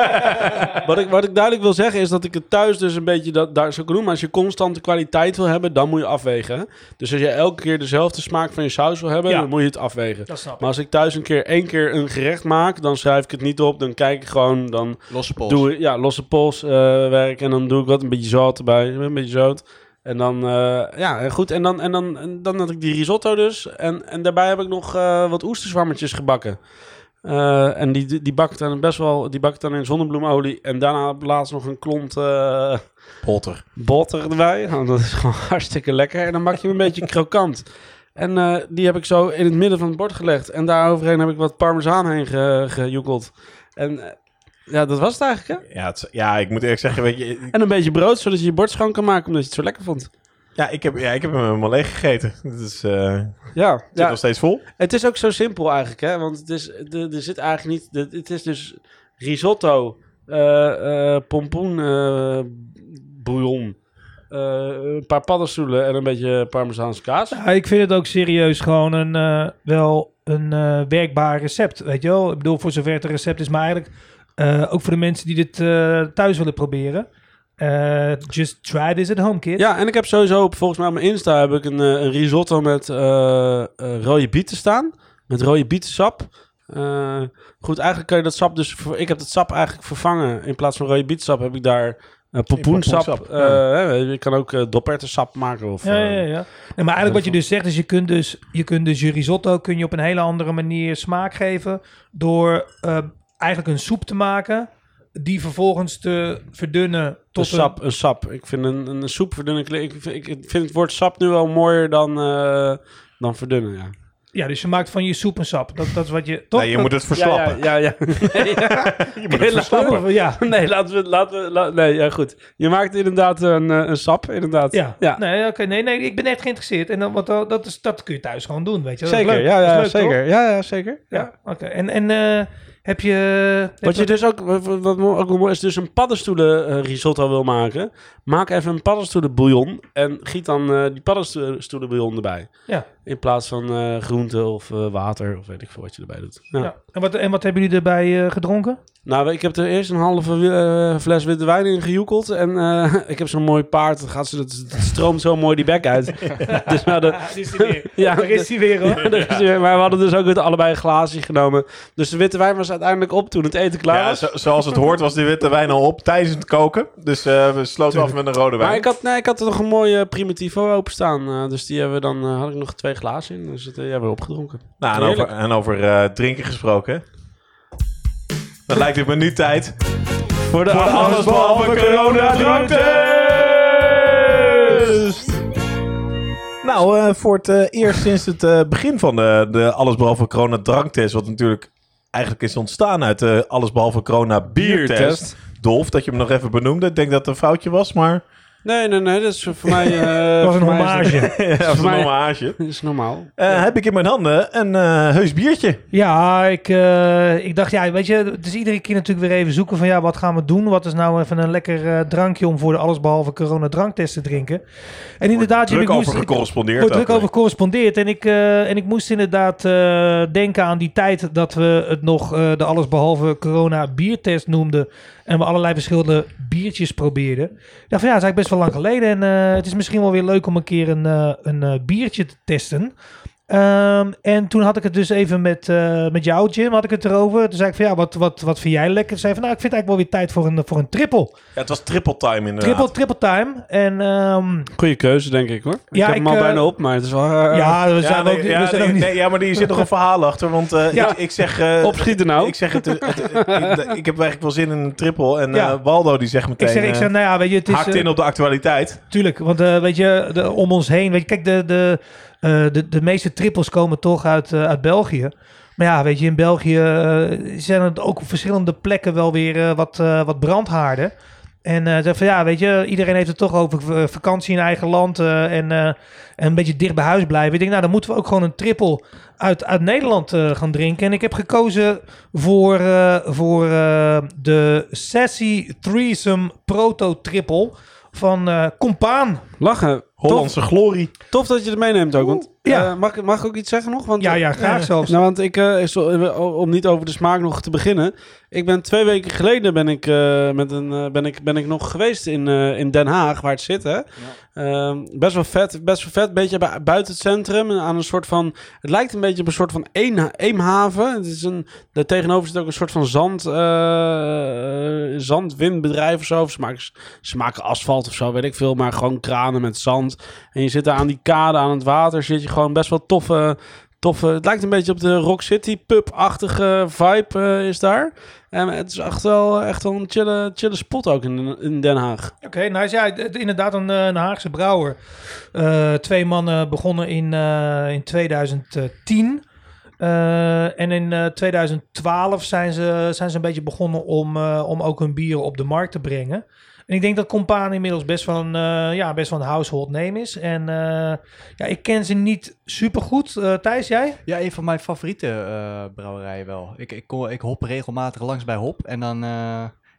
[SPEAKER 3] Wat ik, wat ik duidelijk wil zeggen is dat ik het thuis dus een beetje... Dat, daar zou ik doen, maar als je constante kwaliteit wil hebben, dan moet je afwegen. Hè? Dus als je elke keer dezelfde smaak van je saus wil hebben,
[SPEAKER 2] Ja.
[SPEAKER 3] dan moet je het afwegen.
[SPEAKER 2] dat snap ik.
[SPEAKER 3] Maar als ik thuis een keer één keer een gerecht maak, dan schrijf ik het niet op. Dan kijk ik gewoon, dan
[SPEAKER 4] Losse pols.
[SPEAKER 3] doe ik ja, losse pols uh, werk en dan doe ik wat, een beetje zout erbij, een beetje zout. En dan, uh, ja, goed. En dan, en, dan, en dan had ik die risotto dus. En, en daarbij heb ik nog uh, wat oesterzwammetjes gebakken. Uh, en die, die, die bak ik dan best wel, die bak ik dan in zonnebloemolie. En daarna laatst nog een klont uh,
[SPEAKER 1] Polter.
[SPEAKER 3] boter erbij. Nou, dat is gewoon hartstikke lekker. En dan maak je hem een beetje krokant. En uh, die heb ik zo in het midden van het bord gelegd. En daar overheen heb ik wat parmezaan heen ge, gejoekeld. En uh, ja, dat was het eigenlijk, hè?
[SPEAKER 1] Ja, het, is- ja, ik moet eerlijk zeggen, weet je... ik-
[SPEAKER 3] En een beetje brood, zodat je je bord schoon kan maken, omdat je het zo lekker vond.
[SPEAKER 1] Ja, ik heb, ja, ik heb hem helemaal leeg gegeten. Het is, uh, het
[SPEAKER 3] Ja,
[SPEAKER 1] zit
[SPEAKER 3] ja.
[SPEAKER 1] nog steeds vol.
[SPEAKER 3] Het is ook zo simpel eigenlijk, hè? Want het is, de, er zit eigenlijk niet... De, het is dus risotto, uh, uh, pompoen, uh, bouillon, uh, een paar paddenstoelen en een beetje parmezaanse kaas.
[SPEAKER 2] Ja, ik vind het ook serieus gewoon een, uh, wel een uh, werkbaar recept, weet je wel. Ik bedoel, voor zover het een recept is, maar eigenlijk uh, ook voor de mensen die dit uh, thuis willen proberen. Uh, just try this at home, kids.
[SPEAKER 3] Ja, en ik heb sowieso, op, volgens mij op mijn Insta heb ik een, uh, een risotto met uh, uh, rode bieten staan. Met rode bietensap. Uh, goed, eigenlijk kan je dat sap dus... Ik heb dat sap eigenlijk vervangen. In plaats van rode bietensap heb ik daar uh, pompoensap.
[SPEAKER 1] pompoensap,
[SPEAKER 3] Uh,
[SPEAKER 1] ja.
[SPEAKER 3] Je kan ook uh, doperwtensap maken. Of,
[SPEAKER 2] Ja, ja, ja.
[SPEAKER 3] uh,
[SPEAKER 2] ja. Nee, maar eigenlijk wat je dus zegt is, je kunt dus je, kunt dus je risotto kun je op een hele andere manier smaak geven. Door uh, eigenlijk een soep te maken... die vervolgens te verdunnen tot
[SPEAKER 3] een sap. Een sap. Ik vind een, een soep verdunnen... Ik vind, ik vind het woord sap nu wel mooier dan, uh, dan verdunnen, ja.
[SPEAKER 2] Ja, dus je maakt van je soep een sap. Dat, dat is wat je... Toch?
[SPEAKER 1] Nee, je moet het verslappen.
[SPEAKER 3] Ja, ja, ja. ja. Nee, ja.
[SPEAKER 1] Je moet het verslappen.
[SPEAKER 2] Ja.
[SPEAKER 3] Nee, laten we... Laten we la, nee, ja, goed. Je maakt inderdaad een, een sap, inderdaad.
[SPEAKER 2] Ja.
[SPEAKER 3] ja.
[SPEAKER 2] Nee, okay, nee, nee, ik ben echt geïnteresseerd. En dan, wat, dat, is, dat kun je thuis gewoon doen, weet je. Dat is
[SPEAKER 3] Zeker,
[SPEAKER 2] leuk.
[SPEAKER 3] ja,
[SPEAKER 2] Dat is
[SPEAKER 3] ja,
[SPEAKER 2] leuk,
[SPEAKER 3] zeker.
[SPEAKER 2] toch?
[SPEAKER 3] Ja, ja, zeker.
[SPEAKER 2] Ja,
[SPEAKER 3] Ja.
[SPEAKER 2] oké. Okay. En, en uh, heb je...
[SPEAKER 3] Wat je dus ook, wat, wat ook mooi is, dus een paddenstoelen uh, risotto wil maken, maak even een paddenstoelen bouillon en giet dan uh, die paddenstoelen bouillon erbij.
[SPEAKER 2] Ja.
[SPEAKER 3] In plaats van uh, groente of uh, water of weet ik veel wat je erbij doet. Ja.
[SPEAKER 2] Ja. En, wat, en wat hebben jullie erbij uh, gedronken?
[SPEAKER 3] Nou, ik heb er eerst een halve uh, fles witte wijn in gejoekeld en uh, ik heb zo'n mooi paard, dat, gaat zo, dat, dat stroomt zo mooi die bek uit. Dus nou, de,
[SPEAKER 2] Daar is hij weer.
[SPEAKER 3] ja,
[SPEAKER 2] Daar is hij weer, hoor.
[SPEAKER 3] Ja, daar is hij weer. Maar we hadden dus ook allebei een glaasje genomen. Dus de witte wijn was uiteindelijk op toen het eten klaar
[SPEAKER 1] Ja,
[SPEAKER 3] was.
[SPEAKER 1] zo, zoals het hoort was die witte wijn al op tijdens het koken. Dus uh, we sloten af met een rode wijn.
[SPEAKER 3] Maar ik had, nee, ik had er nog een mooie Primitivo openstaan. Uh, dus die hebben we dan, uh, had ik nog twee glazen in. Dus dat uh, hebben we opgedronken.
[SPEAKER 1] Nou, en over, en over uh, drinken gesproken. Dan lijkt het me nu tijd voor de allesbehalve corona dranktest. Nou, uh, voor het uh, eerst sinds het uh, begin van de, de allesbehalve corona dranktest, wat natuurlijk eigenlijk is ontstaan uit de allesbehalve corona biertest. Dolf, dat je hem nog even benoemde. Ik denk dat het een foutje was, maar...
[SPEAKER 3] Nee, nee, nee. Dat is voor mij... Uh,
[SPEAKER 2] Dat was een
[SPEAKER 3] voor mij
[SPEAKER 2] hommage.
[SPEAKER 3] Is
[SPEAKER 1] ja, dat was een
[SPEAKER 3] mij-
[SPEAKER 1] hommage.
[SPEAKER 3] dat is normaal.
[SPEAKER 1] Uh, heb ik in mijn handen een uh, heus biertje.
[SPEAKER 2] Ja, ik, uh, ik dacht, ja, weet je, het is iedere keer natuurlijk weer even zoeken van, ja, wat gaan we doen? Wat is nou even een lekker uh, drankje om voor de allesbehalve corona dranktest te drinken? En inderdaad,
[SPEAKER 1] Druk
[SPEAKER 2] ik
[SPEAKER 1] over
[SPEAKER 2] moest,
[SPEAKER 1] gecorrespondeerd.
[SPEAKER 2] wordt druk
[SPEAKER 1] ook.
[SPEAKER 2] over gecorrespondeerd. En ik, uh, en ik moest inderdaad uh, denken aan die tijd dat we het nog uh, de allesbehalve corona biertest noemden. En we allerlei verschillende biertjes probeerden. Ik dacht van, ja, dat is eigenlijk best wel lang geleden. En uh, het is misschien wel weer leuk om een keer een, uh, een uh, biertje te testen. Um, en toen had ik het dus even met, uh, met jou, Jim, had ik het erover. Toen zei ik van, ja, wat, wat, wat vind jij lekker? Toen zei van, nou, ik vind het eigenlijk wel weer tijd voor een, voor een triple.
[SPEAKER 1] Ja, het was triple time inderdaad.
[SPEAKER 2] Triple, triple time. En um,
[SPEAKER 3] Goeie keuze, denk ik, hoor. Ik
[SPEAKER 2] Ja,
[SPEAKER 3] heb hem
[SPEAKER 2] ik,
[SPEAKER 3] al
[SPEAKER 2] uh,
[SPEAKER 3] bijna op, maar het is wel... Uh,
[SPEAKER 2] ja, we
[SPEAKER 1] Ja,
[SPEAKER 2] zijn
[SPEAKER 1] nee,
[SPEAKER 2] ook,
[SPEAKER 1] ja,
[SPEAKER 2] we zijn
[SPEAKER 1] nee,
[SPEAKER 2] ook niet...
[SPEAKER 1] nee, ja, maar er zit nog een verhaal achter. Want uh,
[SPEAKER 2] Ja.
[SPEAKER 1] ik, ik zeg... Uh,
[SPEAKER 3] Opschieten nou.
[SPEAKER 1] Ik zeg het... het, het, het- ik, ik heb eigenlijk wel zin in een triple. En
[SPEAKER 2] Ja.
[SPEAKER 1] uh, Waldo die zegt meteen...
[SPEAKER 2] Ik zeg, ik zeg,
[SPEAKER 1] uh,
[SPEAKER 2] nou ja, weet je, het is...
[SPEAKER 1] haakt
[SPEAKER 2] uh,
[SPEAKER 1] in op de actualiteit.
[SPEAKER 2] Tuurlijk, want uh, weet je, de, om ons heen, weet je, kijk, de, de, uh, de, de meeste triples komen toch uit, uh, uit België. Maar ja, weet je, in België uh, zijn er ook op verschillende plekken wel weer uh, wat, uh, wat brandhaarden. En uh, zeg van ja, weet je, iedereen heeft het toch over uh, vakantie in eigen land uh, en, uh, en een beetje dicht bij huis blijven. Ik denk, nou, dan moeten we ook gewoon een triple uit, uit Nederland uh, gaan drinken. En ik heb gekozen voor, uh, voor uh, de Sassy Threesome Proto Triple van uh, Compaan.
[SPEAKER 3] Lachen.
[SPEAKER 1] Hollandse glorie.
[SPEAKER 3] Tof dat je het meeneemt ook. Want,
[SPEAKER 2] Ja.
[SPEAKER 3] uh, mag, ik- mag ik ook iets zeggen nog? Want,
[SPEAKER 2] Ja, ja, graag
[SPEAKER 3] uh,
[SPEAKER 2] zelfs.
[SPEAKER 3] Nou, want ik, uh, is- om niet over de smaak nog te beginnen. Ik ben twee weken geleden ben ik, uh, met een, uh, ben ik, ben ik nog geweest in, uh, in Den Haag, waar het zit. Hè? Um, best wel vet, best wel vet. Beetje bu- buiten het centrum. Aan een soort van, het lijkt een beetje op een soort van een, eemhaven. Het is een, daar tegenover zit ook een soort van zand, uh, zandwindbedrijf of zo. Of ze, maken, ze maken asfalt of zo, weet ik veel. Maar gewoon kranen met zand. En je zit daar aan die kade, aan het water. Zit je gewoon best wel toffe... Toffe, het lijkt een beetje op de Rock City pub-achtige vibe uh, is daar. En het is echt wel, echt wel een chille, chille spot ook in, in Den Haag.
[SPEAKER 2] Oké, okay, nou ja, het- inderdaad een, uh, een Haagse brouwer. Uh, twee mannen begonnen in, uh, in twintig tien. Uh, en in uh, twintig twaalf zijn ze, zijn ze een beetje begonnen om, uh, om ook hun bieren op de markt te brengen. En ik denk dat Compaan inmiddels best wel een, uh, ja, best wel een household name is. En uh, ja, ik ken ze niet supergoed. Uh, Thijs, jij?
[SPEAKER 4] Ja, een van mijn favoriete uh, brouwerijen wel. Ik, ik, kom, ik hop regelmatig langs bij Hop. En dan, uh,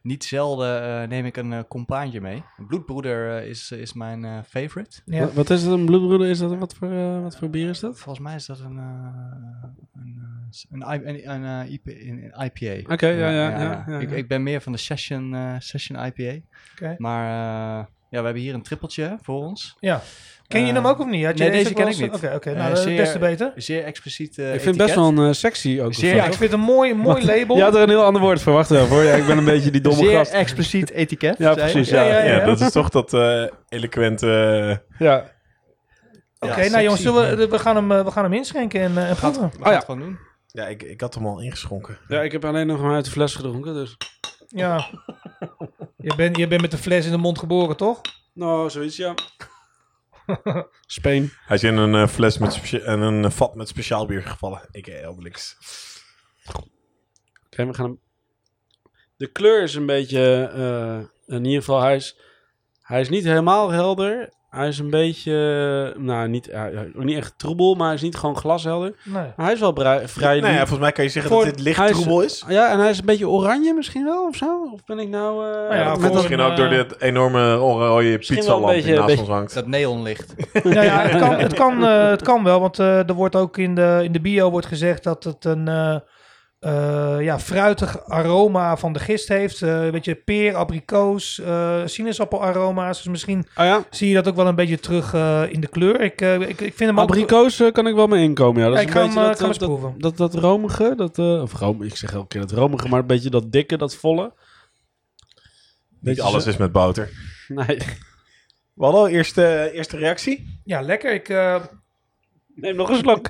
[SPEAKER 4] niet zelden uh, neem ik een uh, compaantje mee. Een bloedbroeder uh, is, is mijn uh, favorite.
[SPEAKER 3] Ja. Wat, wat is het, een bloedbroeder? Is dat, wat, voor, uh, wat voor bier is dat?
[SPEAKER 4] Volgens mij is dat een, uh, een, een, een, een, een, I P, een I P A.
[SPEAKER 3] Oké, okay, ja, ja, ja, ja, ja, ja.
[SPEAKER 4] Ik, ik ben meer van de Session, uh, session I P A.
[SPEAKER 2] Okay.
[SPEAKER 4] Maar uh, ja, we hebben hier een trippeltje voor ons.
[SPEAKER 2] Ja. Ken je uh, hem ook of niet? Had je
[SPEAKER 4] nee, deze ken ik niet.
[SPEAKER 2] Oké, okay, okay. nou, uh, zeer, des te beter.
[SPEAKER 4] Zeer expliciet uh,
[SPEAKER 3] Ik vind het best wel een uh, sexy ook.
[SPEAKER 2] Zeer, ja, ik vind het een mooi, mooi label.
[SPEAKER 3] Je had er een heel ander woord voor. Wacht even hoor. Ja, ik ben een beetje die domme
[SPEAKER 4] zeer
[SPEAKER 3] gast.
[SPEAKER 4] Zeer expliciet etiket.
[SPEAKER 3] Ja, precies. Ja.
[SPEAKER 1] Ja, ja, ja, ja, dat is toch dat uh, eloquente... Uh...
[SPEAKER 3] Ja.
[SPEAKER 2] Oké, okay, ja, nou jongens, we, we, gaan hem, we gaan hem inschenken en, uh, en
[SPEAKER 4] gaat, we gaan
[SPEAKER 3] oh, ja.
[SPEAKER 4] het gewoon doen.
[SPEAKER 1] Ja, ik, ik had hem al ingeschonken.
[SPEAKER 3] Ja, ik heb alleen nog maar uit de fles gedronken, dus...
[SPEAKER 2] Ja. je, bent, je bent met de fles in de mond geboren, toch?
[SPEAKER 3] Nou, zoiets, ja. Spain.
[SPEAKER 1] Hij is in een uh, fles met specia- en een uh, vat met speciaal bier gevallen. Ik uh, Obelix.
[SPEAKER 3] Oké, okay, we gaan hem... De kleur is een beetje... Uh, in ieder geval, hij is, hij is niet helemaal helder. Hij is een beetje... Nou, niet, uh, niet echt troebel, maar hij is niet gewoon glashelder.
[SPEAKER 2] Nee.
[SPEAKER 3] Maar hij is wel brei, vrij...
[SPEAKER 1] Nee, ja, volgens mij kan je zeggen voor, dat dit licht troebel is, is.
[SPEAKER 3] Ja, en hij is een beetje oranje misschien wel, of zo? Of ben ik nou... Uh,
[SPEAKER 2] nou ja,
[SPEAKER 1] met misschien een, ook door dit enorme oranje pizzalamp die naast ons hangt.
[SPEAKER 4] Dat neonlicht.
[SPEAKER 2] ja, ja, het kan, het kan, uh, het kan wel, want uh, er wordt ook in de, in de bio wordt gezegd dat het een... Uh, Uh, ja, fruitig aroma van de gist heeft. Uh, een beetje peer, abrikoos, uh, sinaasapelaroma's. Dus misschien
[SPEAKER 3] ah, ja?
[SPEAKER 2] zie je dat ook wel een beetje terug uh, in de kleur. Ik, uh, ik, ik vind hem
[SPEAKER 3] abrikoos ook... uh, kan ik wel mee inkomen, ja. Dat
[SPEAKER 2] ja,
[SPEAKER 3] is
[SPEAKER 2] ik
[SPEAKER 3] een
[SPEAKER 2] ga
[SPEAKER 3] beetje
[SPEAKER 2] hem,
[SPEAKER 3] dat,
[SPEAKER 2] dat,
[SPEAKER 3] dat,
[SPEAKER 2] dat,
[SPEAKER 3] dat, dat, dat romige, dat, uh, of rom, ik zeg elke keer dat romige, maar een beetje dat dikke, dat volle.
[SPEAKER 1] Niet alles zo? Is met boter.
[SPEAKER 3] Nee.
[SPEAKER 1] Wallo, eerste, eerste reactie?
[SPEAKER 2] Ja, lekker. Ik uh...
[SPEAKER 3] neem nog een slok.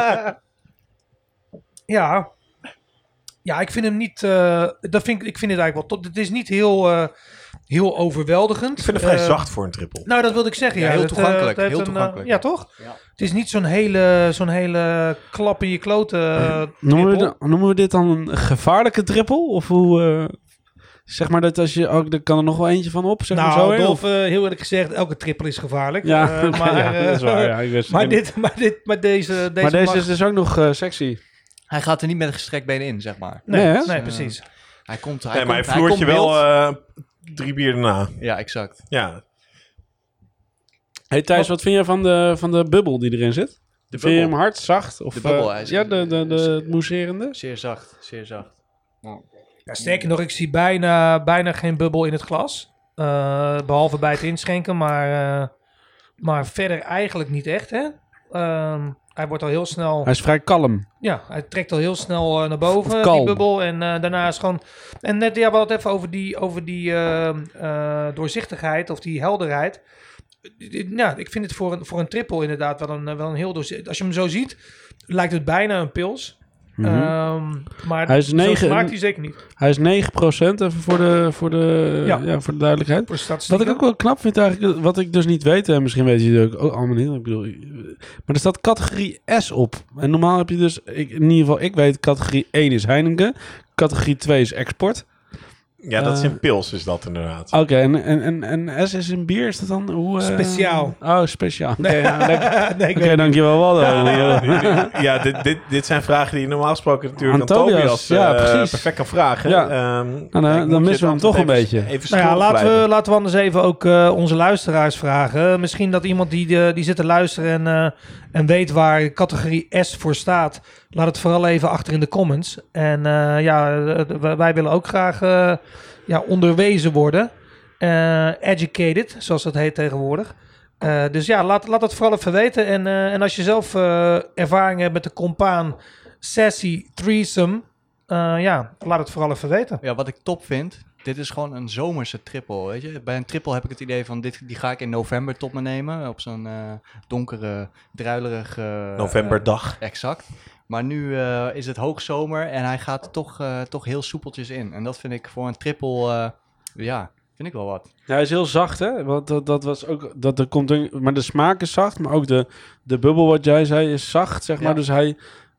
[SPEAKER 2] ja... Ja, ik vind hem niet... Uh, dat vind ik, ik vind het eigenlijk wel top. Het is niet heel, uh, heel overweldigend.
[SPEAKER 1] Ik vind het vrij
[SPEAKER 2] uh,
[SPEAKER 1] zacht voor een triple.
[SPEAKER 2] Nou, dat wilde ik zeggen. Ja,
[SPEAKER 4] ja heel
[SPEAKER 2] het,
[SPEAKER 4] toegankelijk.
[SPEAKER 2] Uh, het,
[SPEAKER 4] heel
[SPEAKER 2] een,
[SPEAKER 4] toegankelijk.
[SPEAKER 2] Uh, ja, toch?
[SPEAKER 4] Ja.
[SPEAKER 2] Het is niet zo'n hele, zo'n hele klap in je kloten uh,
[SPEAKER 3] noemen, we de, noemen we dit dan een gevaarlijke triple? Of hoe... Uh, zeg maar dat als je... Oh, er kan er nog wel eentje van op, zeg
[SPEAKER 2] nou,
[SPEAKER 3] maar zo.
[SPEAKER 2] Nou, Dolf, uh, heel eerlijk gezegd, elke triple is gevaarlijk.
[SPEAKER 3] Ja,
[SPEAKER 2] uh, maar,
[SPEAKER 3] ja, dat is waar. Ja, ik wist,
[SPEAKER 2] maar, dit, maar, dit, maar deze... deze
[SPEAKER 3] maar deze
[SPEAKER 2] mag...
[SPEAKER 3] is dus ook nog uh, sexy.
[SPEAKER 4] Hij gaat er niet met een gestrekt been in, zeg maar.
[SPEAKER 2] Nee,
[SPEAKER 3] nee,
[SPEAKER 2] nee,
[SPEAKER 3] nee
[SPEAKER 2] precies. Uh,
[SPEAKER 4] hij komt hij
[SPEAKER 1] Nee,
[SPEAKER 4] komt,
[SPEAKER 1] maar hij vloert je wel uh, drie bier daarna.
[SPEAKER 4] Ja, exact.
[SPEAKER 1] Ja.
[SPEAKER 3] Hey Thijs, wat vind je van de, van de bubbel die erin zit? De vind je hem hard, zacht? Of,
[SPEAKER 4] de bubbel,
[SPEAKER 3] uh, ja, de, de, de, de het mousserende?
[SPEAKER 4] Zeer zacht, zeer zacht.
[SPEAKER 2] Oh. Ja, sterker nog, ik zie bijna, bijna geen bubbel in het glas. Uh, behalve bij het inschenken, maar, uh, maar verder eigenlijk niet echt, hè? Uh, hij wordt al heel snel...
[SPEAKER 3] Hij is vrij kalm.
[SPEAKER 2] Ja, hij trekt al heel snel uh, naar boven, die bubbel. En uh, daarna is gewoon... En net, ja, we hadden het even over die, over die uh, uh, doorzichtigheid of die helderheid. Ja, ik vind het voor een, voor een triple inderdaad wel een, wel een heel doorzichtig... Als je hem zo ziet, lijkt het bijna een pils. Mm-hmm. Um, maar
[SPEAKER 3] hij is negen,
[SPEAKER 2] smaakt hij zeker niet.
[SPEAKER 3] Hij is negen procent, even voor de, voor de, ja. Ja, voor de duidelijkheid.
[SPEAKER 2] Voor
[SPEAKER 3] wat ik ook wel knap vind eigenlijk, wat ik dus niet weet, en misschien weet je het ook allemaal niet, ik bedoel, maar er staat categorie S op. En normaal heb je dus, ik, in ieder geval, ik weet, categorie één is Heineken, categorie twee is export.
[SPEAKER 1] Ja, dat is in pils, is dat inderdaad.
[SPEAKER 3] Oké, okay, en, en, en, en S is in bier, is dat dan? Hoe, uh...
[SPEAKER 2] Speciaal.
[SPEAKER 3] Oh, speciaal. Oké, okay, ja,
[SPEAKER 2] nee,
[SPEAKER 3] okay, dankjewel Waldo.
[SPEAKER 1] Ja, ja dit, dit, dit zijn vragen die je normaal gesproken natuurlijk aan Tobias, Tobias
[SPEAKER 3] ja,
[SPEAKER 1] uh, perfect kan vragen.
[SPEAKER 3] Ja.
[SPEAKER 1] Um,
[SPEAKER 3] nou, dan, dan missen we hem toch een
[SPEAKER 1] even,
[SPEAKER 3] beetje.
[SPEAKER 1] Even
[SPEAKER 2] nou ja, laten, we, laten we anders even ook uh, onze luisteraars vragen. Misschien dat iemand die, uh, die zit te luisteren en, uh, en weet waar categorie S voor staat. Laat het vooral even achter in de comments. En uh, ja, wij willen ook graag... Uh, Ja, onderwezen worden. Uh, educated, zoals dat heet tegenwoordig. Uh, dus ja, laat, laat dat vooral even weten. En, uh, en als je zelf uh, ervaring hebt met de compaan Sassy Threesome... Uh, ja, laat het vooral even weten.
[SPEAKER 4] Ja, wat ik top vind... Dit is gewoon een zomerse triple, weet je. Bij een triple heb ik het idee van... Dit, die ga ik in november tot me nemen. Op zo'n uh, donkere, druilerige...
[SPEAKER 1] Novemberdag.
[SPEAKER 4] Uh, exact. Maar nu uh, is het hoogzomer en hij gaat toch, uh, toch heel soepeltjes in. En dat vind ik voor een triple, uh, ja, vind ik wel wat.
[SPEAKER 3] Ja, hij is heel zacht, hè? Want dat, dat was ook, dat er komt een, maar de smaak is zacht, maar ook de, de bubbel wat jij zei is zacht, zeg maar. Ja. Dus hij,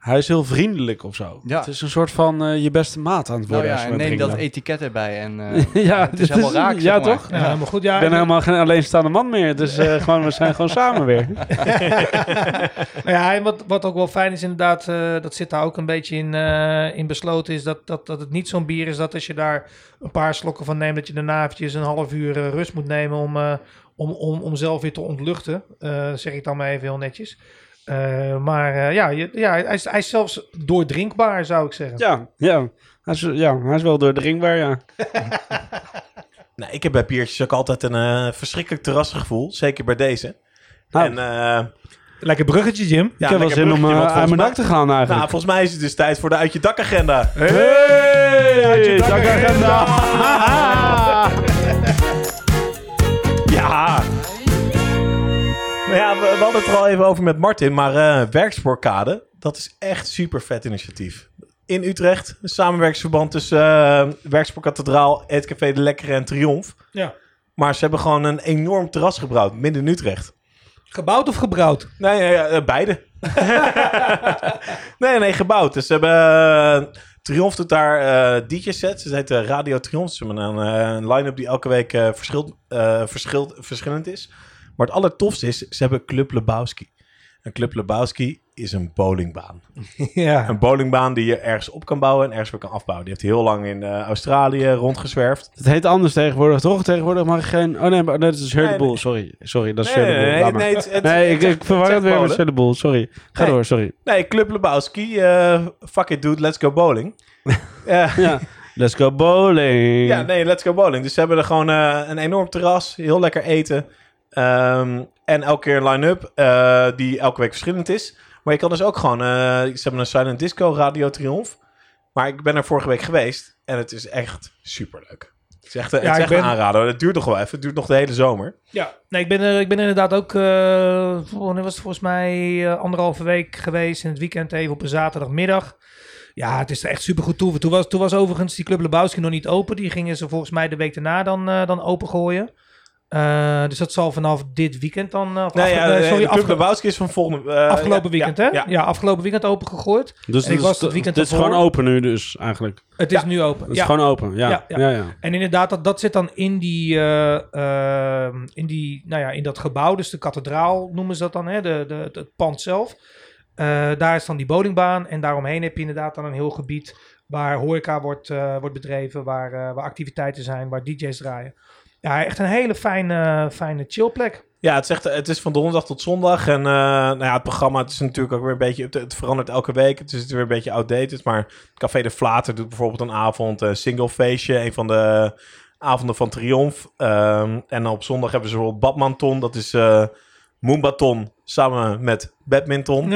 [SPEAKER 3] Hij is heel vriendelijk of zo.
[SPEAKER 4] Ja.
[SPEAKER 3] Het is een soort van uh, je beste maat aan het worden.
[SPEAKER 4] Nou ja,
[SPEAKER 3] als je
[SPEAKER 4] en
[SPEAKER 3] met
[SPEAKER 4] neem
[SPEAKER 3] drinken
[SPEAKER 4] dat
[SPEAKER 3] bent.
[SPEAKER 4] etiket erbij en uh,
[SPEAKER 3] ja,
[SPEAKER 4] het is helemaal raak, zeg
[SPEAKER 3] Ja,
[SPEAKER 4] maar.
[SPEAKER 3] toch?
[SPEAKER 2] Ja, helemaal goed. Ja,
[SPEAKER 3] Ik ben
[SPEAKER 2] en-
[SPEAKER 3] helemaal geen alleenstaande man meer. Dus uh, gewoon, we zijn gewoon samen weer.
[SPEAKER 2] Nou ja, en wat, wat ook wel fijn is inderdaad, uh, dat zit daar ook een beetje in, uh, in besloten, is dat, dat, dat het niet zo'n bier is dat als je daar een paar slokken van neemt, dat je daarna eventjes een half uur uh, rust moet nemen om, uh, om, om, om zelf weer te ontluchten. Uh, zeg ik dan maar even heel netjes. Uh, maar uh, ja, je, ja hij, is, hij is zelfs doordrinkbaar, zou ik zeggen.
[SPEAKER 3] Ja, ja. Hij is, ja, hij is wel doordrinkbaar, ja.
[SPEAKER 1] Nou, ik heb bij biertjes ook altijd een uh, verschrikkelijk terrasgevoel. Zeker bij deze.
[SPEAKER 3] Nou,
[SPEAKER 1] en, uh,
[SPEAKER 2] Lekker bruggetje, Jim.
[SPEAKER 1] ja,
[SPEAKER 3] ik heb wel
[SPEAKER 1] lekker
[SPEAKER 3] zin om
[SPEAKER 1] bruggetje,
[SPEAKER 3] uh,
[SPEAKER 1] want
[SPEAKER 3] uit mijn
[SPEAKER 1] volgens
[SPEAKER 3] dak te gaan
[SPEAKER 1] mij-
[SPEAKER 3] eigenlijk.
[SPEAKER 1] Nou, volgens mij is het dus tijd voor de Uit Je Dak agenda.
[SPEAKER 3] Hey, uit je dakagenda.
[SPEAKER 1] Ja. Nou ja, we, we hadden het er al even over met Martin, maar uh, Werkspoorkade, dat is echt super vet initiatief. In Utrecht, een samenwerkingsverband tussen uh, Werkspoorkathedraal, Eetcafé De Lekkere en Triomf.
[SPEAKER 2] Ja.
[SPEAKER 1] Maar ze hebben gewoon een enorm terras gebouwd, midden in Utrecht.
[SPEAKER 2] Gebouwd of gebrouwd?
[SPEAKER 1] Nee, nee, ja, beide. nee, nee, gebouwd. Dus ze hebben... Uh, Triomf doet daar uh, D J-sets. Het heet uh, Radio Triomf. Ze hebben een, uh, een line-up die elke week uh, verschilt, uh, verschilt, verschillend is. Maar het allertofste is, ze hebben Club Lebowski. En Club Lebowski is een bowlingbaan.
[SPEAKER 2] Ja.
[SPEAKER 1] Een bowlingbaan die je ergens op kan bouwen en ergens weer kan afbouwen. Die heeft heel lang in uh, Australië rondgezwerfd.
[SPEAKER 3] Het heet anders tegenwoordig, toch? Tegenwoordig mag ik geen... Oh nee, maar dat is Shirley
[SPEAKER 1] Nee,
[SPEAKER 3] Bull.
[SPEAKER 1] nee.
[SPEAKER 3] Sorry, sorry, dat is
[SPEAKER 1] Nee,
[SPEAKER 3] Shirley Bull.
[SPEAKER 1] nee,
[SPEAKER 3] Laat maar.
[SPEAKER 1] nee, het- het-
[SPEAKER 3] Nee, ik,
[SPEAKER 1] het-
[SPEAKER 3] ik verwar
[SPEAKER 1] het
[SPEAKER 3] het weer
[SPEAKER 1] zegt
[SPEAKER 3] met Shirley Bull. Sorry. Ga
[SPEAKER 1] Nee.
[SPEAKER 3] door, sorry.
[SPEAKER 1] Nee, Club Lebowski. Uh, fuck it, dude. Let's go bowling. uh,
[SPEAKER 3] Ja. Let's go bowling.
[SPEAKER 1] Ja, nee, let's go bowling. Dus ze hebben er gewoon uh, een enorm terras, heel lekker eten. Um, en elke keer een line-up uh, die elke week verschillend is. Maar je kan dus ook gewoon... Uh, ze hebben een silent disco, Radio Triomf. Maar ik ben er vorige week geweest en het is echt superleuk. Het is echt, een-
[SPEAKER 2] Ja,
[SPEAKER 1] het is
[SPEAKER 2] ik
[SPEAKER 1] echt
[SPEAKER 2] ben-
[SPEAKER 1] een aanrader. Het duurt nog wel even. Het duurt nog de hele zomer.
[SPEAKER 2] Ja, nee, ik ben, er, ik ben er inderdaad ook, uh, wanneer was het volgens mij uh, anderhalve week geweest in het weekend even op een zaterdagmiddag. Ja, het is er echt super goed toe. Toen was, toen was overigens die Club Lebowski nog niet open. Die gingen ze volgens mij de week daarna dan, uh, dan opengooien. Uh, dus dat zal vanaf dit weekend dan... Uh, of
[SPEAKER 1] Nee,
[SPEAKER 2] afge-
[SPEAKER 1] ja,
[SPEAKER 2] uh, sorry,
[SPEAKER 1] de Club
[SPEAKER 2] afge-
[SPEAKER 1] Lebowski is van volgende... uh,
[SPEAKER 2] afgelopen
[SPEAKER 1] ja,
[SPEAKER 2] weekend,
[SPEAKER 1] ja,
[SPEAKER 2] hè?
[SPEAKER 1] Ja.
[SPEAKER 2] Ja, afgelopen weekend opengegooid.
[SPEAKER 3] Dus
[SPEAKER 2] En ik
[SPEAKER 3] het
[SPEAKER 2] was
[SPEAKER 3] is-
[SPEAKER 2] het weekend
[SPEAKER 3] dit is
[SPEAKER 2] ervoor.
[SPEAKER 3] gewoon open nu dus, eigenlijk.
[SPEAKER 2] Het is
[SPEAKER 1] Ja.
[SPEAKER 2] nu open.
[SPEAKER 3] Het is
[SPEAKER 2] Ja.
[SPEAKER 3] gewoon open, ja.
[SPEAKER 2] Ja,
[SPEAKER 3] Ja,
[SPEAKER 2] ja.
[SPEAKER 3] ja.
[SPEAKER 2] En inderdaad, dat, dat zit dan in die, uh, uh, in die, nou ja, in dat gebouw, dus de kathedraal noemen ze dat dan, hè, de, de, het pand zelf. Uh, daar is dan die bowlingbaan en daaromheen heb je inderdaad dan een heel gebied waar horeca wordt, uh, wordt bedreven, waar, uh, waar activiteiten zijn, waar D J's draaien. Ja, echt een hele fijne, fijne chillplek.
[SPEAKER 1] Ja, het is, echt, het is van donderdag tot zondag. En uh, nou ja, het programma het is natuurlijk ook weer een beetje... Het verandert elke week. Het is weer een beetje outdated. Maar Café de Vlater doet bijvoorbeeld een avond... een single feestje. Een van de avonden van Triomf. Um, en op zondag hebben ze bijvoorbeeld badminton. Dat is uh, Moombaton samen met badminton.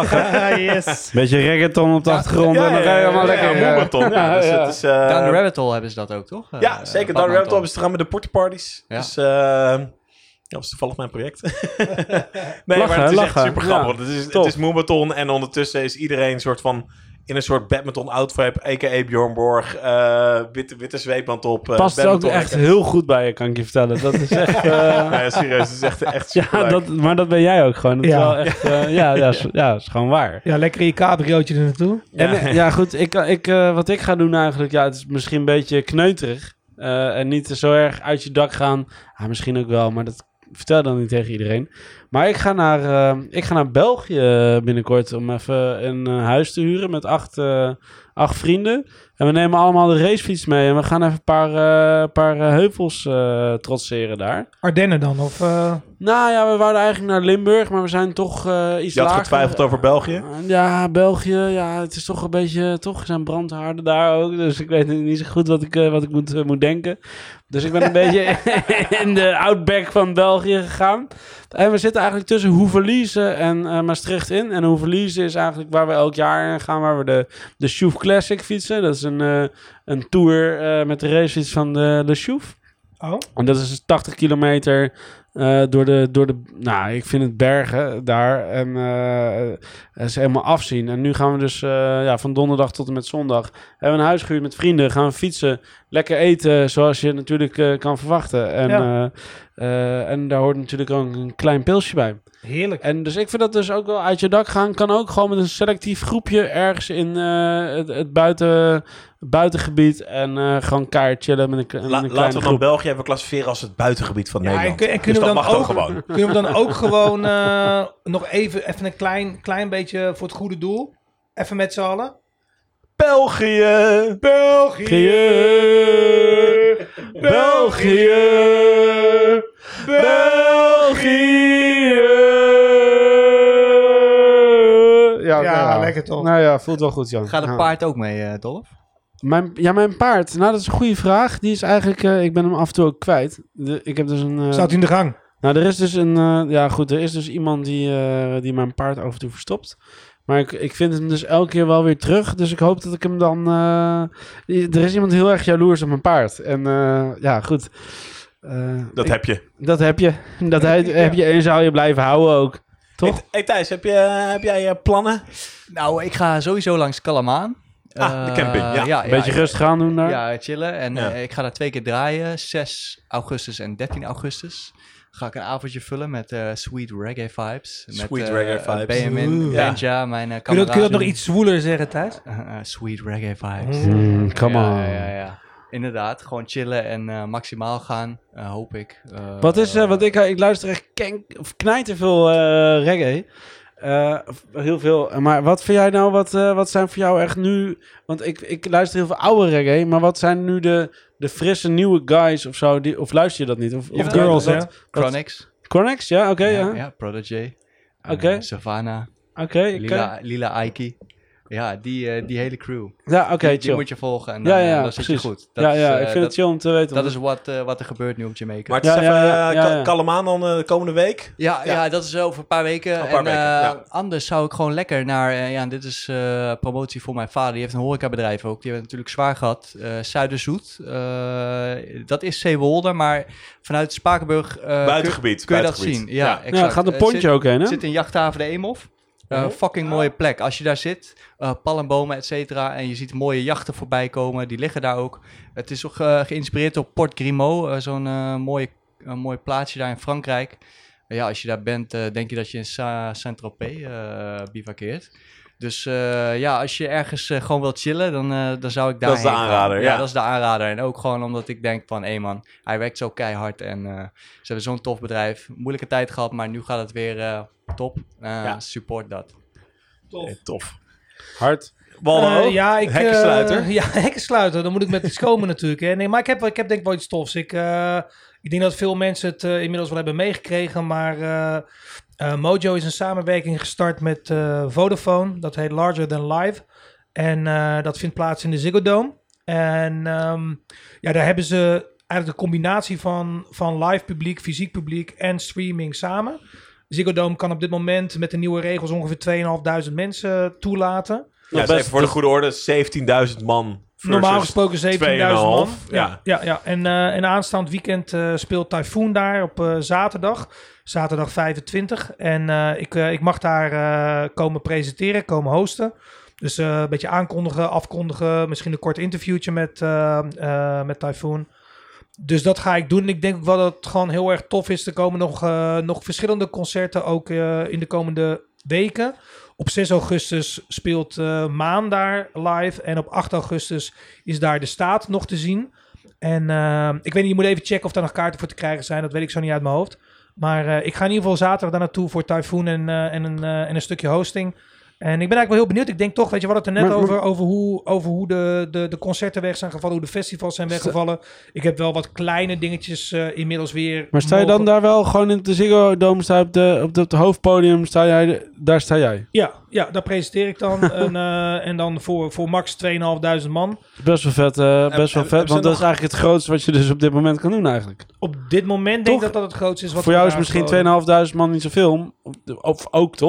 [SPEAKER 2] Yes.
[SPEAKER 3] Beetje reggaeton op de achtergrond en dan ga je allemaal lekker...
[SPEAKER 1] Ja, Moombaton. Ja, dus het is... Uh,
[SPEAKER 4] Down the Rabbit Hole hebben ze dat ook, toch?
[SPEAKER 1] Ja,
[SPEAKER 4] Uh,
[SPEAKER 1] zeker. Down the Rabbit Hole hebben ze eraan met de portaparties.
[SPEAKER 4] Ja.
[SPEAKER 1] Dus... Uh, dat was toevallig mijn project. nee,
[SPEAKER 3] Lachen,
[SPEAKER 1] maar het is
[SPEAKER 3] lachen.
[SPEAKER 1] echt super grappig.
[SPEAKER 3] Ja,
[SPEAKER 1] het is,
[SPEAKER 3] top.
[SPEAKER 1] het is Moombaton en ondertussen is iedereen een soort van... in een soort badminton outfit, a k a. Bjorn Borg. Uh, witte, witte zweepband op. Uh,
[SPEAKER 3] Past ook
[SPEAKER 1] badminton.
[SPEAKER 3] echt heel goed bij je, kan ik je vertellen. Dat is echt... Uh...
[SPEAKER 1] Nee, serieus, het is echt, echt
[SPEAKER 3] Ja,
[SPEAKER 1] superleuk.
[SPEAKER 3] dat, maar dat ben jij ook gewoon. Dat
[SPEAKER 2] Ja.
[SPEAKER 3] is wel echt... Uh, ja, ja, is, ja, is gewoon waar.
[SPEAKER 2] Ja, lekker in je cabriootje er naartoe.
[SPEAKER 1] Ja.
[SPEAKER 3] En, uh, ja, goed. Ik, ik, uh, wat ik ga doen eigenlijk... Ja, het is misschien een beetje kneuterig. Uh, en niet zo erg uit je dak gaan. Ah, misschien ook wel, maar dat vertel dan niet tegen iedereen. Maar ik ga naar, uh, ik ga naar België binnenkort om even een uh, huis te huren met acht, uh, acht vrienden. En we nemen allemaal de racefiets mee en we gaan even een paar, uh, paar uh, heuvels uh, trotseren daar.
[SPEAKER 2] Ardennen dan? Of, uh...
[SPEAKER 3] Nou ja, we wouden eigenlijk naar Limburg, maar we zijn toch uh, iets
[SPEAKER 1] Je had
[SPEAKER 3] lager.
[SPEAKER 1] getwijfeld over België?
[SPEAKER 3] Uh, ja, België, ja, het is toch een beetje, toch er zijn brandhaarden daar ook. Dus ik weet niet zo goed wat ik, uh, wat ik moet, uh, moet denken. Dus ik ben een beetje in de outback van België gegaan. En we zitten eigenlijk tussen Hoevelize en uh, Maastricht in. En Hoevelize is eigenlijk waar we elk jaar gaan, waar we de, de Chouf Classic fietsen. Dat is een, uh, een tour uh, met de racefiets van de Le Chouf.
[SPEAKER 2] Oh.
[SPEAKER 3] En dat is tachtig kilometer uh, door, de, door de... Nou, ik vind het bergen daar. En uh, het is helemaal afzien. En nu gaan we dus uh, ja, van donderdag tot en met zondag... hebben we een huis gehuurd met vrienden. Gaan we fietsen. Lekker eten, zoals je natuurlijk uh, kan verwachten. En,
[SPEAKER 2] Ja.
[SPEAKER 3] uh, uh, en daar hoort natuurlijk ook een klein pilsje bij.
[SPEAKER 2] Heerlijk.
[SPEAKER 3] En dus ik vind dat dus ook wel uit je dak gaan. Kan ook gewoon met een selectief groepje ergens in uh, het, het buiten, buitengebied. En uh, gewoon keihard chillen met een, met een
[SPEAKER 1] La,
[SPEAKER 3] kleine
[SPEAKER 1] laten we dan
[SPEAKER 3] groep.
[SPEAKER 1] België even klassificeren als het buitengebied van
[SPEAKER 2] Ja, en,
[SPEAKER 1] Nederland.
[SPEAKER 2] kun- en
[SPEAKER 1] Dus
[SPEAKER 2] kunnen,
[SPEAKER 1] dat
[SPEAKER 2] we dan
[SPEAKER 1] mag
[SPEAKER 2] ook,
[SPEAKER 1] ook gewoon.
[SPEAKER 2] kunnen we dan ook gewoon uh, nog even, even een klein, klein beetje voor het goede doel. Even met z'n allen.
[SPEAKER 1] België!
[SPEAKER 2] België!
[SPEAKER 3] België! België! Ja,
[SPEAKER 2] Ja, lekker toch?
[SPEAKER 3] Nou ja, voelt wel goed, Jan.
[SPEAKER 4] Gaat het
[SPEAKER 3] Ja.
[SPEAKER 4] paard ook mee, uh, Dolf?
[SPEAKER 3] Mijn, ja, mijn paard. Nou, dat is een goede vraag. Die is eigenlijk... Uh, ik ben hem af en toe ook kwijt. De, ik heb dus een... Uh,
[SPEAKER 2] Staat hij in de gang?
[SPEAKER 3] Nou, er is dus een... Uh, ja, goed. Er is dus iemand die, uh, die mijn paard af en toe verstopt. Maar ik, ik vind hem dus elke keer wel weer terug. Dus ik hoop dat ik hem dan... Uh, er is iemand heel erg jaloers op mijn paard. En uh, ja, goed. Uh,
[SPEAKER 1] Dat
[SPEAKER 3] ik,
[SPEAKER 1] heb je.
[SPEAKER 3] Dat heb je. Dat he- heb je en zou je blijven houden ook. Toch?
[SPEAKER 1] Hey, hey Thijs, heb, je, heb jij uh, plannen?
[SPEAKER 4] Nou, ik ga sowieso langs Kalamaan.
[SPEAKER 1] Ah, de camping, ja.
[SPEAKER 4] ja
[SPEAKER 3] Een beetje
[SPEAKER 4] ik-
[SPEAKER 3] rustig aan doen daar.
[SPEAKER 4] Ja, chillen. En
[SPEAKER 1] Ja.
[SPEAKER 4] uh, ik ga daar twee keer draaien. zes augustus en dertien augustus. Ga ik een avondje vullen met uh, sweet reggae vibes.
[SPEAKER 1] Sweet
[SPEAKER 4] met, uh,
[SPEAKER 1] reggae vibes.
[SPEAKER 4] Benjamin,
[SPEAKER 2] Oeh.
[SPEAKER 4] Benja, mijn uh,
[SPEAKER 2] Kun je, dat, kun je dat nog
[SPEAKER 4] kameraden.
[SPEAKER 2] iets zwoeler zeggen, Thijs?
[SPEAKER 4] Uh, uh, sweet reggae vibes.
[SPEAKER 3] Mm, come
[SPEAKER 4] ja,
[SPEAKER 3] on.
[SPEAKER 4] Ja, ja, ja. Inderdaad, gewoon chillen en uh, maximaal gaan, uh, hoop ik. Uh,
[SPEAKER 3] Wat is... Uh, wat ik, uh, ik luister echt kenk, of knijterveel uh, reggae. Uh, heel veel. Maar wat vind jij nou... Wat, uh, wat zijn voor jou echt nu... Want ik, ik luister heel veel oude reggae. Maar wat zijn nu de, de frisse nieuwe guys of zo? Die, of luister je dat niet? Of,
[SPEAKER 2] Of
[SPEAKER 3] of
[SPEAKER 2] girls, hè?
[SPEAKER 3] dat-
[SPEAKER 4] Chronix.
[SPEAKER 3] Chronix? Ja, oké.
[SPEAKER 4] ja,
[SPEAKER 3] ja.
[SPEAKER 4] ja, Prodigy.
[SPEAKER 3] Oké.
[SPEAKER 4] Uh, Savannah.
[SPEAKER 3] Oké. oké.
[SPEAKER 4] Lila, Lila Aiki. Ja, die, uh, die hele crew.
[SPEAKER 3] Ja, oké.
[SPEAKER 4] die, die
[SPEAKER 3] chill.
[SPEAKER 4] moet je volgen en
[SPEAKER 3] Ja,
[SPEAKER 4] dan,
[SPEAKER 3] ja,
[SPEAKER 4] uh, dan zit je
[SPEAKER 3] precies.
[SPEAKER 4] goed. Dat
[SPEAKER 3] ja,
[SPEAKER 4] is,
[SPEAKER 3] ja.
[SPEAKER 4] uh,
[SPEAKER 3] ik vind
[SPEAKER 4] dat,
[SPEAKER 3] het chill om te weten.
[SPEAKER 4] dat
[SPEAKER 3] want-
[SPEAKER 4] is wat, uh, wat er gebeurt nu op Jamaica.
[SPEAKER 1] Maar het is
[SPEAKER 3] Ja,
[SPEAKER 1] even
[SPEAKER 3] ja, ja,
[SPEAKER 1] uh,
[SPEAKER 3] ja,
[SPEAKER 1] Ka-
[SPEAKER 3] ja.
[SPEAKER 1] Kalamaan dan uh, de komende week.
[SPEAKER 4] Ja, ja.
[SPEAKER 1] Ja.
[SPEAKER 4] dat is over een paar weken.
[SPEAKER 1] Een paar
[SPEAKER 4] en
[SPEAKER 1] weken,
[SPEAKER 4] uh,
[SPEAKER 1] ja.
[SPEAKER 4] anders zou ik gewoon lekker naar... Uh, ja, dit is uh, promotie voor mijn vader. Die heeft een horecabedrijf ook. Die heeft het natuurlijk zwaar gehad. Uh, Zuiderzoet. Uh, dat is Zeewolde, maar vanuit Spakenburg... Uh,
[SPEAKER 1] Buitengebied.
[SPEAKER 4] Kun, kun je dat
[SPEAKER 1] buitengebied.
[SPEAKER 4] zien? Ja,
[SPEAKER 1] Ja.
[SPEAKER 4] exact.
[SPEAKER 3] Ja, gaat een
[SPEAKER 4] Het
[SPEAKER 3] pontje
[SPEAKER 4] zit-
[SPEAKER 3] ook heen, hè?
[SPEAKER 4] Het zit in Jachthaven de Eemhof. Uh, fucking mooie plek. Als je daar zit, uh, palmbomen, et cetera. En je ziet mooie jachten voorbij komen. Die liggen daar ook. Het is ook uh, geïnspireerd op Port Grimaud. Uh, Zo'n uh, mooi, uh, mooi plaatsje daar in Frankrijk. Uh, ja, als je daar bent, uh, denk je dat je in Sa- Saint-Tropez uh, bivakkeert. Dus uh, ja, als je ergens uh, gewoon wilt chillen, dan, uh, dan zou ik daar
[SPEAKER 1] Dat is de aanrader,
[SPEAKER 4] Ja,
[SPEAKER 1] ja.
[SPEAKER 4] dat is de aanrader. En ook gewoon omdat ik denk van, hé man, hij werkt zo keihard. En uh, ze hebben zo'n tof bedrijf. Moeilijke tijd gehad, maar nu gaat het weer uh, top. Uh,
[SPEAKER 1] Ja.
[SPEAKER 4] Support dat.
[SPEAKER 2] Tof.
[SPEAKER 1] Hey, tof.
[SPEAKER 3] Hard.
[SPEAKER 1] Waldo,
[SPEAKER 2] Eh, ja, ik,
[SPEAKER 1] hekkensluiter.
[SPEAKER 2] eh, ja, hekkensluiter. Dan moet ik met iets komen natuurlijk. Hè. Nee, maar ik heb, wel- ik heb denk ik wel iets tofs. Ik, eh, ik denk dat veel mensen het eh, inmiddels wel hebben meegekregen. Maar eh, eh, Mojo is een samenwerking gestart met eh, Vodafone. Dat heet Larger Than Live. En eh, dat vindt plaats in de Ziggo Dome. En ehm, ja, daar hebben ze eigenlijk de combinatie van, van live publiek, fysiek publiek en streaming samen. Ziggo Dome kan op dit moment met de nieuwe regels ongeveer tweeduizend vijfhonderd mensen toelaten.
[SPEAKER 1] Ja, dus even voor de goede orde, zeventienduizend man.
[SPEAKER 2] Normaal gesproken zeventienduizend man.
[SPEAKER 1] tweeënhalf,
[SPEAKER 2] Ja, ja, ja. En, uh, en aanstaand weekend uh, speelt Typhoon daar op uh, zaterdag. Zaterdag vijfentwintig. En uh, ik, uh, ik mag daar uh, komen presenteren, komen hosten. Dus uh, een beetje aankondigen, afkondigen. Misschien een kort interviewtje met, uh, uh, met Typhoon. Dus dat ga ik doen. Ik denk ook wel dat het gewoon heel erg tof is. Er komen nog, uh, nog verschillende concerten ook uh, in de komende weken. Op zes augustus speelt uh, Maan daar live. En op acht augustus is daar de Staat nog te zien. En uh, ik weet niet, je moet even checken of daar nog kaarten voor te krijgen zijn. Dat weet ik zo niet uit mijn hoofd. Maar uh, ik ga in ieder geval zaterdag daar naartoe voor Typhoon en, uh, en, een, uh, en een stukje hosting. En ik ben eigenlijk wel heel benieuwd. Ik denk toch, weet je, we hadden het er net
[SPEAKER 3] Maar-
[SPEAKER 2] over, over hoe, over hoe de, de, de concerten weg zijn gevallen, hoe de festivals zijn weggevallen. Ik heb wel wat kleine dingetjes uh, inmiddels weer.
[SPEAKER 3] Maar sta je dan
[SPEAKER 2] mogen-
[SPEAKER 3] daar wel gewoon in de Ziggo Dome, sta je op, de, op, de, op het hoofdpodium, sta jij, daar sta jij?
[SPEAKER 2] Ja, ja, daar presenteer ik dan. en, uh, en dan voor, voor max tweeduizend vijfhonderd man.
[SPEAKER 3] Best wel vet, eh, best wel
[SPEAKER 1] en-
[SPEAKER 3] vet,
[SPEAKER 1] hebben ze
[SPEAKER 3] want dat
[SPEAKER 1] nog-
[SPEAKER 3] is eigenlijk het grootste wat je dus op dit moment kan doen eigenlijk.
[SPEAKER 2] Op dit moment denk
[SPEAKER 3] Toch?
[SPEAKER 2] ik dat dat het grootste is. Wat
[SPEAKER 3] Voor
[SPEAKER 2] we
[SPEAKER 3] jou is
[SPEAKER 2] daar
[SPEAKER 3] misschien
[SPEAKER 2] gewoon-
[SPEAKER 3] tweeduizend vijfhonderd man niet zoveel, of ook toch?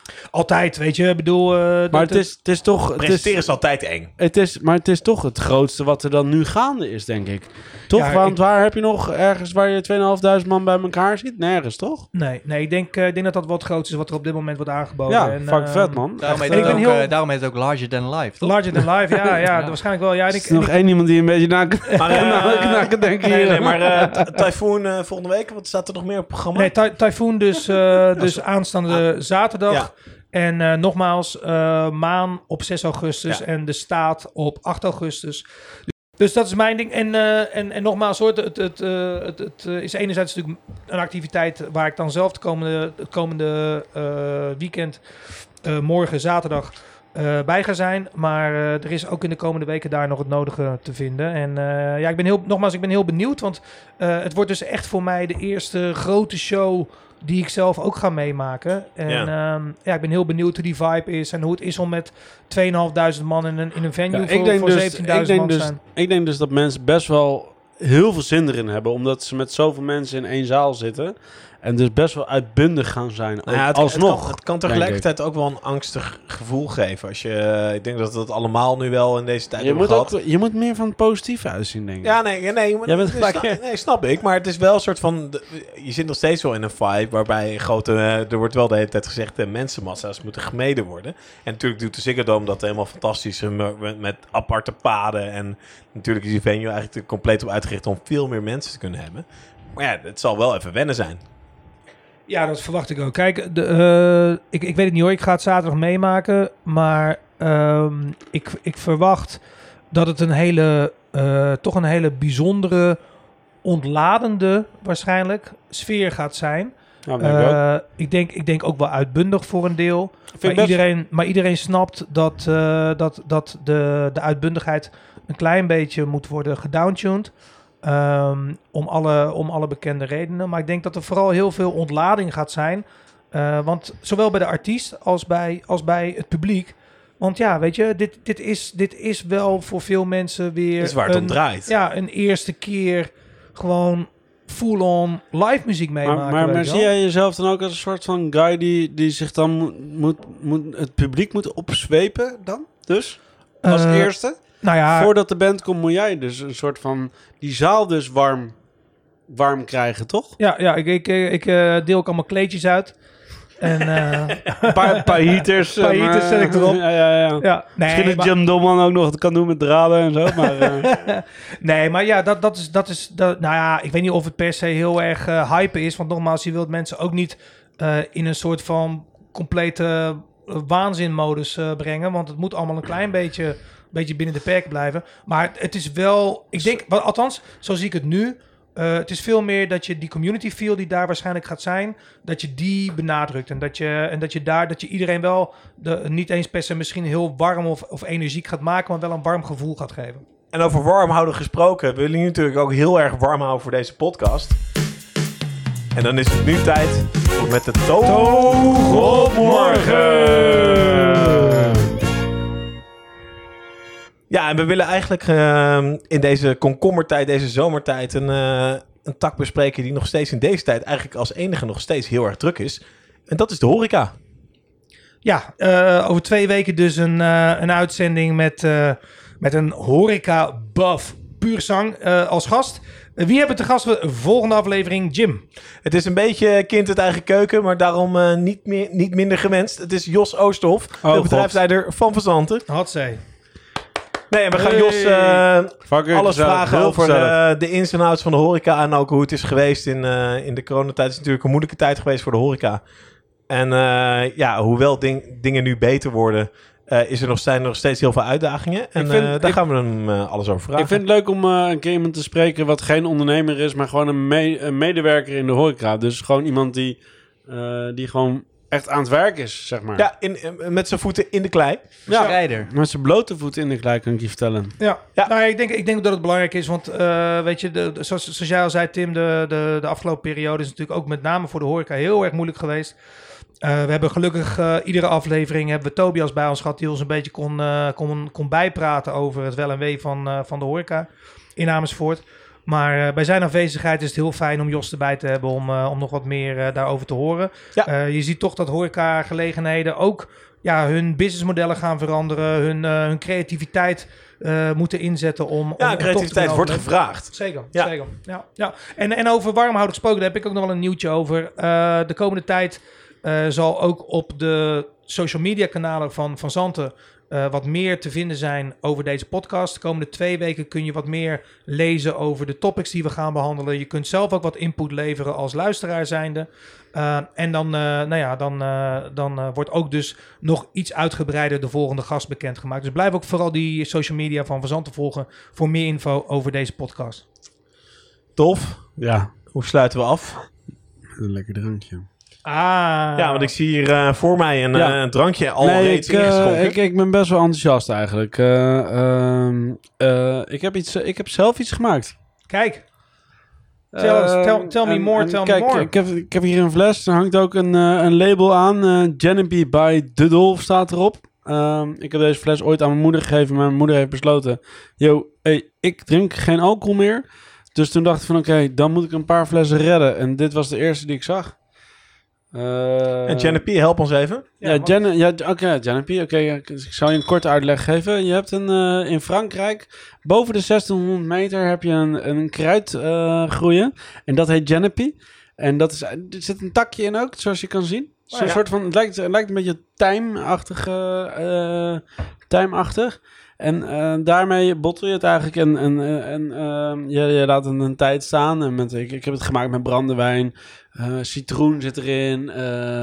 [SPEAKER 2] Altijd, weet je. Ik bedoel... Uh,
[SPEAKER 3] maar
[SPEAKER 2] dat,
[SPEAKER 3] het is, het is toch... Het
[SPEAKER 1] Presenteren
[SPEAKER 3] is,
[SPEAKER 1] is altijd eng.
[SPEAKER 3] het is, maar het is toch het grootste wat er dan nu gaande is, denk ik. Toch?
[SPEAKER 2] Ja,
[SPEAKER 3] Want
[SPEAKER 2] ik,
[SPEAKER 3] waar heb je nog ergens waar je tweeënhalfduizend man bij elkaar ziet? Nergens, toch?
[SPEAKER 2] Nee, nee ik, denk, uh, ik denk dat dat wat groot is wat er op dit moment wordt aangeboden.
[SPEAKER 3] Ja,
[SPEAKER 2] en,
[SPEAKER 3] fuck
[SPEAKER 2] uh,
[SPEAKER 3] vet, man.
[SPEAKER 4] Daarom heet,
[SPEAKER 2] ik
[SPEAKER 4] het
[SPEAKER 2] ben
[SPEAKER 4] ook,
[SPEAKER 2] heel-
[SPEAKER 4] uh, daarom heet het ook Larger Than Life, toch?
[SPEAKER 2] Larger than life, ja, ja,
[SPEAKER 4] Ja.
[SPEAKER 2] waarschijnlijk wel. Ja, en
[SPEAKER 3] Er
[SPEAKER 2] ik,
[SPEAKER 3] is
[SPEAKER 2] en
[SPEAKER 3] nog
[SPEAKER 2] ik-
[SPEAKER 3] één iemand die een beetje na,
[SPEAKER 1] Maar, uh,
[SPEAKER 3] na, na kan denken
[SPEAKER 1] Nee,
[SPEAKER 3] hier.
[SPEAKER 1] nee, maar uh, T- Typhoon uh, volgende week, wat staat er nog meer op het programma?
[SPEAKER 2] nee, Ty- Typhoon dus, uh, dus aanstaande zaterdag.
[SPEAKER 1] Ja.
[SPEAKER 2] En uh, nogmaals, uh, Maan op zes augustus
[SPEAKER 1] Ja.
[SPEAKER 2] en de Staat op acht augustus. Dus dat is mijn ding. En, uh, en, en nogmaals hoor, het, het, uh, het, het uh, is enerzijds natuurlijk een activiteit waar ik dan zelf het komende, het komende uh, weekend, uh, morgen zaterdag, uh, bij ga zijn. Maar uh, er is ook in de komende weken daar nog het nodige te vinden. En uh, ja, ik ben heel, nogmaals, ik ben heel benieuwd. Want uh, het wordt dus echt voor mij de eerste grote show die ik zelf ook ga meemaken. En ja. Um, ja, ik ben heel benieuwd hoe die vibe is en hoe het is om met tweeënhalfduizend man in een, in een venue
[SPEAKER 3] Ja,
[SPEAKER 2] voor,
[SPEAKER 3] ik denk
[SPEAKER 2] voor
[SPEAKER 3] dus-
[SPEAKER 2] zeventienduizend
[SPEAKER 3] ik
[SPEAKER 2] man
[SPEAKER 3] denk
[SPEAKER 2] te
[SPEAKER 3] dus-
[SPEAKER 2] zijn.
[SPEAKER 3] Ik denk dus dat mensen best wel heel veel zin erin hebben. Omdat ze met zoveel mensen in één zaal zitten. En dus best wel uitbundig gaan zijn.
[SPEAKER 1] Nou ja, het,
[SPEAKER 3] alsnog.
[SPEAKER 1] het kan, het kan
[SPEAKER 3] denk
[SPEAKER 1] tegelijkertijd ook wel een angstig gevoel geven. Als je, uh, ik denk dat we dat allemaal nu wel in deze tijd
[SPEAKER 3] je,
[SPEAKER 1] hebben
[SPEAKER 3] moet
[SPEAKER 1] gehad.
[SPEAKER 3] ook, je moet meer van het positieve uitzien, denk ik.
[SPEAKER 1] Ja, nee, nee, nee, maar
[SPEAKER 3] Jij bent
[SPEAKER 1] dat
[SPEAKER 3] gelijk,
[SPEAKER 1] is-
[SPEAKER 3] hè?
[SPEAKER 1] nee, snap ik. Maar het is wel een soort van... de- Je zit nog steeds wel in een vibe waarbij een grote... uh, er wordt wel de hele tijd gezegd... Uh, mensenmassa's moeten gemeden worden. En natuurlijk doet de Ziggo Dome dat helemaal fantastisch... uh, met, met aparte paden. En natuurlijk is die venue eigenlijk er compleet op uitgericht... om veel meer mensen te kunnen hebben. Maar ja, het zal wel even wennen zijn.
[SPEAKER 2] Ja, dat verwacht ik ook. Kijk, de, uh, ik, ik weet het niet hoor. Ik ga het zaterdag meemaken. Maar um, ik, ik verwacht dat het een hele... Uh, toch een hele bijzondere... ontladende waarschijnlijk sfeer gaat zijn.
[SPEAKER 3] Ja, denk ik ook.
[SPEAKER 2] Uh, ik, denk, ik denk ook wel uitbundig voor een deel.
[SPEAKER 3] Vind
[SPEAKER 2] Maar
[SPEAKER 3] ik best-
[SPEAKER 2] iedereen, maar iedereen snapt dat, uh, dat, dat de, de uitbundigheid een klein beetje moet worden gedowntuned. Um, om, alle, om alle bekende redenen. Maar ik denk dat er vooral heel veel ontlading gaat zijn. Uh, want zowel bij de artiest als bij, als bij het publiek. Want ja, weet je, dit, dit, is, dit is wel voor veel mensen weer...
[SPEAKER 1] Dat is waar het
[SPEAKER 2] een,
[SPEAKER 1] om draait.
[SPEAKER 2] Ja, een eerste keer gewoon full-on live muziek meemaken.
[SPEAKER 3] Maar, maar,
[SPEAKER 2] weet
[SPEAKER 3] maar
[SPEAKER 2] je
[SPEAKER 3] zie
[SPEAKER 2] wel.
[SPEAKER 3] jij jezelf dan ook als een soort van guy die, die zich dan moet, moet, moet het publiek moet opzwepen dan? Dus? Als
[SPEAKER 2] Uh,
[SPEAKER 3] eerste?
[SPEAKER 2] Nou ja,
[SPEAKER 3] Voordat de band komt moet jij dus een soort van die zaal dus warm, warm krijgen, toch?
[SPEAKER 2] ja, ja ik, ik, ik uh, deel ook allemaal kleedjes uit. En, uh,
[SPEAKER 3] Een paar, paar heaters.
[SPEAKER 2] Paar
[SPEAKER 3] en,
[SPEAKER 2] heaters
[SPEAKER 3] eh,
[SPEAKER 2] zet ik erop.
[SPEAKER 3] Ja, ja, ja.
[SPEAKER 2] ja,
[SPEAKER 3] Misschien
[SPEAKER 2] nee,
[SPEAKER 3] dat
[SPEAKER 2] maar,
[SPEAKER 3] Jim Domman ook nog het kan doen met draden en zo. Maar, uh,
[SPEAKER 2] nee, maar ja, dat, dat is... Dat is dat, nou ja, ik weet niet of het per se heel erg uh, hype is. Want nogmaals, je wilt mensen ook niet uh, in een soort van complete uh, waanzinmodus uh, brengen. Want het moet allemaal een klein beetje, beetje binnen de perken blijven. Maar het is wel... Ik denk, wel, althans, zo zie ik het nu... Uh, het is veel meer dat je die community feel die daar waarschijnlijk gaat zijn, dat je die benadrukt. En dat je, en dat je daar, dat je iedereen wel de, niet eens per se misschien heel warm of, of energiek gaat maken, maar wel een warm gevoel gaat geven.
[SPEAKER 1] En over warm houden gesproken, we willen jullie natuurlijk ook heel erg warm houden voor deze podcast. En dan is het nu tijd om met de toog op morgen. Ja, en we willen eigenlijk uh, in deze komkommertijd, deze zomertijd, een, uh, een tak bespreken die nog steeds in deze tijd eigenlijk als enige nog steeds heel erg druk is. En dat is de horeca.
[SPEAKER 2] Ja, uh, over twee weken dus een, uh, een uitzending met, uh, met een horeca-buff puur zang uh, als gast. Uh, wie hebben we te gast voor de volgende aflevering? Jim.
[SPEAKER 1] Het is een beetje kind uit eigen keuken, maar daarom uh, niet, meer, niet minder gewenst. Het is Jos Oosterhof,
[SPEAKER 3] Oh,
[SPEAKER 1] de bedrijfsleider van Fazanten.
[SPEAKER 2] Hatzee.
[SPEAKER 1] Nee, en we gaan
[SPEAKER 3] Hey.
[SPEAKER 1] Jos uh,
[SPEAKER 3] Fuck it,
[SPEAKER 1] alles
[SPEAKER 3] gezellig,
[SPEAKER 1] vragen
[SPEAKER 3] heel
[SPEAKER 1] over
[SPEAKER 3] gezellig.
[SPEAKER 1] uh, de ins en outs van de horeca en ook hoe het is geweest in, uh, in de coronatijd. Het is natuurlijk een moeilijke tijd geweest voor de horeca. En uh, ja, hoewel ding, dingen nu beter worden, uh, is er nog, zijn er nog steeds heel veel uitdagingen. En
[SPEAKER 3] Ik vind-
[SPEAKER 1] uh, daar
[SPEAKER 3] ik-
[SPEAKER 1] gaan we hem uh, alles over vragen.
[SPEAKER 3] Ik vind het leuk om uh, een keer iemand te spreken wat geen ondernemer is, maar gewoon een, me- een medewerker in de horeca. Dus gewoon iemand die, uh, die gewoon echt aan het werk is, zeg maar.
[SPEAKER 1] Ja, in, in- met zijn voeten in de klei.
[SPEAKER 3] Ja.
[SPEAKER 4] Strijder.
[SPEAKER 3] Met zijn blote voeten in de klei, kan ik je vertellen.
[SPEAKER 2] Ja,
[SPEAKER 1] Ja.
[SPEAKER 2] Nou, ik, denk, ik denk dat het belangrijk is, want uh, weet je, de, de- zoals, zoals jij al zei, Tim, de, de, de afgelopen periode is natuurlijk ook met name voor de horeca heel erg moeilijk geweest. Uh, we hebben gelukkig uh, iedere aflevering hebben we Tobias bij ons gehad die ons een beetje kon, uh, kon, kon bijpraten over het wel en wee van, uh, van de horeca in Amersfoort. Maar uh, bij zijn afwezigheid is het heel fijn om Jos erbij te hebben om, uh, om nog wat meer uh, daarover te horen.
[SPEAKER 1] Ja.
[SPEAKER 2] Uh, je ziet toch dat horecagelegenheden ook ja, hun businessmodellen gaan veranderen, hun, uh, hun creativiteit uh, moeten inzetten om...
[SPEAKER 1] Ja,
[SPEAKER 2] om
[SPEAKER 1] creativiteit wordt gevraagd.
[SPEAKER 2] Zeker,
[SPEAKER 1] Ja.
[SPEAKER 2] zeker. Ja, ja. En, en over warmhouding gesproken, daar heb ik ook nog wel een nieuwtje over. Uh, de komende tijd uh, zal ook op de social media kanalen van Van Zanten Uh, wat meer te vinden zijn over deze podcast. De komende twee weken kun je wat meer lezen over de topics die we gaan behandelen. Je kunt zelf ook wat input leveren als luisteraar zijnde. Uh, en dan, uh, nou ja, dan, uh, dan uh, wordt ook dus nog iets uitgebreider de volgende gast bekendgemaakt. Dus blijf ook vooral die social media van Van Zanten volgen voor meer info over deze podcast.
[SPEAKER 1] Tof.
[SPEAKER 3] Ja,
[SPEAKER 1] Hoe sluiten we af?
[SPEAKER 3] een lekker drankje.
[SPEAKER 2] Ah.
[SPEAKER 1] Ja, want ik zie hier uh, voor mij een,
[SPEAKER 3] Ja.
[SPEAKER 1] uh, een drankje al
[SPEAKER 3] nee,
[SPEAKER 1] reeds
[SPEAKER 3] ik, uh,
[SPEAKER 1] ingeschonken.
[SPEAKER 3] ik, ik ben best wel enthousiast eigenlijk. Uh, uh, uh, ik, heb iets, ik heb zelf iets gemaakt.
[SPEAKER 2] Kijk. Tell us- tell- tell me
[SPEAKER 3] en-
[SPEAKER 2] more,
[SPEAKER 3] en
[SPEAKER 2] tell me
[SPEAKER 3] kijk,
[SPEAKER 2] more.
[SPEAKER 3] Ik heb, ik heb hier een fles, er hangt ook een, uh, een label aan. Uh, Genepi by De Dolf staat erop. Um, ik heb deze fles ooit aan mijn moeder gegeven, maar mijn moeder heeft besloten... Yo, hey, ik drink geen alcohol meer. Dus toen dacht ik van oké, okay, dan moet ik een paar flessen redden. En dit was de eerste die ik zag. Uh,
[SPEAKER 1] En Genepi, help ons even.
[SPEAKER 3] Ja,
[SPEAKER 2] Ja,
[SPEAKER 3] ja, ja oké, okay, Genepi. Oké, okay, ik zal je een korte uitleg geven. Je hebt een, uh, in Frankrijk, boven de zestienhonderd meter heb je een, een kruid uh, groeien. En dat heet Genepi. En dat is, er zit een takje in ook, zoals je kan zien. Zo'n
[SPEAKER 2] Oh, ja.
[SPEAKER 3] soort van, het lijkt, het lijkt een beetje tijmachtig. Uh, tijmachtig. En uh, daarmee bottel je het eigenlijk en, en, en uh, je, je laat het een tijd staan. En met, ik, ik heb het gemaakt met brandewijn, uh, citroen zit erin, uh,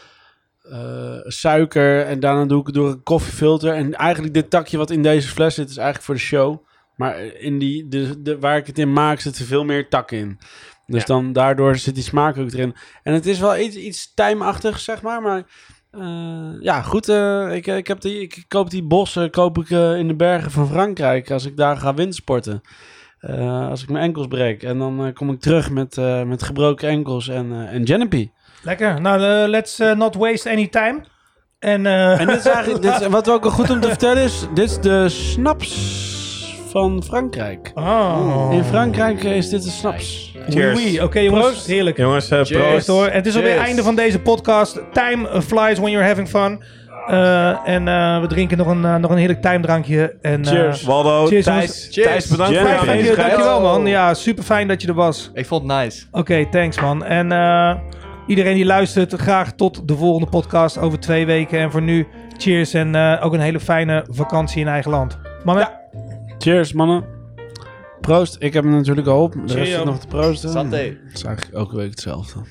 [SPEAKER 3] uh, suiker en daarna doe ik het door een koffiefilter. En eigenlijk dit takje wat in deze fles zit is eigenlijk voor de show. Maar in die, de, de, waar ik het in maak zit er veel meer tak in. Dus
[SPEAKER 1] Ja.
[SPEAKER 3] dan daardoor zit die smaak ook erin. En het is wel iets, iets tijmachtig, zeg maar, maar... Uh, ja, goed. Uh, ik, ik, heb die, ik koop die bossen koop ik, uh, in de bergen van Frankrijk als ik daar ga windsporten. Uh, als ik mijn enkels breek. En dan uh, kom ik terug met, uh, met gebroken enkels en, uh, en Genepi.
[SPEAKER 2] Lekker. Nou, uh, let's uh, not waste any time. En, uh,
[SPEAKER 3] En dit is eigenlijk, dit is, wat ook wel goed om te vertellen is, dit is de snaps van Frankrijk.
[SPEAKER 2] Oh.
[SPEAKER 3] In Frankrijk is dit de snaps.
[SPEAKER 1] Cheers.
[SPEAKER 2] Oui, oui. Oké okay, jongens,
[SPEAKER 3] Proost.
[SPEAKER 2] heerlijk.
[SPEAKER 1] Jongens, uh,
[SPEAKER 4] Cheers.
[SPEAKER 1] proost.
[SPEAKER 2] Hoor. En het is alweer het
[SPEAKER 4] Cheers.
[SPEAKER 2] einde van deze podcast. Time flies when you're having fun. Uh, en uh, we drinken nog een, uh, nog een heerlijk timedrankje. En, uh,
[SPEAKER 3] Cheers.
[SPEAKER 1] Waldo,
[SPEAKER 2] Cheers,
[SPEAKER 1] Thijs,
[SPEAKER 2] jongens.
[SPEAKER 4] Cheers.
[SPEAKER 1] Thijs, bedankt
[SPEAKER 3] Cheers.
[SPEAKER 1] voor je
[SPEAKER 2] Fijn, dank je,
[SPEAKER 1] aanwezigheid.
[SPEAKER 2] dankjewel man. Ja, super fijn dat je er was.
[SPEAKER 4] Ik vond het nice.
[SPEAKER 2] Oké, okay, thanks man. En uh, iedereen die luistert, graag tot de volgende podcast over twee weken. En voor nu, cheers en uh, ook een hele fijne vakantie in eigen land. Mannen,
[SPEAKER 3] Ja. Cheers, mannen. Proost. Ik heb hem natuurlijk al op. De rest
[SPEAKER 2] Cheerio.
[SPEAKER 3] is nog te proosten.
[SPEAKER 4] Santé.
[SPEAKER 3] Het is eigenlijk elke week hetzelfde.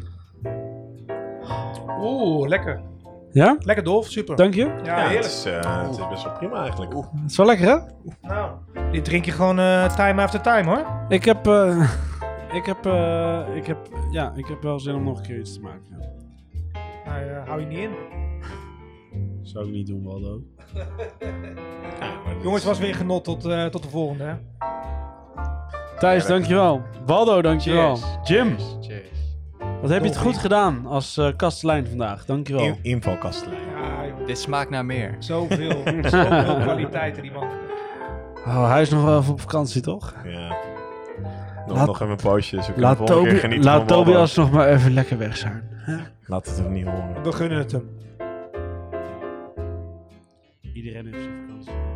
[SPEAKER 2] oeh, lekker.
[SPEAKER 3] Ja?
[SPEAKER 2] Lekker Dolf, super.
[SPEAKER 3] Dank je.
[SPEAKER 2] Ja,
[SPEAKER 1] Ja, het
[SPEAKER 2] heerlijk.
[SPEAKER 1] is, uh, het is best wel prima eigenlijk.
[SPEAKER 3] Het is wel lekker, hè?
[SPEAKER 2] Nou, dit drink je gewoon uh, time after time hoor.
[SPEAKER 3] Ik heb... Uh, ik heb... Uh, ik heb... Ja, ik heb wel zin om nog een keer iets te maken. Ja.
[SPEAKER 2] Nou, uh, hou je niet in.
[SPEAKER 3] Zou ik niet doen, Waldo.
[SPEAKER 1] Ja, maar dit
[SPEAKER 2] Jongens,
[SPEAKER 1] is-
[SPEAKER 2] was weer genot tot, uh, tot de volgende hè.
[SPEAKER 3] Thijs,
[SPEAKER 1] Ja,
[SPEAKER 3] dankjewel. Waldo, dankjewel.
[SPEAKER 4] Cheers.
[SPEAKER 3] Jim,
[SPEAKER 4] Cheers. Cheers.
[SPEAKER 3] wat heb je het
[SPEAKER 2] Dolphy.
[SPEAKER 3] goed gedaan als uh, kastelein vandaag. Dankjewel.
[SPEAKER 1] In, invalkastelijn.
[SPEAKER 2] Ja, joh.
[SPEAKER 4] Dit smaakt naar meer.
[SPEAKER 2] Zoveel, zoveel kwaliteiten die man.
[SPEAKER 3] Oh, hij is nog wel even op vakantie, toch?
[SPEAKER 1] Ja. Nog,
[SPEAKER 3] Laat-
[SPEAKER 1] nog even een poosje. Dus we kunnen
[SPEAKER 3] Laat,
[SPEAKER 1] de volgende keer
[SPEAKER 3] Tobi
[SPEAKER 1] genieten
[SPEAKER 3] laat
[SPEAKER 1] van Waldo.
[SPEAKER 3] Tobias nog maar even lekker weg zijn. Hè?
[SPEAKER 1] Laat het hem niet horen.
[SPEAKER 2] We gunnen het hem.
[SPEAKER 3] Iedereen heeft zijn vakantie.